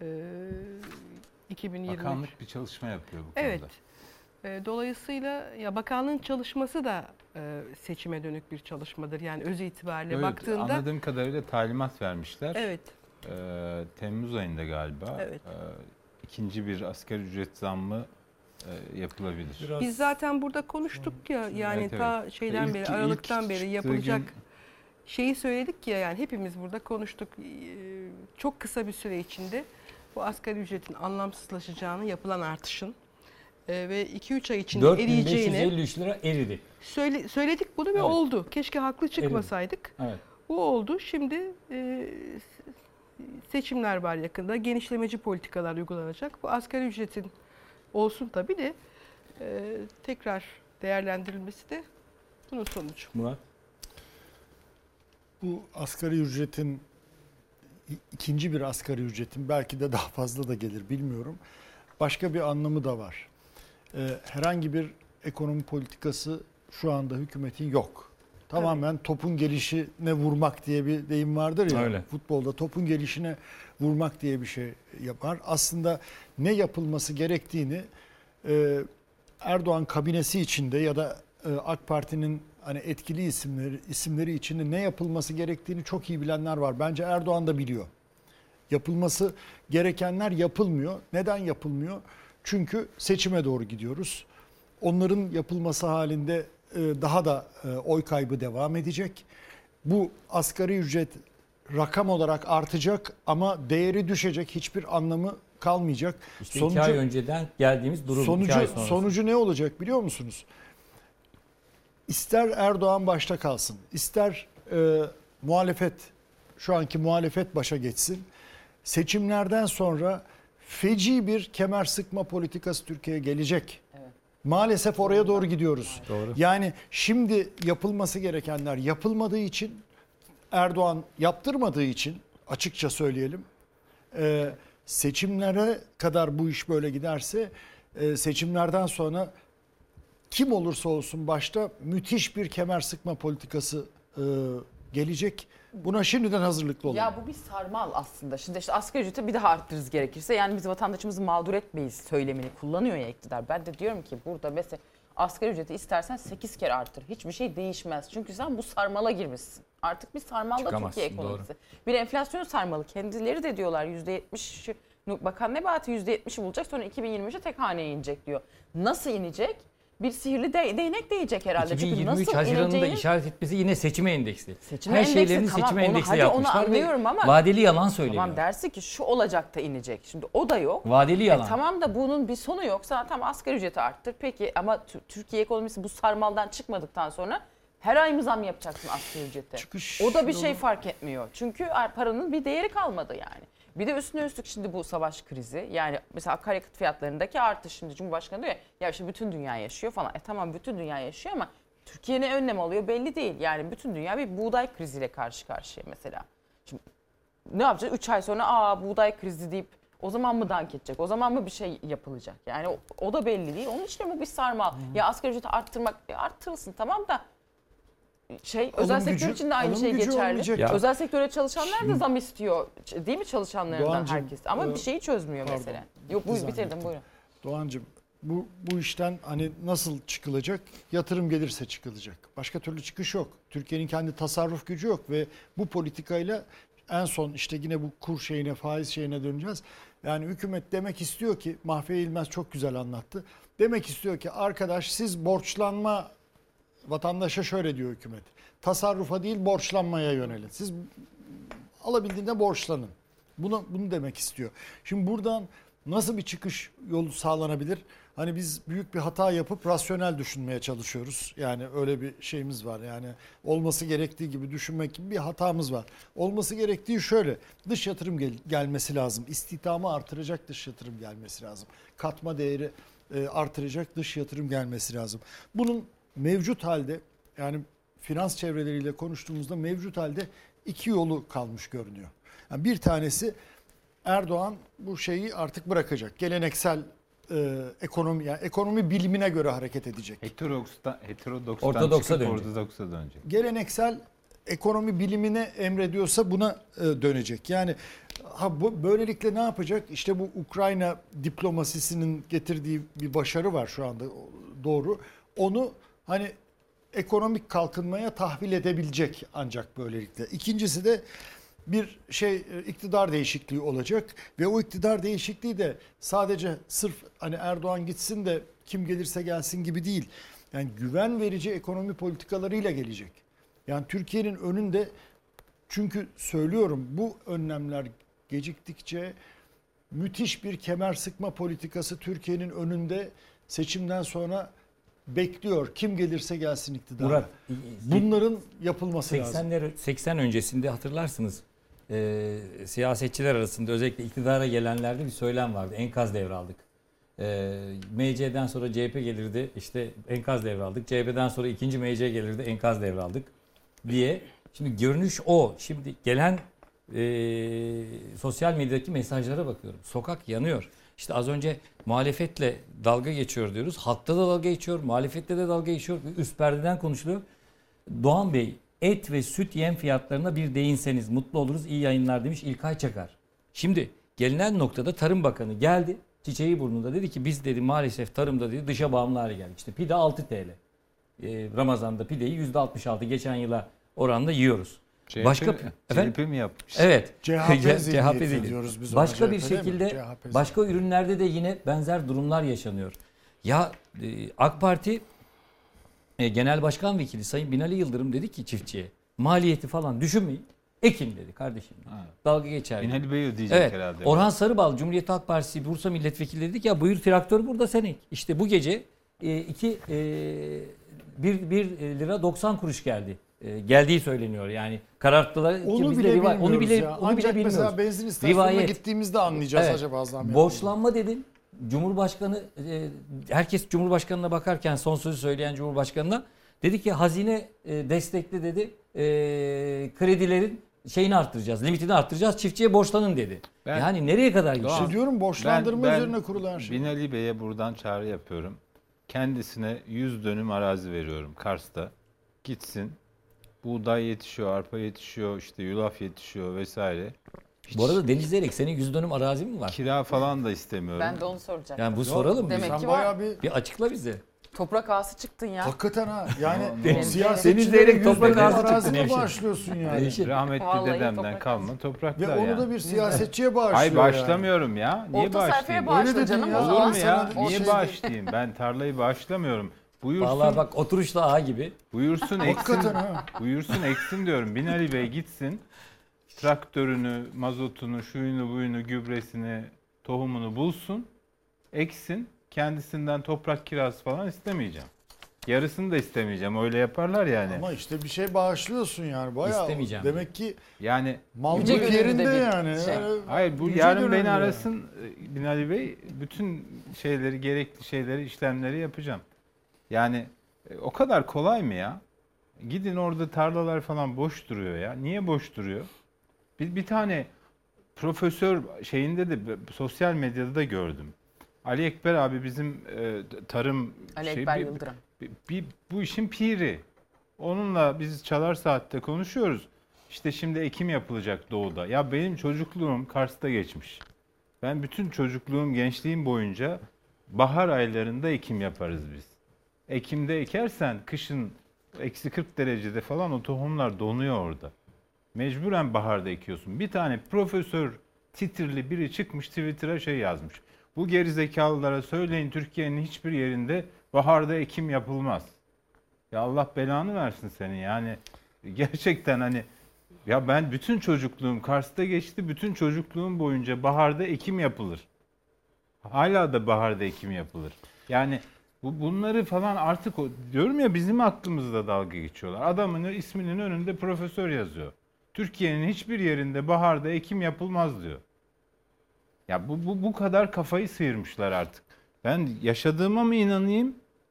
2023. Bakanlık bir çalışma yapıyor bu konuda. Evet. Dolayısıyla ya bakanlığın çalışması da seçime dönük bir çalışmadır. Yani öz itibariyle Evet, baktığında anladığım kadarıyla talimat vermişler. evet. Temmuz ayında galiba. Evet. İkinci bir asgari ücret zammı yapılabilir. Biz zaten burada konuştuk ya yani Evet, ta şeyden İlk- beri ilk Aralık'tan beri çıktığı yapılacak gün- şeyi söyledik ya yani hepimiz burada konuştuk. Çok kısa bir süre içinde bu asgari ücretin anlamsızlaşacağını, yapılan artışın ve 2-3 ay içinde eriyeceğini 4553 lira eridi. söyledik bunu ve Evet. oldu. Keşke haklı çıkmasaydık. Evet. Bu oldu. Şimdi seçimler var yakında. Genişlemeci politikalar uygulanacak. Bu asgari ücretin olsun tabii de tekrar değerlendirilmesi de bunun sonucu. Murat. Bu asgari ücretin ikinci bir asgari ücretin belki de daha fazla da gelir bilmiyorum. Başka bir anlamı da var. Herhangi bir ekonomi politikası şu anda hükümetin yok. Tamamen topun gelişine vurmak diye bir deyim vardır ya. Öyle. Futbolda topun gelişine vurmak diye bir şey yapar. Aslında ne yapılması gerektiğini Erdoğan kabinesi içinde ya da AK Parti'nin hani etkili isimleri içinde ne yapılması gerektiğini çok iyi bilenler var. Bence Erdoğan da biliyor. Yapılması gerekenler yapılmıyor. Neden yapılmıyor? Çünkü seçime doğru gidiyoruz. Onların yapılması halinde daha da oy kaybı devam edecek. Bu asgari ücret rakam olarak artacak ama değeri düşecek. Hiçbir anlamı kalmayacak. İşte 2 ay önceden geldiğimiz durum. 2 ay sonrası. Sonucu ne olacak biliyor musunuz? İster Erdoğan başta kalsın, ister muhalefet, şu anki muhalefet başa geçsin. Seçimlerden sonra feci bir kemer sıkma politikası Türkiye'ye gelecek. Evet. Maalesef oraya doğru gidiyoruz. Doğru. Yani şimdi yapılması gerekenler yapılmadığı için, Erdoğan yaptırmadığı için açıkça söyleyelim. Seçimlere kadar bu iş böyle giderse seçimlerden sonra kim olursa olsun başta müthiş bir kemer sıkma politikası gelecek. Buna şimdiden hazırlıklı olun. Ya bu bir sarmal aslında. Şimdi işte asgari ücreti bir daha arttırırız gerekirse. Yani biz vatandaşımızı mağdur etmeyiz söylemini kullanıyor ya iktidar. Ben de diyorum ki burada mesela asgari ücreti istersen 8 kere arttır. Hiçbir şey değişmez. Çünkü sen bu sarmala girmişsin. Artık bir sarmalla Çıkamazsın, Türkiye ekonomisi. Bir enflasyon sarmalı. Kendileri de diyorlar %70. Bakan Nebati %70'i bulacak sonra 2023'e tek haneye inecek diyor. Nasıl inecek? Bir sihirli değnek değecek herhalde. 2023 Çünkü nasıl Haziran'ında ineceğini... işaret etmesi yine seçime endeksli. Seçime Her endeksli, şeylerini tamam, seçime onu- endeksli hadi onu yapmışlar anlıyorum ve ama- vadeli yalan söyleniyor. Tamam dersi ki şu olacak da inecek. Şimdi o da yok. Vadeli yalan. Tamam da bunun bir sonu yoksa tamam asgari ücreti arttır. Peki ama Türkiye ekonomisi bu sarmaldan çıkmadıktan sonra her ay mı zam yapacaksın asgari ücrete? Çıkış O da bir şey yolu- fark etmiyor. Çünkü paranın bir değeri kalmadı yani. Bir de üstüne üstlük şimdi bu savaş krizi yani mesela akaryakıt fiyatlarındaki artış şimdi Cumhurbaşkanı diyor ya işte bütün dünya yaşıyor falan. Tamam bütün dünya yaşıyor ama Türkiye ne önlem alıyor belli değil. Yani bütün dünya bir buğday kriziyle karşı karşıya mesela. Şimdi ne yapacağız? 3 ay sonra buğday krizi deyip o zaman mı dank edecek? O zaman mı bir şey yapılacak? Yani o da belli değil. Onun için de bu bir sarmal. Ya asgari ücreti arttırmak arttırılsın tamam da özel sektör için de aynı alım şey gücü geçerli. olmayacak. Ya. Özel sektöre çalışanlar da zam istiyor. Değil mi çalışanlarından Doğancığım, herkes? Ama bir şeyi çözmüyor pardon, mesela. Yok bir bitirdim zahmetim. buyurun. Doğancığım bu işten hani nasıl çıkılacak? Yatırım gelirse çıkılacak. Başka türlü çıkış yok. Türkiye'nin kendi tasarruf gücü yok ve bu politikayla en son işte yine bu kur şeyine, faiz şeyine döneceğiz. Yani hükümet demek istiyor ki Mahfiye İlmez çok güzel anlattı. Demek istiyor ki arkadaş siz borçlanma vatandaşa şöyle diyor hükümet. Tasarrufa değil borçlanmaya yönelin. Siz alabildiğinde borçlanın. Bunu demek istiyor. Şimdi buradan nasıl bir çıkış yolu sağlanabilir? Hani biz büyük bir hata yapıp rasyonel düşünmeye çalışıyoruz. Yani öyle bir şeyimiz var. Yani olması gerektiği gibi düşünmek gibi bir hatamız var. Olması gerektiği şöyle. Dış yatırım gelmesi lazım. İstihdamı artıracak dış yatırım gelmesi lazım. Katma değeri artıracak dış yatırım gelmesi lazım. Bunun mevcut halde, yani finans çevreleriyle konuştuğumuzda mevcut halde iki yolu kalmış görünüyor. Yani bir tanesi, Erdoğan bu şeyi artık bırakacak. Geleneksel ekonomi, yani ekonomi bilimine göre hareket edecek. Heterodokstan Ortodoksa çıkıp dönecek. ortodoksa dönecek. Geleneksel ekonomi bilimine emrediyorsa buna dönecek. Yani böylelikle ne yapacak? İşte bu Ukrayna diplomasisinin getirdiği bir başarı var şu anda, doğru. Onu hani ekonomik kalkınmaya tahvil edebilecek ancak böylelikle. İkincisi de bir iktidar değişikliği olacak ve o iktidar değişikliği de sadece sırf hani Erdoğan gitsin de kim gelirse gelsin gibi değil. Yani güven verici ekonomi politikalarıyla gelecek. Yani Türkiye'nin önünde, çünkü söylüyorum, bu önlemler geciktikçe müthiş bir kemer sıkma politikası Türkiye'nin önünde seçimden sonra bekliyor. Kim gelirse gelsin iktidara. Murat, bunların yapılması lazım. 80 öncesinde hatırlarsınız siyasetçiler arasında özellikle iktidara gelenlerde bir söylem vardı. Enkaz devraldık. MC'den sonra CHP gelirdi, işte enkaz devraldık. CHP'den sonra ikinci MC gelirdi, enkaz devraldık diye. Şimdi görünüş o. Şimdi gelen sosyal medyadaki mesajlara bakıyorum. Sokak yanıyor. İşte az önce muhalefetle dalga geçiyor diyoruz. Halkta da dalga geçiyor, muhalefette de dalga geçiyor. Üst perdeden konuşuluyor. Doğan Bey, et ve süt yem fiyatlarına bir değinseniz mutlu oluruz, iyi yayınlar demiş İlkay Çakar. Şimdi gelinen noktada Tarım Bakanı geldi, çiçeği burnunda, dedi ki biz dedi maalesef tarımda dedi dışa bağımlı hale geldik. İşte pide 6 TL. Ramazan'da pideyi %66 geçen yıla oranla yiyoruz. CHP mi yapmış? Evet. CHP diyoruz biz ona. Başka bir şekilde başka ürünlerde de yine benzer durumlar yaşanıyor. Ya AK Parti Genel Başkan Vekili Sayın Binali Yıldırım dedi ki çiftçiye, maliyeti falan düşünmeyin. Ekin dedi kardeşim. Dalga geçer. Binali Bey ödeyecek herhalde. Orhan Sarıbal, Cumhuriyet Halk Partisi Bursa Milletvekili dedi ki ya buyur traktör burada sen ek. İşte bu gece 1 lira 90 kuruş geldi. Geldiği söyleniyor. Yani kararttılar. Onu bile bilmiyoruz onu bile, ya. Onu bile bilmiyoruz. Mesela benzin istasyonuna gittiğimizde anlayacağız acaba zam. Borçlanma dedin. Cumhurbaşkanı, herkes Cumhurbaşkanı'na bakarken son sözü söyleyen Cumhurbaşkanı'na dedi ki hazine destekli dedi, kredilerin şeyini arttıracağız, limitini arttıracağız, çiftçiye borçlanın dedi. Yani nereye kadar gidiyor? İşte diyorum, borçlandırma üzerine kurulu her şey. Binali Bey'e buradan çağrı yapıyorum. Kendisine 100 dönüm arazi veriyorum Kars'ta. Gitsin. Buğday yetişiyor, arpa yetişiyor, işte yulaf yetişiyor vesaire. Bu arada Deniz Zeyrek, senin 100 dönüm arazi mi var? Kira falan da istemiyorum. Ben de onu soracağım. Yani bu soralım. Demek ki var. Bir açıkla bize. Toprak ağası çıktın ya. Hakikaten ha. Yani Deniz siyasetçilere Zeyrek toprak ağası çıktı arazini Nevşehir. bağışlıyorsun yani. Rahmetli Vallahi dedemden kalma Ve topraklar onu yani. da bir siyasetçiye bağışlıyor. Hayır bağışlamıyorum ya. Niye Orta sayfaya bağışlayayım? bağışla Öyle dedin canım. ya. o Olur zaman. mu ya? O Niye şey- bağışlayayım? Ben tarlayı bağışlamıyorum. Buyursun. Vallahi bak oturuşla ağa gibi. Buyursun eksin. Hakikaten ha. Buyursun eksin diyorum. Binali Bey gitsin. Traktörünü, mazotunu, şuyunu, buyunu, gübresini, tohumunu bulsun. Eksin. Kendisinden toprak kirası falan istemeyeceğim. Yarısını da istemeyeceğim. Öyle yaparlar yani. Ama işte bir şey bağışlıyorsun yani. Bayağı İstemeyeceğim. demek ki Yani mallık Yüce gönüllü yerinde de bir yani. şey. hayır bu Yüce yarın gönüllü beni yani. arasın Binali Bey, bütün şeyleri, gerekli şeyleri, işlemleri yapacağım. Yani o kadar kolay mı ya? Gidin orada tarlalar falan boş duruyor ya. Niye boş duruyor? Bir tane profesör şeyinde de sosyal medyada da gördüm. Ali Ekber abi bizim tarım Ali Ekber Yıldırım. bu işin piri. Onunla biz Çalar Saat'te konuşuyoruz. İşte şimdi ekim yapılacak doğuda. Ya benim çocukluğum Kars'ta geçmiş. Ben bütün çocukluğum, gençliğim boyunca bahar aylarında ekim yaparız biz. Ekim'de ekersen kışın eksi 40 derecede falan o tohumlar donuyor orada. Mecburen baharda ekiyorsun. Bir tane profesör titirli biri çıkmış Twitter'a şey yazmış. Bu gerizekalılara söyleyin, Türkiye'nin hiçbir yerinde baharda ekim yapılmaz. Ya Allah belanı versin seni yani. Gerçekten hani Ya ben bütün çocukluğum Kars'ta geçti. Bütün çocukluğum boyunca baharda ekim yapılır. Hala da baharda ekim yapılır. Yani bunları falan artık diyorum ya, bizim aklımızda dalga geçiyorlar. Adamın isminin önünde profesör yazıyor. Türkiye'nin hiçbir yerinde baharda ekim yapılmaz diyor. Ya bu kadar kafayı sıyırmışlar artık. Ben yaşadığıma mı inanayım?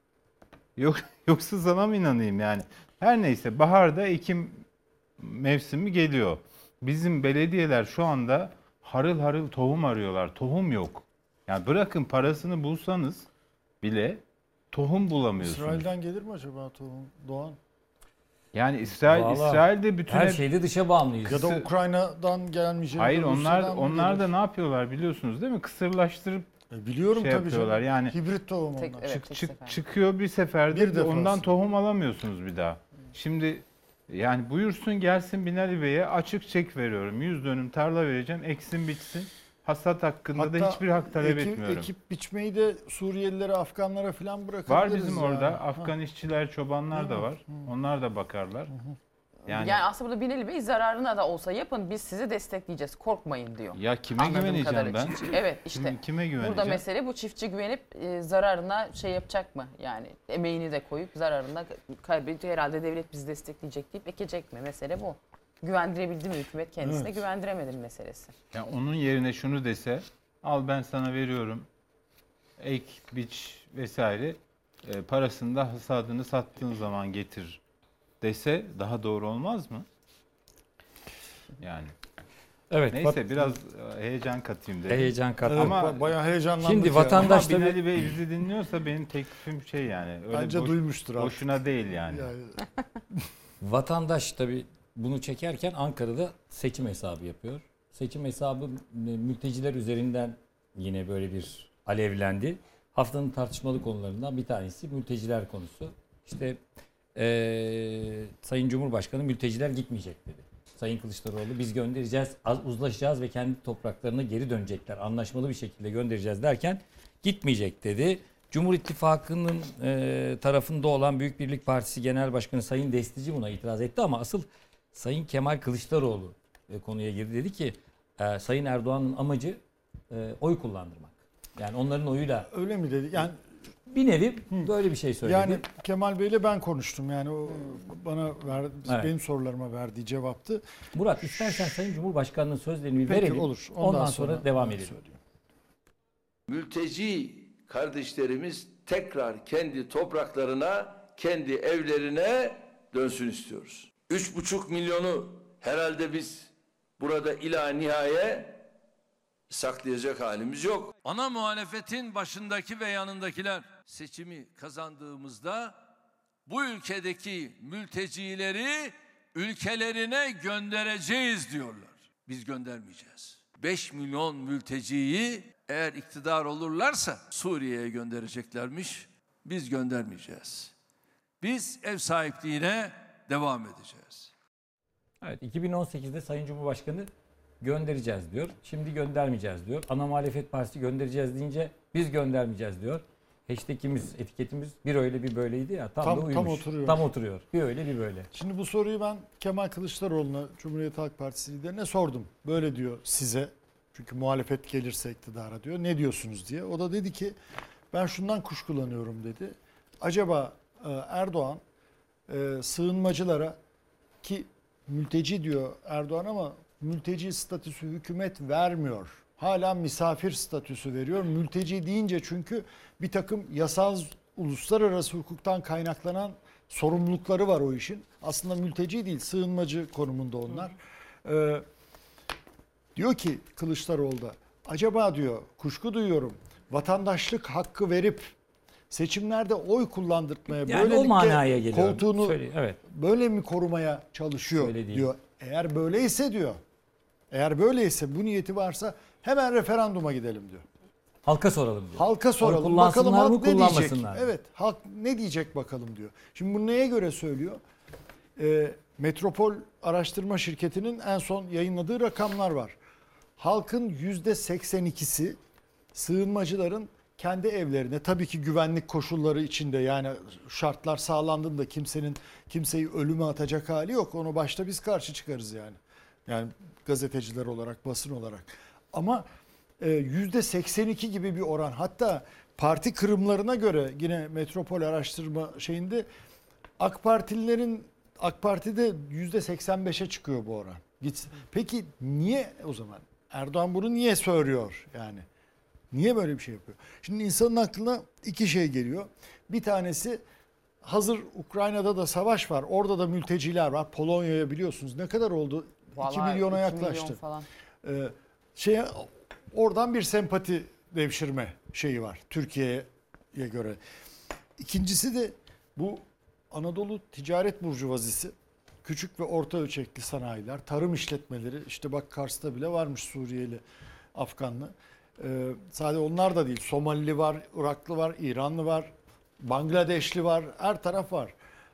Yoksa sana mı inanayım yani? Her neyse, baharda ekim mevsimi geliyor. Bizim belediyeler şu anda harıl harıl tohum arıyorlar. Tohum yok. Yani bırakın parasını bulsanız bile tohum bulamıyorsunuz. İsrail'den gelir mi acaba tohum, Doğan? Yani Vallahi İsrail'de bütün her şeyde dışa bağımlıyız. Ya da Ukrayna'dan gelmeyecek. hayır, onlar da ne yapıyorlar biliyorsunuz değil mi? Kısırlaştırıp biliyorum şey tabii yapıyorlar. canım. Yani Hibrit tohum Tek- onlar. evet. sefer. çıkıyor bir seferde, Bir defasında. ondan tohum alamıyorsunuz bir daha. Şimdi yani buyursun gelsin Binali Bey'e, açık çek veriyorum. 100 dönüm tarla vereceğim, eksin bitsin. Hasat hakkında da hiçbir hak talep etmiyorum. Ekip biçmeyi de Suriyelilere, Afganlara falan bırakabiliriz. Var bizim yani. orada Ha. Afgan işçiler, çobanlar da var. Onlar da bakarlar. Yani aslında burada Binali Bey zararına da olsa yapın, biz sizi destekleyeceğiz, korkmayın diyor. Ya kime Anladığım güveneceğim kadarıyla ben? çiftçi. Evet işte. Kime güveneceğim? Burada mesele bu, çiftçi güvenip zararına şey yapacak mı? Yani emeğini de koyup zararına kaybedecek, herhalde devlet bizi destekleyecek deyip ekecek mi? Mesele bu. Güvendirebildi mi hükümet kendisine? Evet. Güvendiremedi mi meselesi? Ya onun yerine şunu dese, al ben sana veriyorum, ek, biç vesaire, parasını da hasadını sattığın zaman getir dese daha doğru olmaz mı? Yani Evet. neyse, biraz heyecan katayım dedim. Heyecan kat. Evet, Ama bayağı heyecanlandık. Şimdi ya. vatandaş Ama tabii Binali Bey bizi dinliyorsa benim teklifim şey yani. Öyle Bence duymuştur abi. boşuna değil yani. vatandaş tabii bunu çekerken Ankara'da seçim hesabı yapıyor. Seçim hesabı mülteciler üzerinden yine böyle bir alevlendi. Haftanın tartışmalı konularından bir tanesi mülteciler konusu. İşte Sayın Cumhurbaşkanı mülteciler gitmeyecek dedi. Sayın Kılıçdaroğlu biz göndereceğiz, uzlaşacağız ve kendi topraklarına geri dönecekler. Anlaşmalı bir şekilde göndereceğiz derken gitmeyecek dedi. Cumhur İttifakı'nın tarafında olan Büyük Birlik Partisi Genel Başkanı Sayın Destici buna itiraz etti ama asıl Sayın Kemal Kılıçdaroğlu konuya girdi. Dedi ki Sayın Erdoğan'ın amacı oy kullandırmak. Yani onların oyuyla Öyle mi dedi? Yani bir nevi böyle bir şey söyledi. Yani Kemal Bey'le ben konuştum. Yani o bana Evet. benim sorularıma verdiği cevaptı. Murat istersen Sayın Cumhurbaşkanı'nın sözlerini bir Peki verelim. olur. Ondan sonra devam edelim. söyleyeyim. Mülteci kardeşlerimiz tekrar kendi topraklarına, kendi evlerine dönsün istiyoruz. 3,5 milyonu herhalde biz burada ila nihaye saklayacak halimiz yok. Ana muhalefetin başındaki ve yanındakiler seçimi kazandığımızda bu ülkedeki mültecileri ülkelerine göndereceğiz diyorlar. Biz göndermeyeceğiz. 5 milyon mülteciyi eğer iktidar olurlarsa Suriye'ye göndereceklermiş. Biz göndermeyeceğiz. Biz ev sahipliğine devam edeceğiz. Evet, 2018'de Sayın Cumhurbaşkanı göndereceğiz diyor. Şimdi göndermeyeceğiz diyor. Ana muhalefet partisi göndereceğiz deyince biz göndermeyeceğiz diyor. Hashtag'imiz, etiketimiz bir öyle bir böyleydi ya. Tam da uyumuş. oturuyor. Tam oturuyor. Bir öyle bir böyle. Şimdi bu soruyu ben Kemal Kılıçdaroğlu'na, Cumhuriyet Halk Partisi liderine sordum. Böyle diyor size. Çünkü muhalefet gelirse iktidara diyor. Ne diyorsunuz diye. O da dedi ki ben şundan kuşkulanıyorum dedi. Acaba Erdoğan sığınmacılara, ki mülteci diyor Erdoğan ama mülteci statüsü hükümet vermiyor. Hala misafir statüsü veriyor. Mülteci deyince çünkü bir takım yasal uluslararası hukuktan kaynaklanan sorumlulukları var o işin. Aslında mülteci değil, sığınmacı konumunda onlar. Diyor ki Kılıçdaroğlu da acaba diyor kuşku duyuyorum, vatandaşlık hakkı verip seçimlerde oy kullandırtmaya Yani o manaya geliyor. koltuğunu Evet. böyle mi korumaya çalışıyor Öyle değil. diyor. Eğer böyleyse diyor, eğer böyleyse bu niyeti varsa hemen referanduma gidelim diyor. Halka soralım diyor. Halka soralım. Oy Bakalım kullansınlar halk mı, ne diyecek? kullanmasınlar mı? Evet, halk ne diyecek bakalım diyor. Şimdi bunu neye göre söylüyor? Metropol Araştırma Şirketi'nin en son yayınladığı rakamlar var. Halkın %82'si sığınmacıların kendi evlerine, tabii ki güvenlik koşulları içinde, yani şartlar sağlandığında kimseyi ölüme atacak hali yok. Onu başta biz karşı çıkarız yani. Yani gazeteciler olarak, basın olarak. Ama %82 gibi bir oran. Hatta parti kırımlarına göre yine Metropol araştırma şeyinde AK Parti'de %85'e çıkıyor bu oran. Peki niye o zaman? Erdoğan bunu niye söylüyor yani? Niye böyle bir şey yapıyor? Şimdi insanın aklına iki şey geliyor. Bir tanesi, hazır Ukrayna'da da savaş var. Orada da mülteciler var. Polonya'ya biliyorsunuz ne kadar oldu? 2 milyona yaklaştı. Milyon falan. Oradan bir sempati devşirme şeyi var Türkiye'ye göre. İkincisi de bu Anadolu ticaret burjuvazisi, küçük ve orta ölçekli sanayiler, tarım işletmeleri, işte bak Kars'ta bile varmış Suriyeli, Afganlı. Sadece onlar da değil, Somalili var, Iraklı var, İranlı var, Bangladeşli var, her taraf var.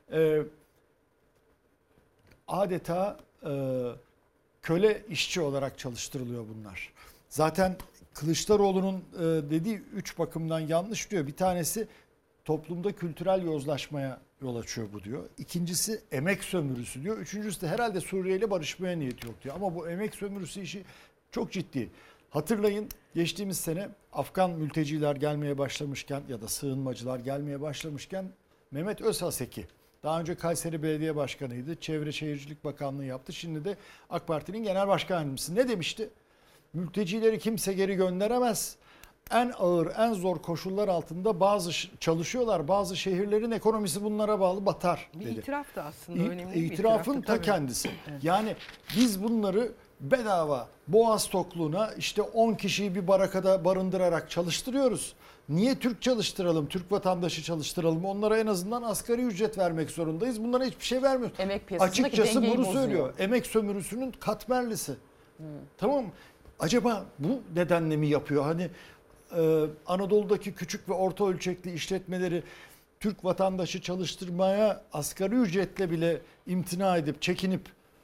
Adeta köle işçi olarak çalıştırılıyor bunlar. Zaten Kılıçdaroğlu'nun dediği 3 bakımdan yanlış diyor. Bir tanesi toplumda kültürel yozlaşmaya yol açıyor bu diyor. İkincisi emek sömürüsü diyor. Üçüncüsü de herhalde Suriye ile barışmaya niyeti yok diyor. Ama bu emek sömürüsü işi çok ciddi. Hatırlayın, geçtiğimiz sene Afgan mülteciler gelmeye başlamışken ya da sığınmacılar gelmeye başlamışken Mehmet Özhaseki, daha önce Kayseri Belediye Başkanı'ydı. Çevre Şehircilik Bakanlığı yaptı. Şimdi de AK Parti'nin genel başkan yardımcısı. Ne demişti? Mültecileri kimse geri gönderemez. En ağır, en zor koşullar altında çalışıyorlar. Bazı şehirlerin ekonomisi bunlara bağlı, batar dedi. Bir itiraf da aslında önemli bir İtirafın itiraftı, ta tabii. kendisi. Yani biz bunları bedava Boğaz tokluğuna işte 10 kişiyi bir barakada barındırarak çalıştırıyoruz. Niye Türk çalıştıralım, Türk vatandaşı çalıştıralım? Onlara en azından asgari ücret vermek zorundayız. Bunlara hiçbir şey vermiyoruz. Emek piyasasındaki Açıkçası dengeyi bunu bozuyor. söylüyor. Emek sömürüsünün katmerlisi. Tamam mı? Acaba bu nedenle mi yapıyor? Hani Anadolu'daki küçük ve orta ölçekli işletmeleri Türk vatandaşı çalıştırmaya asgari ücretle bile imtina edip, çekinip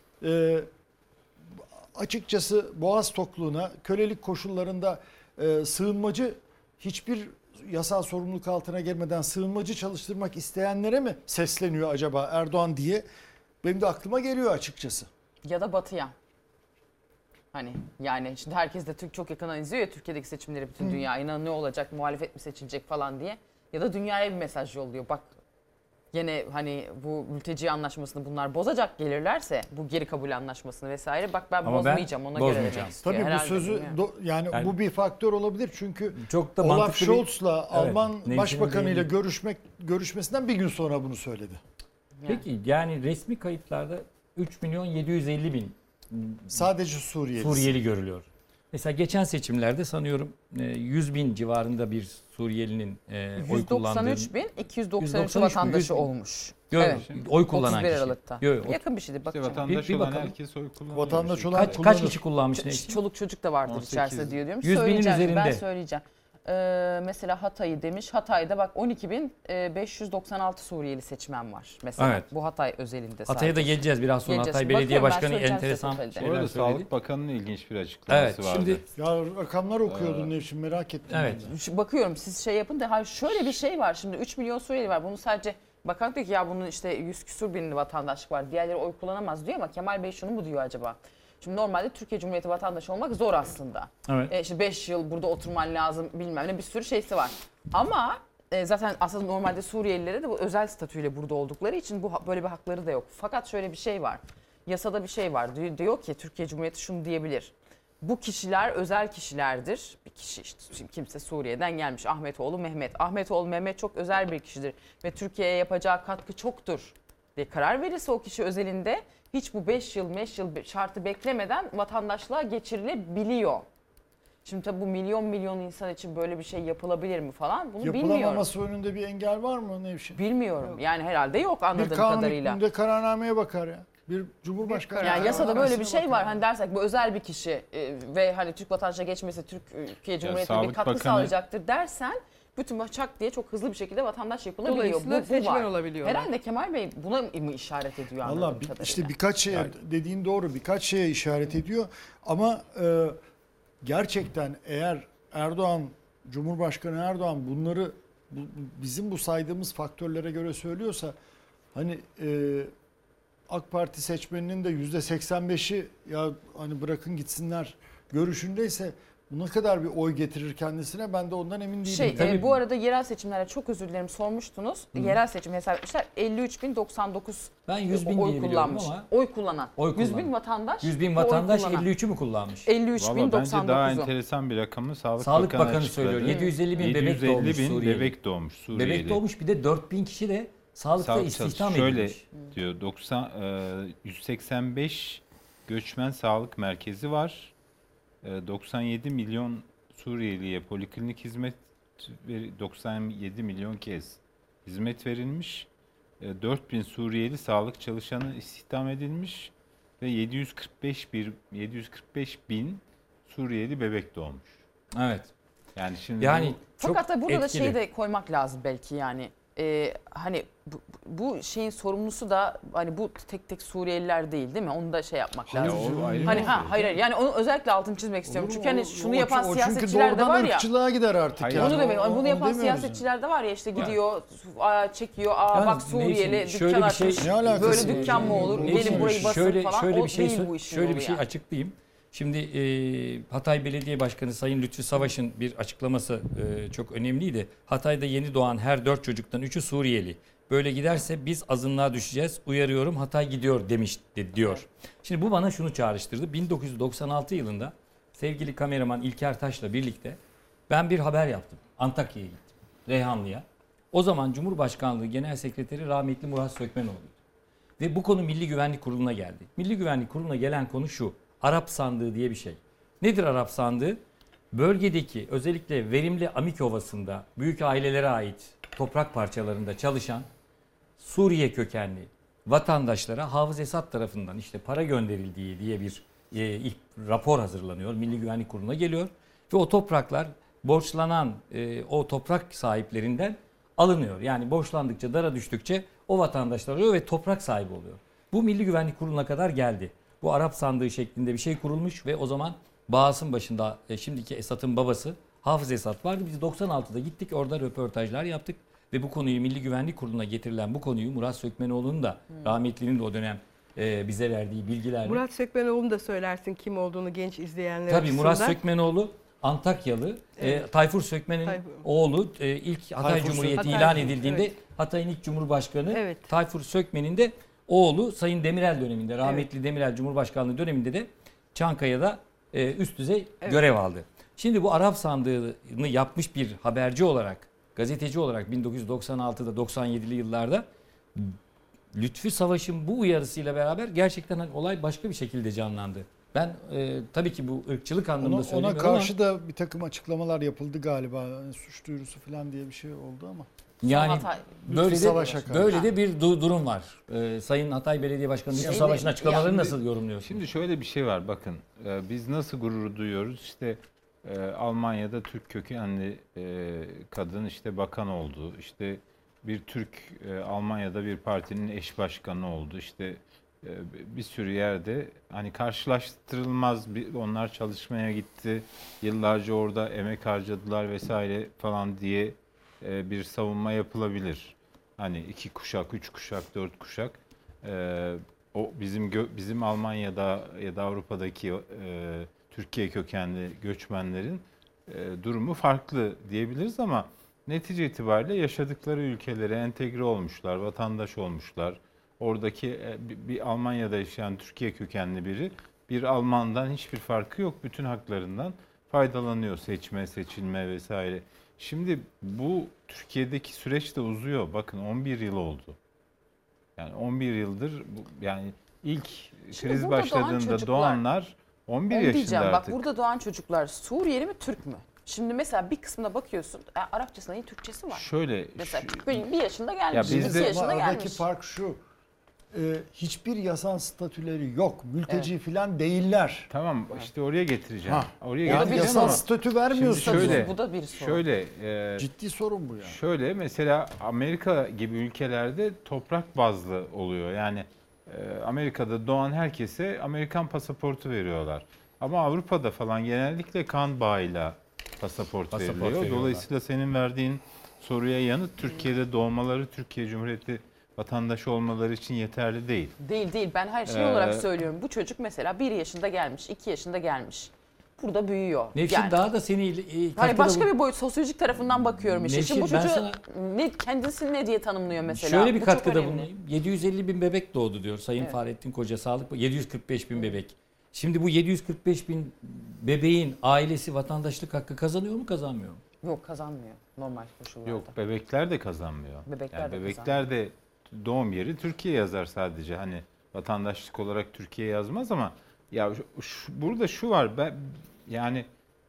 açıkçası Boğaz tokluğuna, kölelik koşullarında sığınmacı, hiçbir yasal sorumluluk altına girmeden sığınmacı çalıştırmak isteyenlere mi sesleniyor acaba Erdoğan diye benim de aklıma geliyor açıkçası. Ya da Batı'ya. Hani yani şimdi herkes de çok yakından izliyor ya Türkiye'deki seçimleri, bütün dünya ne olacak, muhalefet mi seçilecek falan diye. Ya da dünyaya bir mesaj yolluyor. Bak yine hani bu mülteci anlaşmasını bunlar bozacak gelirlerse, bu geri kabul anlaşmasını vesaire, bak ben Ama bozmayacağım, ben ona göre bozmayacağım. demek istiyor. Tabii bu Herhalde sözü bilmiyorum. yani bu bir faktör olabilir çünkü Çok da Olaf mantıklı bir- Scholz'la Alman Nevşin'in Başbakanı ile dediği- görüşmesinden bir gün sonra bunu söyledi. Peki yani resmi kayıtlarda 3.750.000 Sadece Suriyeli. Suriyeli görülüyor. Mesela geçen seçimlerde sanıyorum 100.000 civarında bir Suriyelinin oy kullandığı. 193.293 vatandaşı olmuş. Yok, Evet. oy kullanan 31 kişi. Aralık'ta. Yok, Yakın bir şeydi İşte bakacağım. vatandaş Bir olan bakalım. herkes oy kullanıyor. Vatandaş olan kaç kullanır. kişi kullanmış Nevşin? Çoluk çocuk da vardır 18. içerisinde diyorum. 100.000'in Söyleyeceğim, ben üzerinde. söyleyeceğim. Mesela Hatay'ı demiş. Hatay'da bak 12.596 Suriyeli seçmen var. Mesela Evet. bu Hatay özelinde sadece. Hatay'a da geleceğiz biraz sonra. Geleceğiz. Hatay Belediye Bakıyorum, ben Başkanı söyleyeceğim enteresan size totalde. Bu arada şeyler söyledi. Sağlık Bakanı'nın ilginç bir açıklaması Evet, vardı. şimdi Ya rakamlar okuyordun Nevşin, merak ettim. Evet. ben de. Bakıyorum siz şey yapın da şöyle bir şey var. Şimdi 3 milyon Suriyeli var. Bunu sadece bakan diyor ki ya bunun işte 100 küsur bin vatandaşlık var. Diğerleri oy kullanamaz diyor ama Kemal Bey şunu mu diyor acaba? Şimdi normalde Türkiye Cumhuriyeti vatandaşı olmak zor aslında. Evet. İşte 5 yıl burada oturman lazım, bilmem ne, bir sürü şeysi var. Ama zaten aslında normalde Suriyelilere de bu özel statüyle burada oldukları için böyle bir hakları da yok. Fakat şöyle bir şey var. Yasada bir şey var. Diyor ki Türkiye Cumhuriyeti şunu diyebilir. Bu kişiler özel kişilerdir. Bir kişi işte şimdi kimse Suriye'den gelmiş. Ahmetoğlu Mehmet. Ahmetoğlu Mehmet çok özel bir kişidir ve Türkiye'ye yapacağı katkı çoktur diye karar verirse o kişi özelinde hiç bu 5 yıl şartı beklemeden vatandaşlığa geçirilebiliyor. Şimdi tabii bu milyon insan için böyle bir şey yapılabilir mi falan bunu bilmiyorum. Yapılamaması önünde bir engel var mı Nevşin? Bilmiyorum. Yani herhalde yok Bir anladığım kanun kadarıyla. hükmünde kararnameye bakar ya. Bir cumhurbaşkanı. Yani yasada böyle bir şey var. bakar. Hani dersek bu özel bir kişi ve hani Türk vatandaşına geçmesi Türkiye Cumhuriyeti'ne bir Sağlık katkı Bakanı- sağlayacaktır dersen bütün çak diye çok hızlı bir şekilde vatandaş yapılabiliyor. Dolayısıyla Bu seçmen var. olabiliyorlar. Herhalde Kemal Bey buna mı işaret ediyor anladığım Valla kadarıyla? işte birkaç şeye dediğin doğru, birkaç şeye işaret ediyor ama gerçekten eğer Erdoğan, Cumhurbaşkanı Erdoğan bunları bizim bu saydığımız faktörlere göre söylüyorsa hani AK Parti seçmeninin de %85'i ya hani bırakın gitsinler görüşündeyse bu ne kadar bir oy getirir kendisine, ben de ondan emin değilim. Bu arada yerel seçimlere çok özür dilerim sormuştunuz. Yerel seçim hesap etmişler. 53.099 Ben 100 bin oy diye kullanmış. biliyorum ama. Oy kullanan. Oy 100 bin kullanan. vatandaş. 100 bin oy vatandaş kullanan. 53'ü mü kullanmış? Valla bence daha 53.099'u. enteresan bir rakamı Sağlık Sağlık Bakanı Bakanı açıkladı. söylüyor. 750 bin bebek 750 doğmuş bin Suriyeli. bebek doğmuş Suriyeli. Bebek doğmuş, bir de 4000 kişi de sağlıkta Sağlık istihdam şöyle edilmiş. diyor 185 göçmen sağlık merkezi var. 97 milyon Suriyeliye poliklinik hizmet 97 milyon kez hizmet verilmiş. 4000 Suriyeli sağlık çalışanı istihdam edilmiş ve 745 bin Suriyeli bebek doğmuş. Evet. Yani şimdi Yani çok Fakat da burada da etkili. şeyi de koymak lazım belki yani. Hani bu şeyin sorumlusu da hani bu tek tek Suriyeliler değil mi? Onu da şey yapmak lazım. o ayrı Hani bir hayır yani onu özellikle altını çizmek istiyorum. Çünkü hani şunu yapan çünkü siyasetçiler de doğrudan var ya. ırkçılığa gider artık. Hayır. yani. Bunu demek. Onu Bunu yapan demiyoruz siyasetçiler de var ya işte gidiyor, çekiyor. Yalnız Bak Suriyeli neyse, şöyle dükkan bir şey- açmış. Ne alakası Böyle var? dükkan mı olur? Neyse, Gelin burayı basın falan. Şöyle O bir şey değil bu işin şöyle yolu bir şey yani. açıklayayım. Şimdi Hatay Belediye Başkanı Sayın Lütfü Savaş'ın bir açıklaması çok önemliydi. Hatay'da yeni doğan her 4 çocuktan 3'ü Suriyeli. Böyle giderse biz azınlığa düşeceğiz. Uyarıyorum, Hatay gidiyor diyor. Şimdi bu bana şunu çağrıştırdı. 1996 yılında sevgili kameraman İlker Taş'la birlikte ben bir haber yaptım. Antakya'ya gittim. Reyhanlı'ya. O zaman Cumhurbaşkanlığı Genel Sekreteri rahmetli Murat Sökmenoğlu'ydu. Ve bu konu Milli Güvenlik Kurulu'na geldi. Milli Güvenlik Kurulu'na gelen konu şu. Arap sandığı diye bir şey. Nedir Arap sandığı? Bölgedeki özellikle verimli Amik Ovası'nda büyük ailelere ait toprak parçalarında çalışan Suriye kökenli vatandaşlara Hafız Esad tarafından işte para gönderildiği diye bir rapor hazırlanıyor. Milli Güvenlik Kurulu'na geliyor ve o topraklar borçlanan o toprak sahiplerinden alınıyor. Yani borçlandıkça, dara düştükçe o vatandaşlar alıyor ve toprak sahibi oluyor. Bu Milli Güvenlik Kurulu'na kadar geldi. Bu Arap sandığı şeklinde bir şey kurulmuş ve o zaman Bağas'ın başında şimdiki Esad'ın babası Hafız Esad vardı. Biz 96'da gittik, orada röportajlar yaptık. Ve bu konuyu Milli Güvenlik Kurulu'na getirilen bu konuyu Murat Sökmenoğlu'nun da rahmetlinin de o dönem bize verdiği bilgilerle. Murat Sökmenoğlu'nu da söylersin kim olduğunu genç izleyenler Tabii açısından. Murat Sökmenoğlu Antakyalı. Evet. Tayfur Sökmen'in oğlu ilk Hatay Tayfur Cumhuriyeti Hatay ilan Cumhuriyeti, edildiğinde evet. Hatay'ın ilk Cumhurbaşkanı Evet. Tayfur Sökmen'in de oğlu Sayın Demirel döneminde, rahmetli Demirel Cumhurbaşkanlığı döneminde de Çankaya'da üst düzey görev aldı. Şimdi bu Arap sandığını yapmış bir haberci olarak, gazeteci olarak 1996'da 97'li yıllarda Lütfü Savaş'ın bu uyarısıyla beraber gerçekten hani olay başka bir şekilde canlandı. Ben tabii ki bu ırkçılık anlamında Ona söylemiyorum karşı ama da bir takım açıklamalar yapıldı galiba. Yani suç duyurusu falan diye bir şey oldu ama. yani Hatay. böyle Lütfü de, Savaş'a karşı. böyle de bir durum var. Sayın Hatay Belediye Başkanı Lütfü Şimdi- Savaş'ın açıklamalarını Şimdi- nasıl yorumluyorsunuz? Şimdi şöyle bir şey var bakın. Biz nasıl gurur duyuyoruz? İşte Almanya'da Türk kökenli kadın işte bakan oldu. İşte bir Türk Almanya'da bir partinin eş başkanı oldu. İşte bir sürü yerde hani karşılaştırılmaz onlar çalışmaya gitti. Yıllarca orada emek harcadılar vesaire falan diye bir savunma yapılabilir. Hani 2 kuşak, 3 kuşak, 4 kuşak. O bizim Almanya'da ya da Avrupa'daki Türkiye kökenli göçmenlerin durumu farklı diyebiliriz ama netice itibariyle yaşadıkları ülkelere entegre olmuşlar, vatandaş olmuşlar. Oradaki bir Almanya'da yaşayan Türkiye kökenli biri bir Almandan hiçbir farkı yok. Bütün haklarından faydalanıyor, seçme, seçilme vesaire. Şimdi bu Türkiye'deki süreç de uzuyor. Bakın 11 yıl oldu. Yani 11 yıldır yani ilk Şimdi kriz burada doğan başladığında çocuklar- doğanlar 11 Onu yaşında diyeceğim. artık. Bak burada doğan çocuklar Suriyeli mi Türk mü? Şimdi mesela bir kısmına bakıyorsun Arapçasına iyi Türkçesi var. Şöyle Mesela bir yaşında gelmiş, Ya 2 bizde- yaşında Ama aradaki gelmiş. fark şu. Hiçbir yasal statüleri yok. Mülteci falan değiller. tamam işte oraya getireceğim. Ha. Oraya Yani getireceğim yasal ama statü vermiyorsun. Şimdi şöyle- Bu da bir sorun. şöyle Ciddi sorun bu yani. şöyle mesela Amerika gibi ülkelerde toprak bazlı oluyor. Yani Amerika'da doğan herkese Amerikan pasaportu veriyorlar. Ama Avrupa'da falan genellikle kan bağıyla pasaport veriliyor. veriyorlar. Dolayısıyla senin verdiğin soruya yanıt Türkiye'de doğmaları, Türkiye Cumhuriyeti vatandaş olmaları için yeterli değil. Değil. Ben her şey olarak söylüyorum. Bu çocuk mesela 1 yaşında gelmiş, 2 yaşında gelmiş. Burada büyüyor. Nevşin Yani daha da seni hani katkıda başka bir boyut, sosyolojik tarafından bakıyorum işte. Nevşin, Şimdi bu ben çocuğu sana- kendisini ne diye tanımlıyor mesela? Şöyle bir Bu çok katkıda önemli. bulunayım. 750 bin bebek doğdu diyor Sayın Evet. Fahrettin Koca Sağlık. 745 bin bebek. Şimdi bu 745 bin bebeğin ailesi vatandaşlık hakkı kazanıyor mu kazanmıyor mu? Yok, kazanmıyor normal koşullarda. Yok, bebekler de kazanmıyor. Bebekler de bebekler de doğum yeri Türkiye yazar sadece. Hani vatandaşlık olarak Türkiye yazmaz ama ya burada şu var. Yani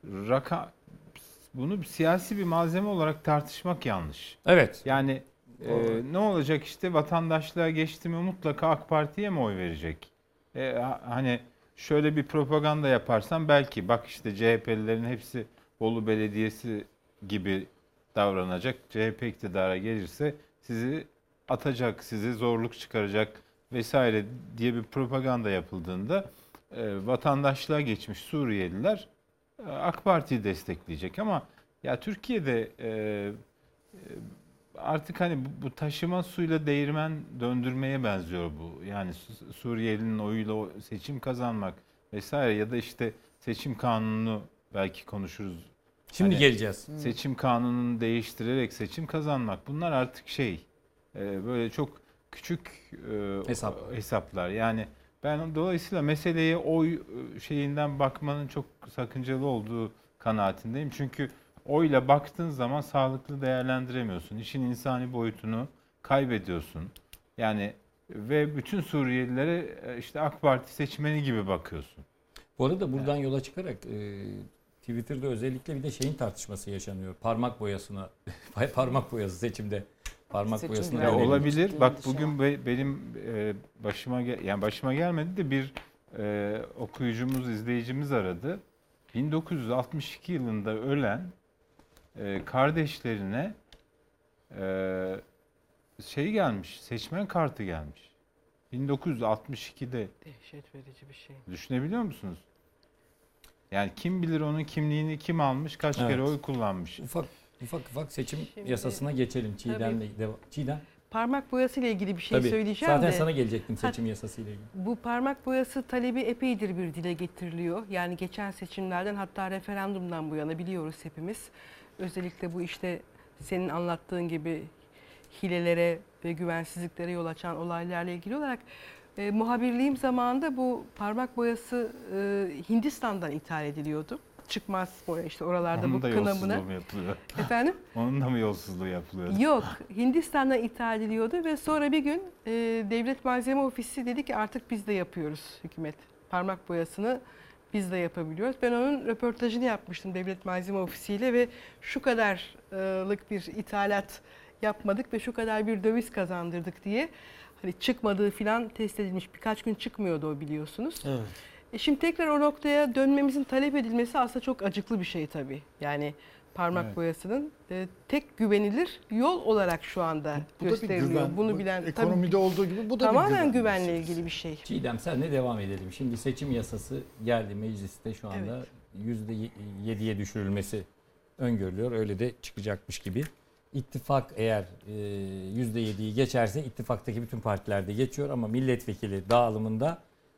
bunu siyasi bir malzeme olarak tartışmak yanlış. Evet. Yani ne olacak işte, vatandaşlığa geçti mi mutlaka AK Parti'ye mi oy verecek? Hani şöyle bir propaganda yaparsan belki, bak işte CHP'lilerin hepsi Bolu Belediyesi gibi davranacak. CHP iktidara gelirse sizi atacak, sizi zorluk çıkaracak vesaire diye bir propaganda yapıldığında vatandaşlığa geçmiş Suriyeliler AK Parti'yi destekleyecek. Ama ya Türkiye'de artık hani bu taşıma suyla değirmen döndürmeye benziyor bu. Yani Suriyelinin oyuyla seçim kazanmak vesaire, ya da işte seçim kanununu belki konuşuruz. Şimdi Hani geleceğiz. seçim kanununu değiştirerek seçim kazanmak, bunlar artık böyle çok küçük hesaplar. Yani ben dolayısıyla meseleye oy şeyinden bakmanın çok sakıncalı olduğu kanaatindeyim. Çünkü oyla baktığın zaman sağlıklı değerlendiremiyorsun. İşin insani boyutunu kaybediyorsun. Yani ve bütün Suriyelilere işte AK Parti seçmeni gibi bakıyorsun. Bu arada buradan yola çıkarak Twitter'da özellikle bir de şeyin tartışması yaşanıyor. Parmak boyasına, parmak boyası seçimde. Parmak Seçim boyasına güvenliği. Olabilir. Ciddi Bak endişe bugün benim başıma gelmedi de bir okuyucumuz, izleyicimiz aradı. 1962 yılında ölen kardeşlerine gelmiş, seçmen kartı gelmiş. 1962'de. Dehşet verici bir şey. Düşünebiliyor musunuz? Yani kim bilir onun kimliğini kim almış, kaç kere oy kullanmış. Ufak seçim Şimdi, yasasına geçelim. Çiğdem. Parmak boyası ile ilgili bir şey Tabii. söyleyeceğim Zaten de. sana gelecektim seçim yasası ile ilgili. Bu parmak boyası talebi epeydir bir dile getiriliyor. Yani geçen seçimlerden, hatta referandumdan bu yana biliyoruz hepimiz. Özellikle bu işte senin anlattığın gibi hilelere ve güvensizliklere yol açan olaylarla ilgili olarak muhabirliğim zamanında bu parmak boyası Hindistan'dan ithal ediliyordu. Çıkmaz boya işte oralarda Onun bu da kınamına. yolsuzluğu mu yapılıyor? Efendim? Onun da mı yolsuzluğu yapılıyor? Yok, Hindistan'dan ithal ediliyordu ve sonra bir gün Devlet Malzeme Ofisi dedi ki artık biz de yapıyoruz hükümet. Parmak boyasını biz de yapabiliyoruz. Ben onun röportajını yapmıştım Devlet Malzeme Ofisi ile ve şu kadarlık bir ithalat yapmadık ve şu kadar bir döviz kazandırdık diye. Hani çıkmadığı filan test edilmiş. Birkaç gün çıkmıyordu o, biliyorsunuz. Evet. Şimdi tekrar o noktaya dönmemizin talep edilmesi aslında çok acıklı bir şey tabii. Yani parmak boyasının tek güvenilir yol olarak şu anda Bu da bir gösteriliyor. güven. Bunu Bu bilen ekonomide olduğu gibi bu da tamamen bir güven. güvenle ilgili bir şey. Çiğdem, senle devam edelim. Şimdi seçim yasası geldi mecliste, şu anda %7'ye düşürülmesi öngörülüyor. Öyle de çıkacakmış gibi. İttifak eğer %7'yi geçerse ittifaktaki bütün partiler de geçiyor ama milletvekili dağılımında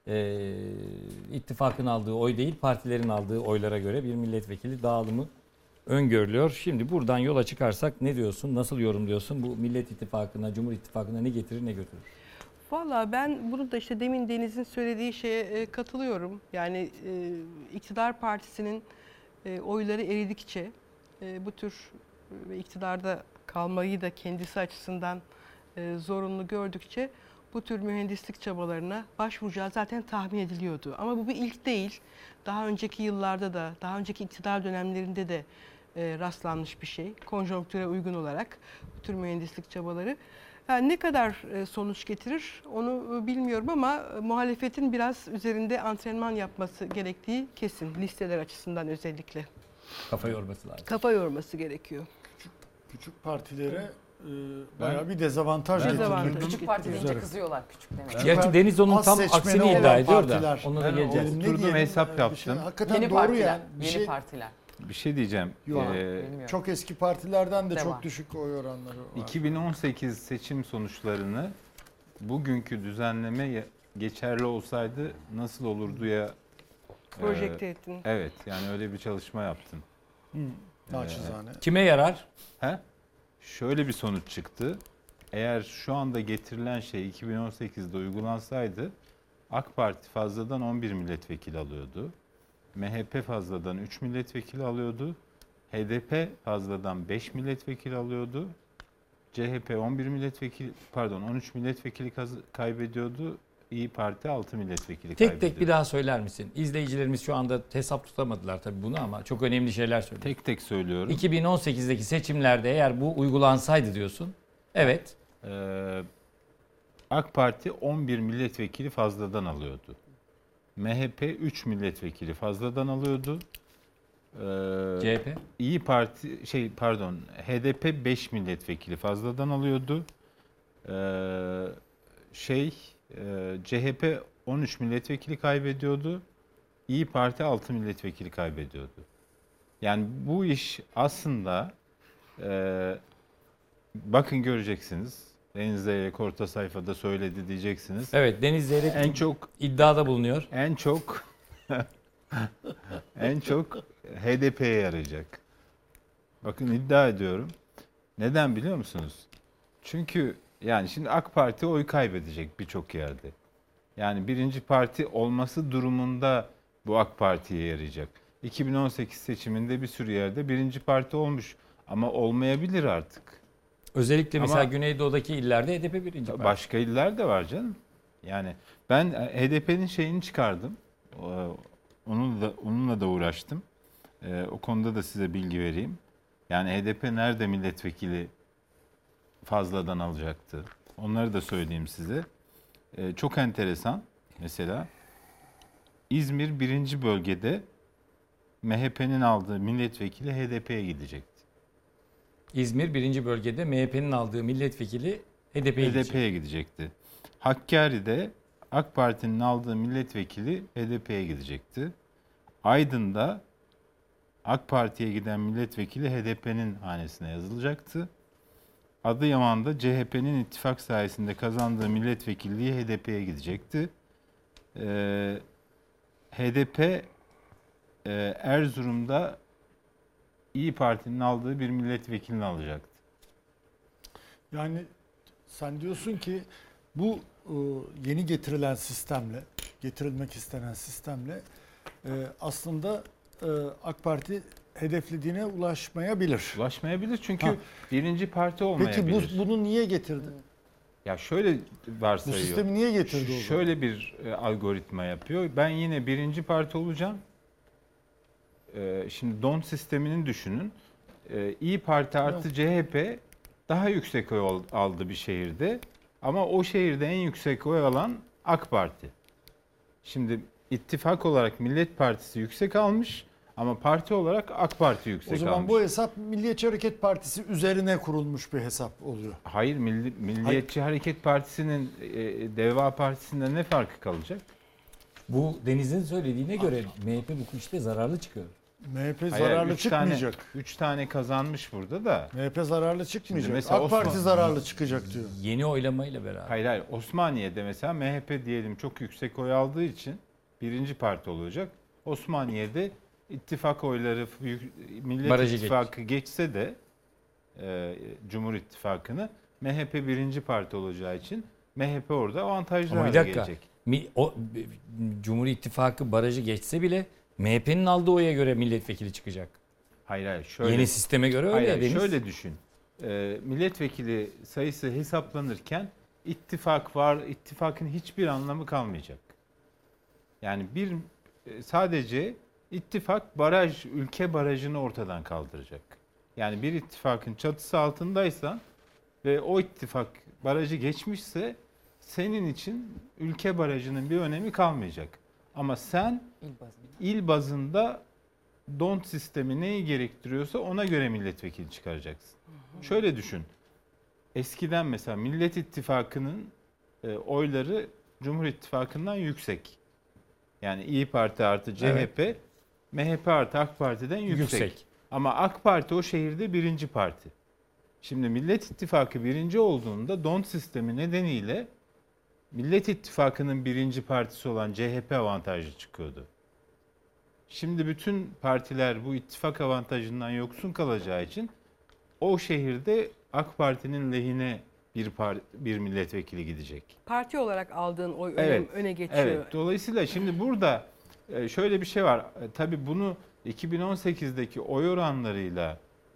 ittifakın aldığı oy değil, partilerin aldığı oylara göre bir milletvekili dağılımı öngörülüyor. Şimdi buradan yola çıkarsak ne diyorsun? Nasıl yorumluyorsun? Bu Millet İttifakı'na, Cumhur İttifakı'na ne getirir ne götürür? Valla ben bunu da işte demin Deniz'in söylediği şeye katılıyorum. Yani iktidar partisinin oyları eridikçe bu tür iktidarda kalmayı da kendisi açısından zorunlu gördükçe bu tür mühendislik çabalarına başvuracağı zaten tahmin ediliyordu. Ama bu bir ilk değil. Daha önceki yıllarda da, daha önceki iktidar dönemlerinde de rastlanmış bir şey. Konjonktüre uygun olarak bu tür mühendislik çabaları. Yani ne kadar sonuç getirir onu bilmiyorum ama muhalefetin biraz üzerinde antrenman yapması gerektiği kesin. Listeler açısından özellikle. Kafa yorması lazım. Kafa yorması gerekiyor. Küçük partilere bayağı bir dezavantaj getirdi. Küçük parti deyince kızıyorlar, küçük demek. Gerçi Deniz onun Az tam seçmeni aksini olan iddia ediyor da. partiler. Ona da Ben geleceğiz. oturdum, hesap yaptım. Hakikaten Yeni doğru partiler, yani. yeni partiler. Bir şey diyeceğim. Yok. Bilmiyorum. Çok eski partilerden de Devam. çok düşük oy oranları var. 2018 seçim sonuçlarını bugünkü düzenleme geçerli olsaydı nasıl olurduya Projekte ettin. evet, yani öyle bir çalışma yaptım. Naçizane. Kime yarar? Şöyle bir sonuç çıktı. Eğer şu anda getirilen şey 2018'de uygulansaydı AK Parti fazladan 11 milletvekili alıyordu. MHP fazladan 3 milletvekili alıyordu. HDP fazladan 5 milletvekili alıyordu. CHP 13 milletvekili kaybediyordu. İyi Parti 6 milletvekili kaybediyordu. Tek tek bir daha söyler misin? İzleyicilerimiz şu anda hesap tutamadılar tabii bunu ama çok önemli şeyler söylüyor. Tek tek söylüyorum. 2018'deki seçimlerde eğer bu uygulansaydı diyorsun. Evet. AK Parti 11 milletvekili fazladan alıyordu. MHP 3 milletvekili fazladan alıyordu. CHP? İyi Parti HDP 5 milletvekili fazladan alıyordu. CHP 13 milletvekili kaybediyordu. İyi Parti 6 milletvekili kaybediyordu. Yani bu iş aslında bakın göreceksiniz. Deniz Zeyrek orta sayfada söyledi diyeceksiniz. Evet, Deniz Zeyrek En çok iddiada bulunuyor. en çok HDP'ye yarayacak. Bakın iddia ediyorum. Neden biliyor musunuz? Çünkü yani şimdi AK Parti oy kaybedecek birçok yerde. Yani birinci parti olması durumunda bu AK Parti'ye yarayacak. 2018 seçiminde bir sürü yerde birinci parti olmuş ama olmayabilir artık. Özellikle mesela Ama Güneydoğu'daki illerde HDP birinci parti. Başka iller de var canım. Yani ben HDP'nin şeyini çıkardım. Onunla da uğraştım. O konuda da size bilgi vereyim. Yani HDP nerede milletvekili fazladan alacaktı? Onları da söyleyeyim size. Çok enteresan. Mesela İzmir 1. bölgede MHP'nin aldığı milletvekili HDP'ye gidecekti. İzmir 1. bölgede MHP'nin aldığı milletvekili HDP'ye gidecekti. Hakkari'de AK Parti'nin aldığı milletvekili HDP'ye gidecekti. Aydın'da AK Parti'ye giden milletvekili HDP'nin hanesine yazılacaktı. Adıyaman'da CHP'nin ittifak sayesinde kazandığı milletvekilliği HDP'ye gidecekti. HDP Erzurum'da İyi Parti'nin aldığı bir milletvekilini alacaktı. Yani sen diyorsun ki bu yeni getirilmek istenen sistemle aslında AK Parti hedeflediğine ulaşmayabilir. Ulaşmayabilir çünkü birinci parti olmayabilir. Peki bunu niye getirdi? Ya şöyle varsayıyor. Bu sistemi niye getirdi o zaman? Şöyle bir algoritma yapıyor. Ben yine birinci parti olacağım. Şimdi don sistemini düşünün. İyi Parti artı CHP daha yüksek oy aldı bir şehirde. Ama o şehirde en yüksek oy alan AK Parti. Şimdi ittifak olarak Millet Partisi yüksek almış ama parti olarak AK Parti yüksek almış. O zaman bu hesap Milliyetçi Hareket Partisi üzerine kurulmuş bir hesap oluyor. Hayır, Milliyetçi Hareket Partisi'nin Deva Partisi'nden ne farkı kalacak? Bu Deniz'in söylediğine göre MHP bu işte zararlı çıkıyor. MHP zararlı çıkmayacak. 3 tane kazanmış burada da. MHP zararlı çıkmayacak. Mesela AK Parti zararlı çıkacak diyor. Yeni oylamayla beraber. Hayır. Osmaniye'de mesela MHP diyelim çok yüksek oy aldığı için birinci parti olacak. Osmaniye'de ittifak oyları Millet Barajı İttifakı geçse de Cumhur İttifakı'nı MHP birinci parti olacağı için MHP orada avantajlı Ama bir hale dakika. gelecek. Cumhur İttifakı barajı geçse bile MHP'nin aldığı oya göre milletvekili çıkacak. Hayır. Şöyle, Yeni sisteme göre öyle. hayır, Deniz. şöyle düşün. Milletvekili sayısı hesaplanırken ittifak var. İttifakın hiçbir anlamı kalmayacak. Yani sadece ittifak ülke barajını ortadan kaldıracak. Yani bir ittifakın çatısı altındaysan ve o ittifak barajı geçmişse senin için ülke barajının bir önemi kalmayacak. Ama sen il bazında don sistemi neyi gerektiriyorsa ona göre milletvekili çıkaracaksın. Şöyle düşün. Eskiden mesela Millet İttifakı'nın oyları Cumhur İttifakı'ndan yüksek. Yani İyi Parti artı CHP MHP artı AK Parti'den yüksek. Ama AK Parti o şehirde birinci parti. Şimdi Millet İttifakı birinci olduğunda don sistemi nedeniyle Millet İttifakı'nın birinci partisi olan CHP avantajlı çıkıyordu. Şimdi bütün partiler bu ittifak avantajından yoksun kalacağı için o şehirde AK Parti'nin lehine bir milletvekili gidecek. Parti olarak aldığın oy öne geçiyor. Evet. Dolayısıyla şimdi burada şöyle bir şey var. Tabii bunu 2018'deki oy oranlarıyla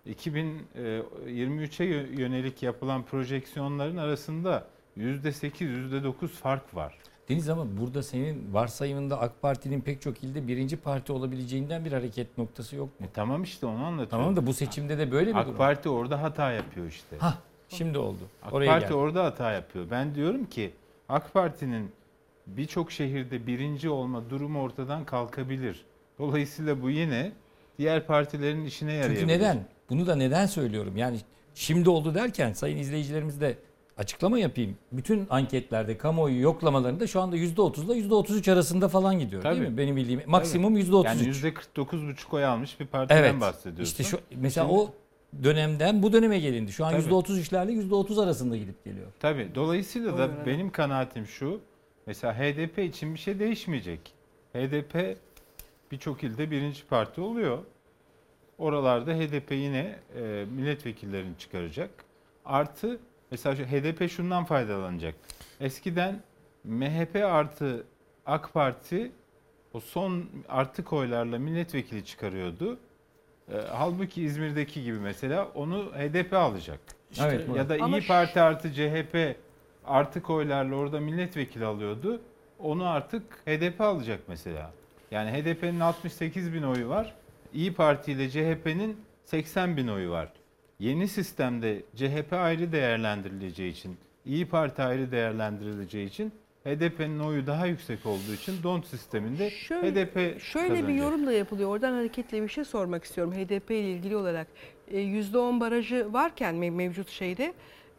2023'e yönelik yapılan projeksiyonların arasında %8, %9 fark var. Deniz, ama burada senin varsayımında AK Parti'nin pek çok ilde birinci parti olabileceğinden bir hareket noktası yok mu? Tamam işte onu anlatıyorum. Tamam da bu seçimde de böyle bir durum. AK Parti orada hata yapıyor işte. Şimdi oldu. AK Oraya Parti geldi. orada hata yapıyor. Ben diyorum ki AK Parti'nin birçok şehirde birinci olma durumu ortadan kalkabilir. Dolayısıyla bu yine diğer partilerin işine yarayabilir. Çünkü neden? Bunu da neden söylüyorum? Yani şimdi oldu derken sayın izleyicilerimiz de açıklama yapayım. Bütün anketlerde, kamuoyu yoklamalarında şu anda %30 ile %33 arasında falan gidiyor. Tabii. Değil mi? Benim bildiğim maksimum %33. Yani %49,5 oy almış bir partiden bahsediyorsun. İşte şu mesela o dönemden bu döneme gelindi. Şu an %33'lerle %30 arasında gidip geliyor. Tabii. Dolayısıyla da benim kanaatim şu. Mesela HDP için bir şey değişmeyecek. HDP birçok ilde birinci parti oluyor. Oralarda HDP yine milletvekillerini çıkaracak. Artı mesela HDP şundan faydalanacak. Eskiden MHP artı AK Parti o son artık oylarla milletvekili çıkarıyordu. Halbuki İzmir'deki gibi mesela onu HDP alacak. Evet, ya da İyi Parti artı CHP artık oylarla orada milletvekili alıyordu. Onu artık HDP alacak mesela. Yani HDP'nin 68 bin oyu var. İyi Parti ile CHP'nin 80 bin oyu var. Yeni sistemde CHP ayrı değerlendirileceği için, İyi Parti ayrı değerlendirileceği için HDP'nin oyu daha yüksek olduğu için don sisteminde HDP Şöyle kazanacak. bir yorum da yapılıyor. Oradan hareketle bir şey sormak istiyorum HDP ile ilgili olarak. %10 barajı varken mevcut şeyde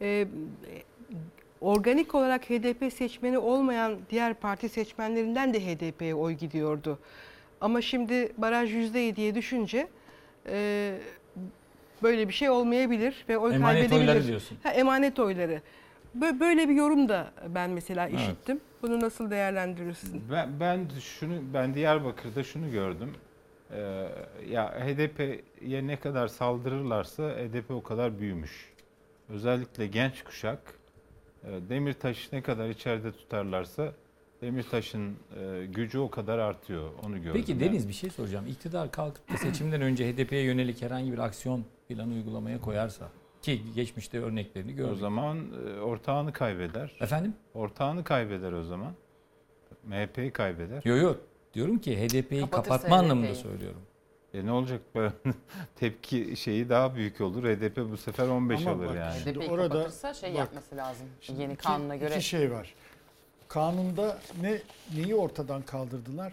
organik olarak HDP seçmeni olmayan diğer parti seçmenlerinden de HDP'ye oy gidiyordu. Ama şimdi baraj %7'ye düşünce böyle bir şey olmayabilir ve oy Emanet kaybedebilir. oyları diyorsun. Emanet oyları. Böyle bir yorum da ben mesela işittim. Bunu nasıl değerlendirirsin? Ben Diyarbakır'da şunu gördüm. Ya HDP'ye ne kadar saldırırlarsa HDP o kadar büyümüş. Özellikle genç kuşak Demirtaş'ı ne kadar içeride tutarlarsa Demirtaş'ın gücü o kadar artıyor. Onu gördüm. Peki Deniz, bir şey soracağım. İktidar kalkıp da seçimden önce HDP'ye yönelik herhangi bir aksiyon planı uygulamaya koyarsa, ki geçmişte örneklerini gördük. O zaman ortağını kaybeder. Efendim? Ortağını kaybeder o zaman. MHP'yi kaybeder. Yok. Diyorum ki HDP'yi Kapatırsa kapatma anlamında HDP'yi. söylüyorum. Ne olacak? Tepki şeyi daha büyük olur. HDP bu sefer 15 Ama alır bak, yani. şimdi HDP'yi orada kapatırsa bak, yapması lazım. Şimdi Yeni kanuna göre. İki şey var. Kanunda neyi ortadan kaldırdılar?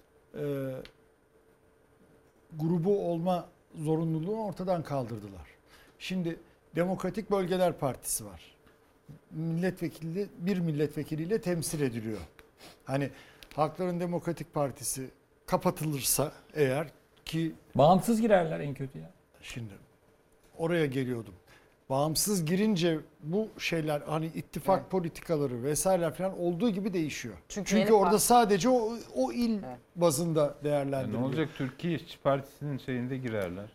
Grubu olma zorunluluğunu ortadan kaldırdılar. Şimdi Demokratik Bölgeler Partisi var. Bir milletvekiliyle temsil ediliyor. Hani Halkların Demokratik Partisi kapatılırsa eğer ki Bağımsız girerler en kötü ya. şimdi oraya geliyordum. Bağımsız girince bu şeyler hani ittifak politikaları vesaire falan olduğu gibi değişiyor. Çünkü orada sadece o il bazında Ne değerlendiriliyor. olacak? Türkiye İşçi Partisi'nin şeyinde girerler.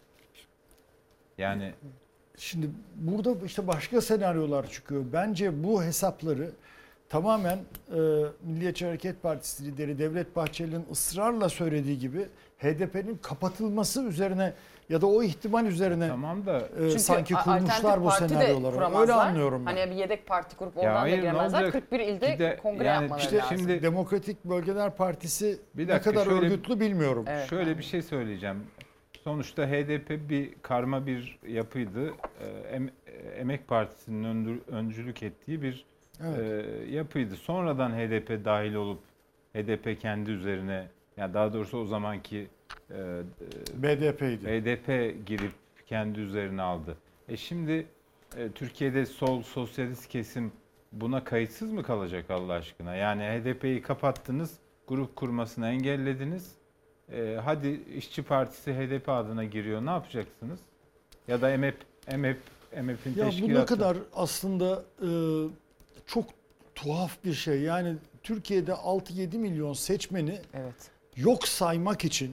Yani Şimdi burada işte başka senaryolar çıkıyor. Bence bu hesapları tamamen Milliyetçi Hareket Partisi lideri Devlet Bahçeli'nin ısrarla söylediği gibi HDP'nin kapatılması üzerine ya da o ihtimal üzerine tamam da sanki kurmuşlar alternatif bu parti de senaryoları. kuramazlar. Öyle anlıyorum ben. Hani bir yedek parti kurup Ya oradan da hayır, ne giremezler. olacak? 41 ilde Bir de kongre yani yapmaları işte lazım. şimdi Demokratik Bölgeler Partisi Bir ne dakika, kadar şöyle- örgütlü bilmiyorum. Evet. şöyle bir şey söyleyeceğim. Sonuçta HDP bir karma bir yapıydı. Emek Partisi'nin öncülük ettiği bir yapıydı. Sonradan HDP dahil olup HDP kendi üzerine, yani daha doğrusu o zamanki BDP'ydi. BDP girip kendi üzerine aldı. Şimdi Türkiye'de sol sosyalist kesim buna kayıtsız mı kalacak Allah aşkına? Yani HDP'yi kapattınız, grup kurmasını engellediniz. hadi İşçi Partisi HDP adına giriyor. Ne yapacaksınız? Ya da MHP'in Ya bu teşkilatı. ne kadar aslında çok tuhaf bir şey. Yani Türkiye'de 6-7 milyon seçmeni Evet. yok saymak için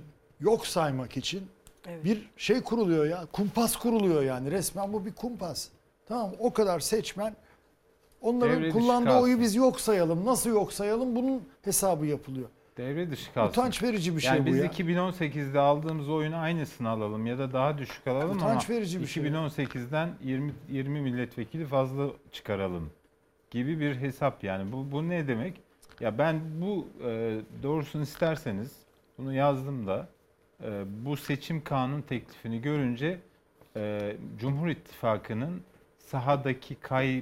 Evet. bir şey kuruluyor ya. Kumpas kuruluyor yani. Resmen bu bir kumpas. Tamam, o kadar seçmen, onların Devre dışı kullandığı kalsın. oyu biz yok sayalım. Nasıl yok sayalım? Bunun hesabı yapılıyor. Devre dışı kalsın. Utanç verici bir şey Yani bu biz ya. 2018'de aldığımız oyunun aynısını alalım ya da daha düşük alalım Utanç ama verici bir şey. 2018'den 20 milletvekili fazla çıkaralım gibi bir hesap yani. Bu ne demek? Ya ben bu doğrusunu isterseniz bunu yazdım da bu seçim kanun teklifini görünce Cumhur İttifakı'nın sahadaki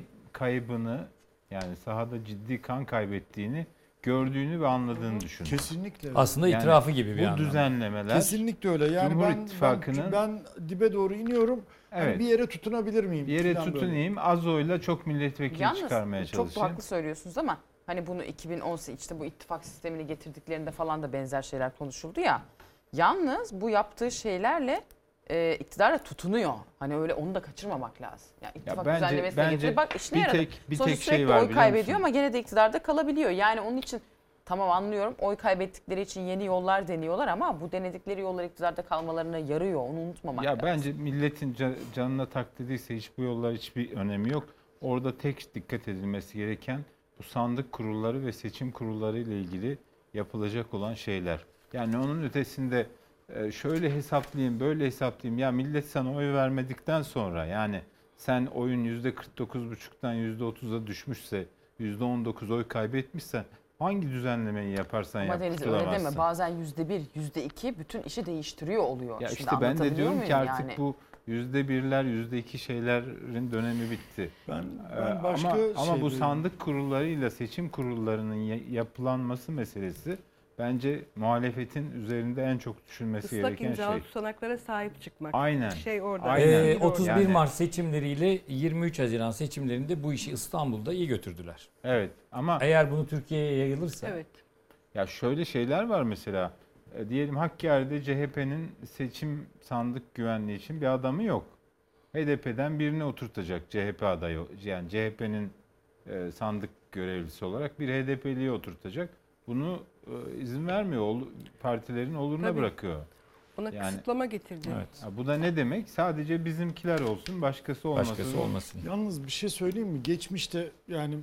kaybını, yani sahada ciddi kan kaybettiğini gördüğünü ve anladığını düşünüyorum. Kesinlikle. Aslında Yani itirafı gibi bir bu anlamda. düzenlemeler Kesinlikle öyle. Yani Cumhur ben İttifakı'nın- dibe doğru iniyorum. Hani Evet. bir yere tutunabilir miyim? bir yere falan böyle. tutunayım, az oyla çok milletvekili Yalnız çıkarmaya çok da çalışayım. haklı söylüyorsunuz ama hani bunu 2018 işte bu ittifak sistemini getirdiklerinde falan da benzer şeyler konuşuldu ya. Yalnız bu yaptığı şeylerle iktidara tutunuyor. Hani öyle onu da kaçırmamak lazım. Yani ittifak bence- düzenlemesine bence getiriyor. Bak işine bir yaradı. tek Sonuçta şey sürekli var, oy biliyor kaybediyor musun? ama gene de iktidarda kalabiliyor. Yani onun için tamam anlıyorum oy kaybettikleri için yeni yollar deniyorlar ama bu denedikleri yollar iktidarda kalmalarına yarıyor. Onu unutmamak Ya lazım. bence milletin canına tak dediyse hiç bu yollar hiçbir önemi yok. Orada tek dikkat edilmesi gereken bu sandık kurulları ve seçim kurulları ile ilgili yapılacak olan şeyler. Yani onun ötesinde şöyle hesaplayayım, böyle hesaplayayım. Ya millet sana oy vermedikten sonra, yani sen oyun %49,5'tan %30'a düşmüşse, %19 oy kaybetmişsen hangi düzenlemeyi yaparsan Ama yap Deniz öyle kurtulamazsın. deme. Bazen %1, %2 bütün işi değiştiriyor oluyor. Ya Şimdi işte ben de anlatabiliyor diyorum muyum ki artık yani? bu %1'ler, %2 şeylerin dönemi bitti. Ben Ee, başka ama bu şeyleri- sandık kurullarıyla seçim kurullarının yapılanması meselesi bence muhalefetin üzerinde en çok düşünmesi Islak gereken imzalı şey. tutanaklara sahip çıkmak. Aynen. Şey orada. Aynen. fikir orada. 31 Yani- Mart seçimleriyle 23 Haziran seçimlerinde bu işi İstanbul'da iyi götürdüler. Evet ama Eğer bunu Türkiye'ye yayılırsa Evet. ya şöyle şeyler var mesela. Diyelim Hakkari'de CHP'nin seçim sandık güvenliği için bir adamı yok. HDP'den birini oturtacak CHP adayı, yani CHP'nin sandık görevlisi olarak bir HDP'liyi oturtacak. Bunu izin vermiyor. Partilerin oluruna Tabii. bırakıyor. Ona Yani- kısıtlama getirdi. evet, Ya bu da ne demek? Sadece bizimkiler olsun, başkası olmasın. başkası olmasın. Yalnız bir şey söyleyeyim mi? Geçmişte yani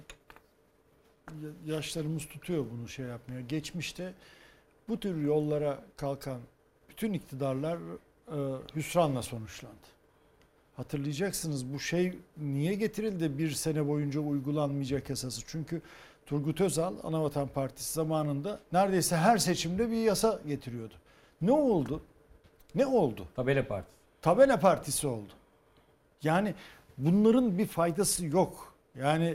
yaşlarımız tutuyor bunu şey yapmaya. Geçmişte bu tür yollara kalkan bütün iktidarlar hüsranla sonuçlandı. Hatırlayacaksınız, bu şey niye getirildi bir sene boyunca uygulanmayacak yasası? Çünkü Turgut Özal Anavatan Partisi zamanında neredeyse her seçimde bir yasa getiriyordu. Ne oldu? Ne oldu? Tabela Partisi. Tabela partisi oldu. Yani bunların bir faydası yok. Yani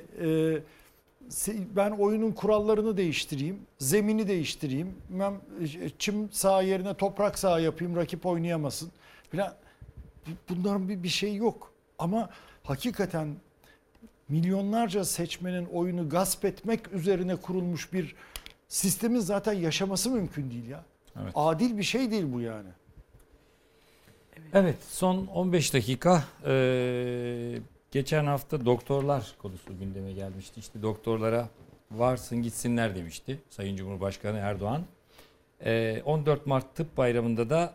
ben oyunun kurallarını değiştireyim, zemini değiştireyim, çim saha yerine toprak saha yapayım, rakip oynayamasın falan. Bunların bir şey yok. Ama hakikaten milyonlarca seçmenin oyunu gasp etmek üzerine kurulmuş bir sistemin zaten yaşaması mümkün değil ya. Evet. Adil bir şey değil bu yani. Evet, son 15 dakika. Geçen hafta doktorlar konusu gündeme gelmişti. İşte doktorlara varsın gitsinler demişti Sayın Cumhurbaşkanı Erdoğan. 14 Mart Tıp Bayramı'nda da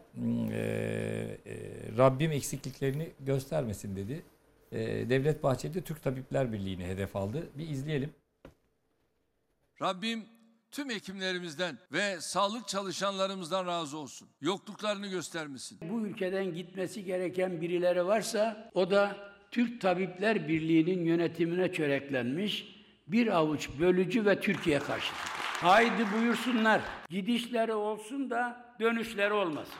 Rabbim eksikliklerini göstermesin dedi. Devlet Bahçeli de Türk Tabipler Birliği'ni hedef aldı. Bir izleyelim. Rabbim tüm hekimlerimizden ve sağlık çalışanlarımızdan razı olsun. Yokluklarını göstermesin. Bu ülkeden gitmesi gereken birileri varsa o da Türk Tabipler Birliği'nin yönetimine çöreklenmiş bir avuç bölücü ve Türkiye karşıtı. Haydi buyursunlar. Gidişleri olsun da dönüşleri olmasın.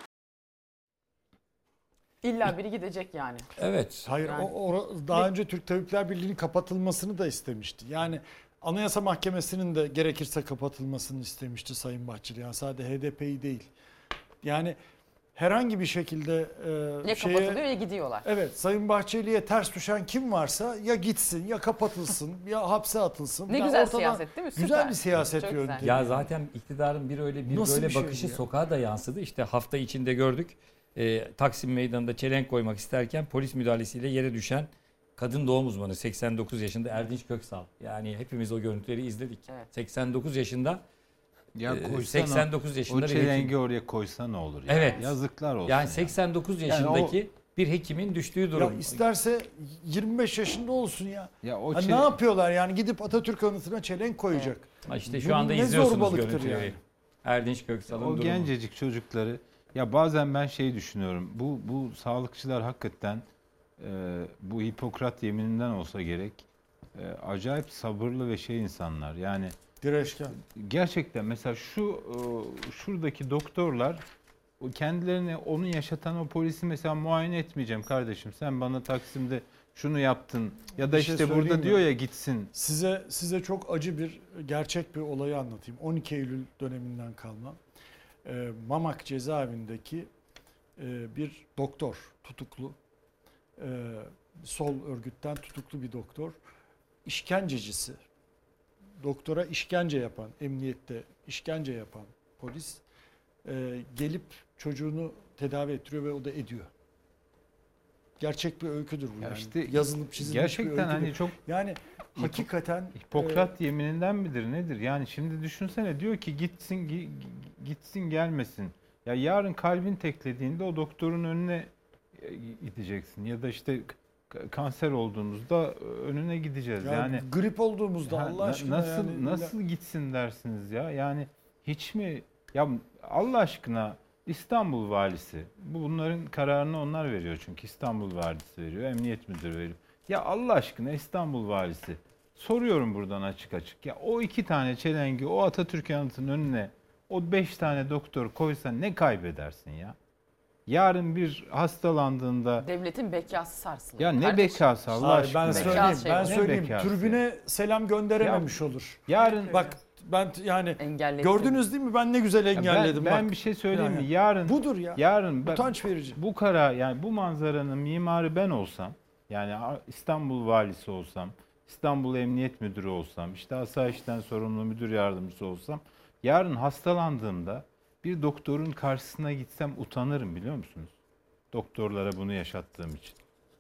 İlla biri gidecek yani. Evet. Hayır, Yani- daha önce Türk Tabipler Birliği'nin kapatılmasını da istemişti. Yani Anayasa Mahkemesi'nin de gerekirse kapatılmasını istemişti Sayın Bahçeli. Yani sadece HDP'yi değil. Yani herhangi bir şekilde Ya kapatılıyor ya gidiyorlar. Evet, Sayın Bahçeli'ye ters düşen kim varsa ya gitsin ya kapatılsın ya hapse atılsın. Ne Yani güzel ortadan siyaset değil mi? Güzel Süper. bir siyaset Çok yöntemi. güzel. Ya zaten iktidarın bir öyle bir Nasıl böyle bir şey bakışı ya? sokağa da yansıdı. İşte hafta içinde gördük. Taksim Meydanı'nda çelenk koymak isterken polis müdahalesiyle yere düşen kadın doğum uzmanı 89 yaşında Erdinç Köksal. Yani hepimiz o görüntüleri izledik. Evet. 89 yaşında Ya 89 yaşında o bir hekim. çelengi oraya koysa ne olur ya? Evet. Yazıklar olsun. Yani 89 yaşındaki bir hekimin düştüğü durum. Ya isterse 25 yaşında olsun ya. Ya o Ha, ne yapıyorlar yani, gidip Atatürk anıtına çelenk koyacak. Ha işte şu Bu anda ne izliyorsunuz zorbalıktır görüntüleri. yani. Erdinç Köksal'ın o durumu. gencecik çocukları, ya bazen ben şey düşünüyorum. Bu sağlıkçılar hakikaten bu Hipokrat yemininden olsa gerek acayip sabırlı ve şey insanlar. Yani Direşken. gerçekten mesela şuradaki doktorlar o kendilerini onu yaşatan o polisi mesela muayene etmeyeceğim kardeşim. Sen bana Taksim'de şunu yaptın ya da Bir şey işte söyleyeyim burada mi? diyor ya gitsin. Size çok acı bir, gerçek bir olayı anlatayım. 12 Eylül döneminden kalma. Mamak cezaevindeki bir doktor, tutuklu, sol örgütten tutuklu bir doktor, işkencecisi, doktora işkence yapan, emniyette işkence yapan polis gelip çocuğunu tedavi ettiriyor ve o da ediyor. Gerçek bir öyküdür bu Ya yani. işte Yazılıp çizilmiş bir gerçekten öyküdür. hani çok Yani hakikaten Hipokrat yemininden midir nedir? Yani şimdi düşünsene, diyor ki gitsin gelmesin. Ya yarın kalbin teklediğinde o doktorun önüne gideceksin ya da işte kanser olduğumuzda önüne gideceğiz. Yani grip olduğumuzda ha, Allah aşkına nasıl yani, nasıl gitsin dersiniz ya? Yani hiç mi ya Allah aşkına, İstanbul valisi, bunların kararını onlar veriyor çünkü İstanbul valisi veriyor, emniyet müdürü veriyor. Ya Allah aşkına İstanbul valisi, soruyorum buradan açık açık. Ya o 2 tane çelengi o Atatürk anıtının önüne o 5 tane doktor koysan ne kaybedersin ya? Yarın bir hastalandığında Devletin bekası sarsılır. ya ne Kardeşim, bekası Allah Hayır, aşkına. ben Bekâs söyleyeyim. şey Ben var. Ne söyleyeyim. bekâsı? Türbüne selam gönderememiş olur. Yarın Bak ben yani Engelletti. gördünüz değil mi? Ben ne güzel engelledim. ben bak. bir şey söyleyeyim mi? Yani Yarın budur ya. yarın Utanç verici. bu kara, yani bu manzaranın mimarı ben olsam, yani İstanbul valisi olsam, İstanbul Emniyet Müdürü olsam, işte asayişten sorumlu müdür yardımcısı olsam, yarın hastalandığımda bir doktorun karşısına gitsem utanırım, biliyor musunuz? Doktorlara bunu yaşattığım için.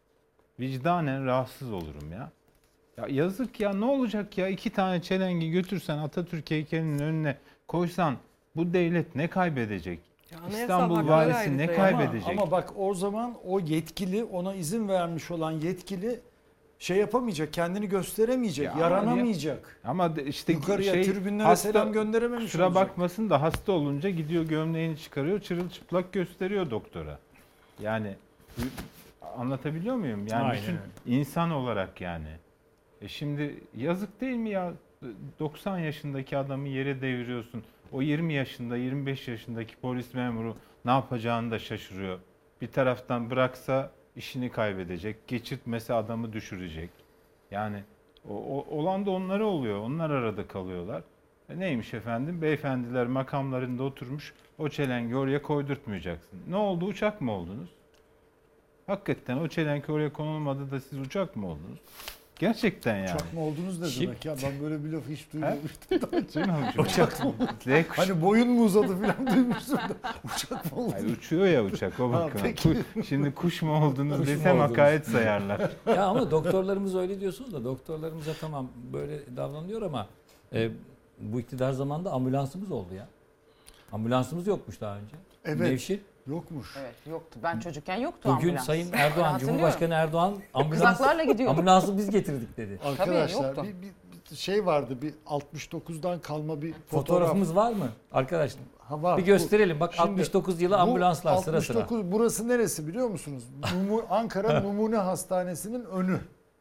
Vicdanen rahatsız olurum ya. Ya yazık ya, ne olacak ya, 2 tane çelengi götürsen Atatürk heykelinin önüne koysan bu devlet ne kaybedecek? Anayasal İstanbul hakları valisi ayrıca ne ya. kaybedecek? Ama bak o zaman o yetkili, ona izin vermiş olan yetkili şey yapamayacak, kendini gösteremeyecek, Ya yaranamayacak. Ama işte Yukarıya tribünlere selam gönderememiş kusura olacak. bakmasın da hasta olunca gidiyor gömleğini çıkarıyor, çırılçıplak gösteriyor doktora. Yani anlatabiliyor muyum? Yani Aynen bütün öyle. insan olarak yani. Şimdi yazık değil mi ya? 90 yaşındaki adamı yere deviriyorsun. O 20 yaşında, 25 yaşındaki polis memuru ne yapacağını da şaşırıyor. Bir taraftan bıraksa işini kaybedecek, geçirtmese adamı düşürecek. Yani olan da onlara oluyor. Onlar arada kalıyorlar. Neymiş efendim? Beyefendiler makamlarında oturmuş, o çelengi oraya koydurtmayacaksın. Ne oldu? Uçak mı oldunuz? Hakikaten o çelengi oraya konulmadı da siz uçak mı oldunuz? Gerçekten yani. Uçak mı oldunuz ne Şimdi- demek ya? Ben böyle bir laf hiç duymamıştım. Uçak mı? Hani boyun mu uzadı falan duymuştum da. Uçak mı oldu? Hayır, uçuyor ya uçak, o Ha, bakın. peki. Şimdi kuş mu oldunuz Kuş mu desem oldunuz? hakaret sayarlar. Ya ama doktorlarımız öyle diyorsunuz da doktorlarımıza tamam böyle davranılıyor ama bu iktidar zamanında ambulansımız oldu ya. Ambulansımız yokmuş daha önce. Evet. Nevşin. Yokmuş. Evet yoktu. Ben çocukken yoktu Bugün ambulans. Sayın Ben Erdoğan, hatırlıyorum. Cumhurbaşkanı Erdoğan Kızaklarla gidiyorduk. ambulansı biz getirdik dedi. Arkadaşlar yoktu. bir şey vardı, bir 69'dan kalma bir fotoğraf. Fotoğrafımız var mı arkadaşlar? Ha, var. Bir gösterelim. Bak Şimdi 69 yılı bu ambulanslar sıra sıra. 69, burası neresi biliyor musunuz? Ankara Numune Hastanesi'nin önü.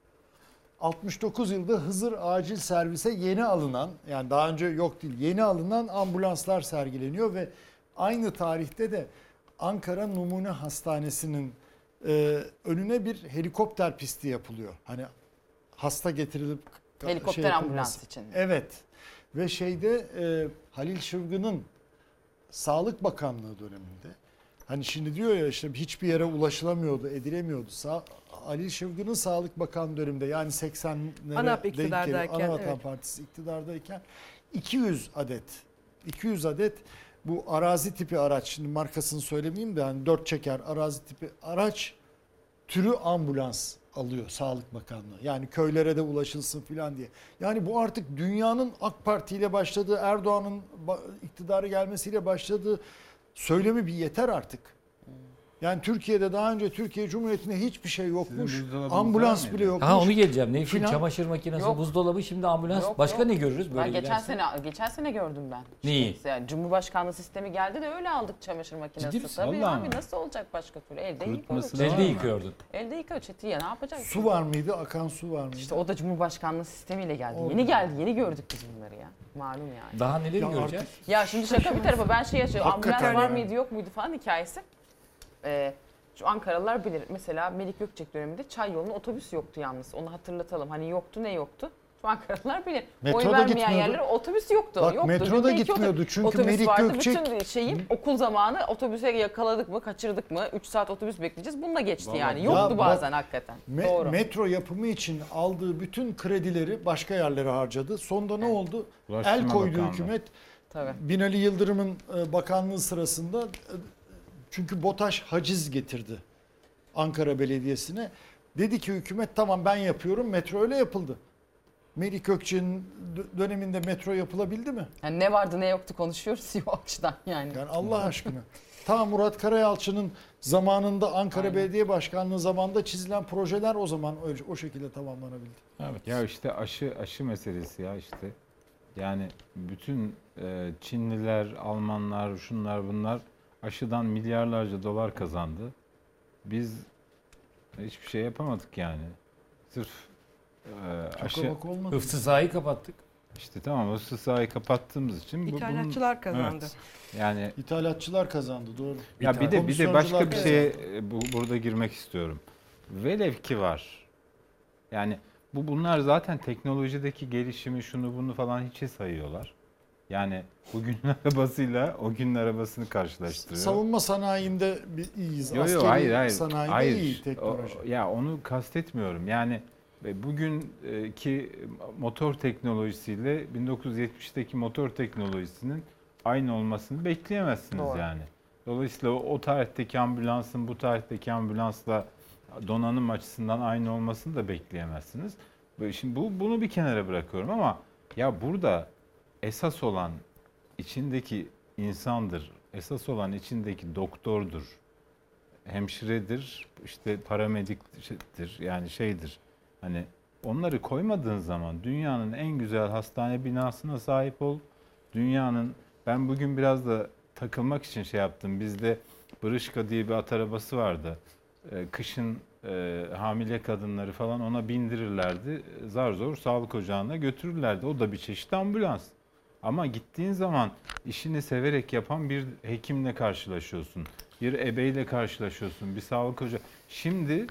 69 yılda Hızır acil servise yeni alınan, yani daha önce yok değil, yeni alınan ambulanslar sergileniyor ve aynı tarihte de Ankara Numune Hastanesi'nin önüne bir helikopter pisti yapılıyor. Hani hasta getirilip Helikopter yapılması. ambulans için. Evet. Ve şeyde Halil Şıvgı'nın Sağlık Bakanlığı döneminde Hani şimdi diyor ya işte hiçbir yere ulaşılamıyordu, edilemiyordu. Ali Şıvgı'nın Sağlık Bakanı döneminde yani 80'lere ANAP denk iktidardayken, geliyor. Anavatan evet. Partisi iktidardayken 200 adet bu arazi tipi araç, şimdi markasını söylemeyeyim de hani 4 çeker arazi tipi araç türü ambulans alıyor Sağlık Bakanlığı. Yani köylere de ulaşılsın filan diye. Yani bu artık dünyanın AK Parti ile başladığı, Erdoğan'ın iktidara gelmesiyle başladığı söylemi bir yeter artık. Yani Türkiye'de daha önce Türkiye Cumhuriyeti'nde hiçbir şey yokmuş. Sizin buzdolabınız Ambulans var mıydı? bile yokmuş. Ha onu geleceğim. Ne Filan. çamaşır makinesi, Yok. buzdolabı, şimdi ambulans. Yok, Başka yok. ne görürüz böyle Ben giderse? geçen sene gördüm ben. Neyi? İşte yani Cumhurbaşkanlığı sistemi geldi de öyle aldık çamaşır makinesi. Ciddi misin? Tabii Vallahi abi mi? nasıl olacak başka türlü? Elde Kurutması yıkıyoruz. da Elde var mı? yıkıyordun. Elde yıkıyor çetiye ne yapacak? Su var mıydı? Akan su var mıydı? İşte o da Cumhurbaşkanlığı sistemiyle geldi. Orada. Yeni geldi, yeni gördük biz bunları ya. Malum yani. Daha neleri Ya göreceğiz? Ya şimdi şaka bir tarafa ben şey yaşıyorum. Hakikaten Ambulans var yani. mıydı yok muydu falan hikayesi. Şu Ankaralılar bilir. Mesela Melik Gökçek döneminde çay yolunda otobüs yoktu yalnız. Onu hatırlatalım. Hani yoktu ne yoktu? Şu Ankaralılar bilir. Metro Oy da vermeyen gitmiyordu. yerlere otobüs yoktu. Bak, yoktu. metro da Günde iki gitmiyordu çünkü otobüs Melik vardı. Gökçek- Bütün şeyin okul zamanı otobüse yakaladık mı, kaçırdık mı, 3 saat otobüs bekleyeceğiz. Bununla geçti yani. Ya Yoktu bak, bazen hakikaten. Doğru. Metro yapımı için aldığı bütün kredileri başka yerlere harcadı. Sonunda ne oldu? Ulaştırma El koydu Bakanlığı. hükümet. Tabii. Binali Yıldırım'ın bakanlığı sırasında çünkü BOTAŞ haciz getirdi Ankara Belediyesi'ne. Dedi ki hükümet tamam ben yapıyorum. Metro öyle yapıldı. Melik Gökçek'in döneminde metro yapılabildi mi? Yani ne vardı ne yoktu konuşuyoruz ya o açıdan yani. Yani Allah aşkına. Ta Murat Karayalçı'nın zamanında Ankara Aynen. Belediye Başkanlığı zamanında çizilen projeler o zaman o şekilde tamamlanabildi. Evet. Ya işte aşı meselesi ya işte. Yani bütün Çinliler, Almanlar, şunlar bunlar aşıdan milyarlarca dolar kazandı. Biz hiçbir şey yapamadık yani. Sırf aşı Çok olmadı. Hıfzı sahayı kapattık. işte tamam o sahayı kapattığımız için İthalatçılar kazandı. Evet. Yani İthalatçılar kazandı doğru. ya bir de başka bir Komisyoncular şeye burada girmek istiyorum. Velev ki var. Yani bunlar zaten teknolojideki gelişimi şunu bunu falan hiçe sayıyorlar. Yani bugünün arabasıyla o günün arabasını karşılaştırıyor. Savunma sanayinde iyiyiz. Yo, Askeri hayır. sanayide Hayır. iyi teknoloji. Ya onu kastetmiyorum. Yani bugünkü motor teknolojisiyle 1970'teki motor teknolojisinin aynı olmasını bekleyemezsiniz Doğru. yani. Dolayısıyla o tarihteki ambulansın bu tarihteki ambulansla donanım açısından aynı olmasını da bekleyemezsiniz. Şimdi bunu bir kenara bırakıyorum ama ya burada esas olan içindeki insandır. Esas olan içindeki doktordur. Hemşiredir, işte paramediktir, yani şeydir. Hani onları koymadığın zaman dünyanın en güzel hastane binasına sahip ol. Ben bugün biraz da takılmak için şey yaptım. Bizde Brışka diye bir at arabası vardı. Kışın hamile kadınları falan ona bindirirlerdi. Zar zor sağlık ocağına götürürlerdi. O da bir çeşit ambulans. Ama gittiğin zaman işini severek yapan bir hekimle karşılaşıyorsun. Bir ebeyle karşılaşıyorsun. Bir sağlık hoca. Şimdi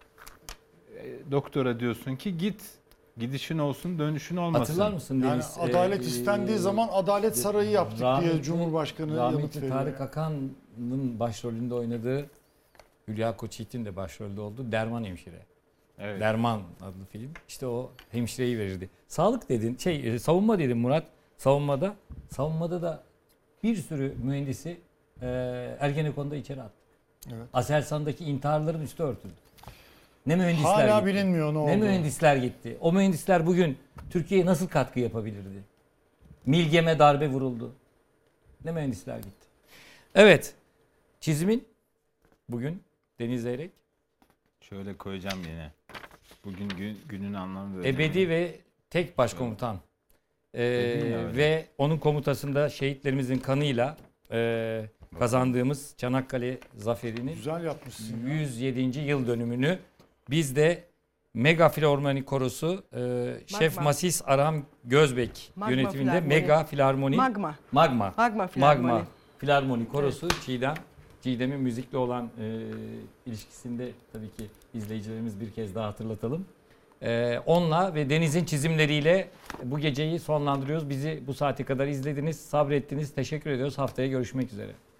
doktora diyorsun ki git. Gidişin olsun, dönüşün olmasın. Hatırlar mısın Yani Deniz? adalet istendiği zaman Adalet Sarayı yaptık diye rahmetli- Cumhurbaşkanı yanıt Rahmetli veriyor. Tarık Akan'ın başrolünde oynadığı, Hülya Koçyiğit'in de başrolde olduğu Derman Hemşire. Evet. Derman adlı film. İşte o hemşireyi verirdi. Sağlık dedin, savunma dedin Murat. Savunmada da bir sürü mühendisi Ergenekon'da içeri attı. Evet. Aselsan'daki intiharların üstü örtüldü. Ne mühendisler Hala gitti. bilinmiyor ne oldu. Ne mühendisler gitti. O mühendisler bugün Türkiye'ye nasıl katkı yapabilirdi? Milgem'e darbe vuruldu. Ne mühendisler gitti. Evet. Çizimin bugün Deniz Zeyrek. Şöyle koyacağım yine. Bugün günün anlamı böyle. Ebedi ve tek başkomutan. öyle. Ve onun komutasında şehitlerimizin kanıyla kazandığımız Çanakkale zaferinin Güzel yapmışsın. 107. yıl dönümünü biz de Mega Filarmoni Korosu Şef Masis Aram Gözbek Magma yönetiminde Filarmoni. Mega Filarmoni Magma Filarmoni. Filarmoni Korosu Çiğdem'in müzikle olan ilişkisinde tabii ki izleyicilerimiz bir kez daha hatırlatalım. Onunla ve Deniz'in çizimleriyle bu geceyi sonlandırıyoruz. Bizi bu saate kadar izlediniz, sabrettiniz. Teşekkür ediyoruz. Haftaya görüşmek üzere.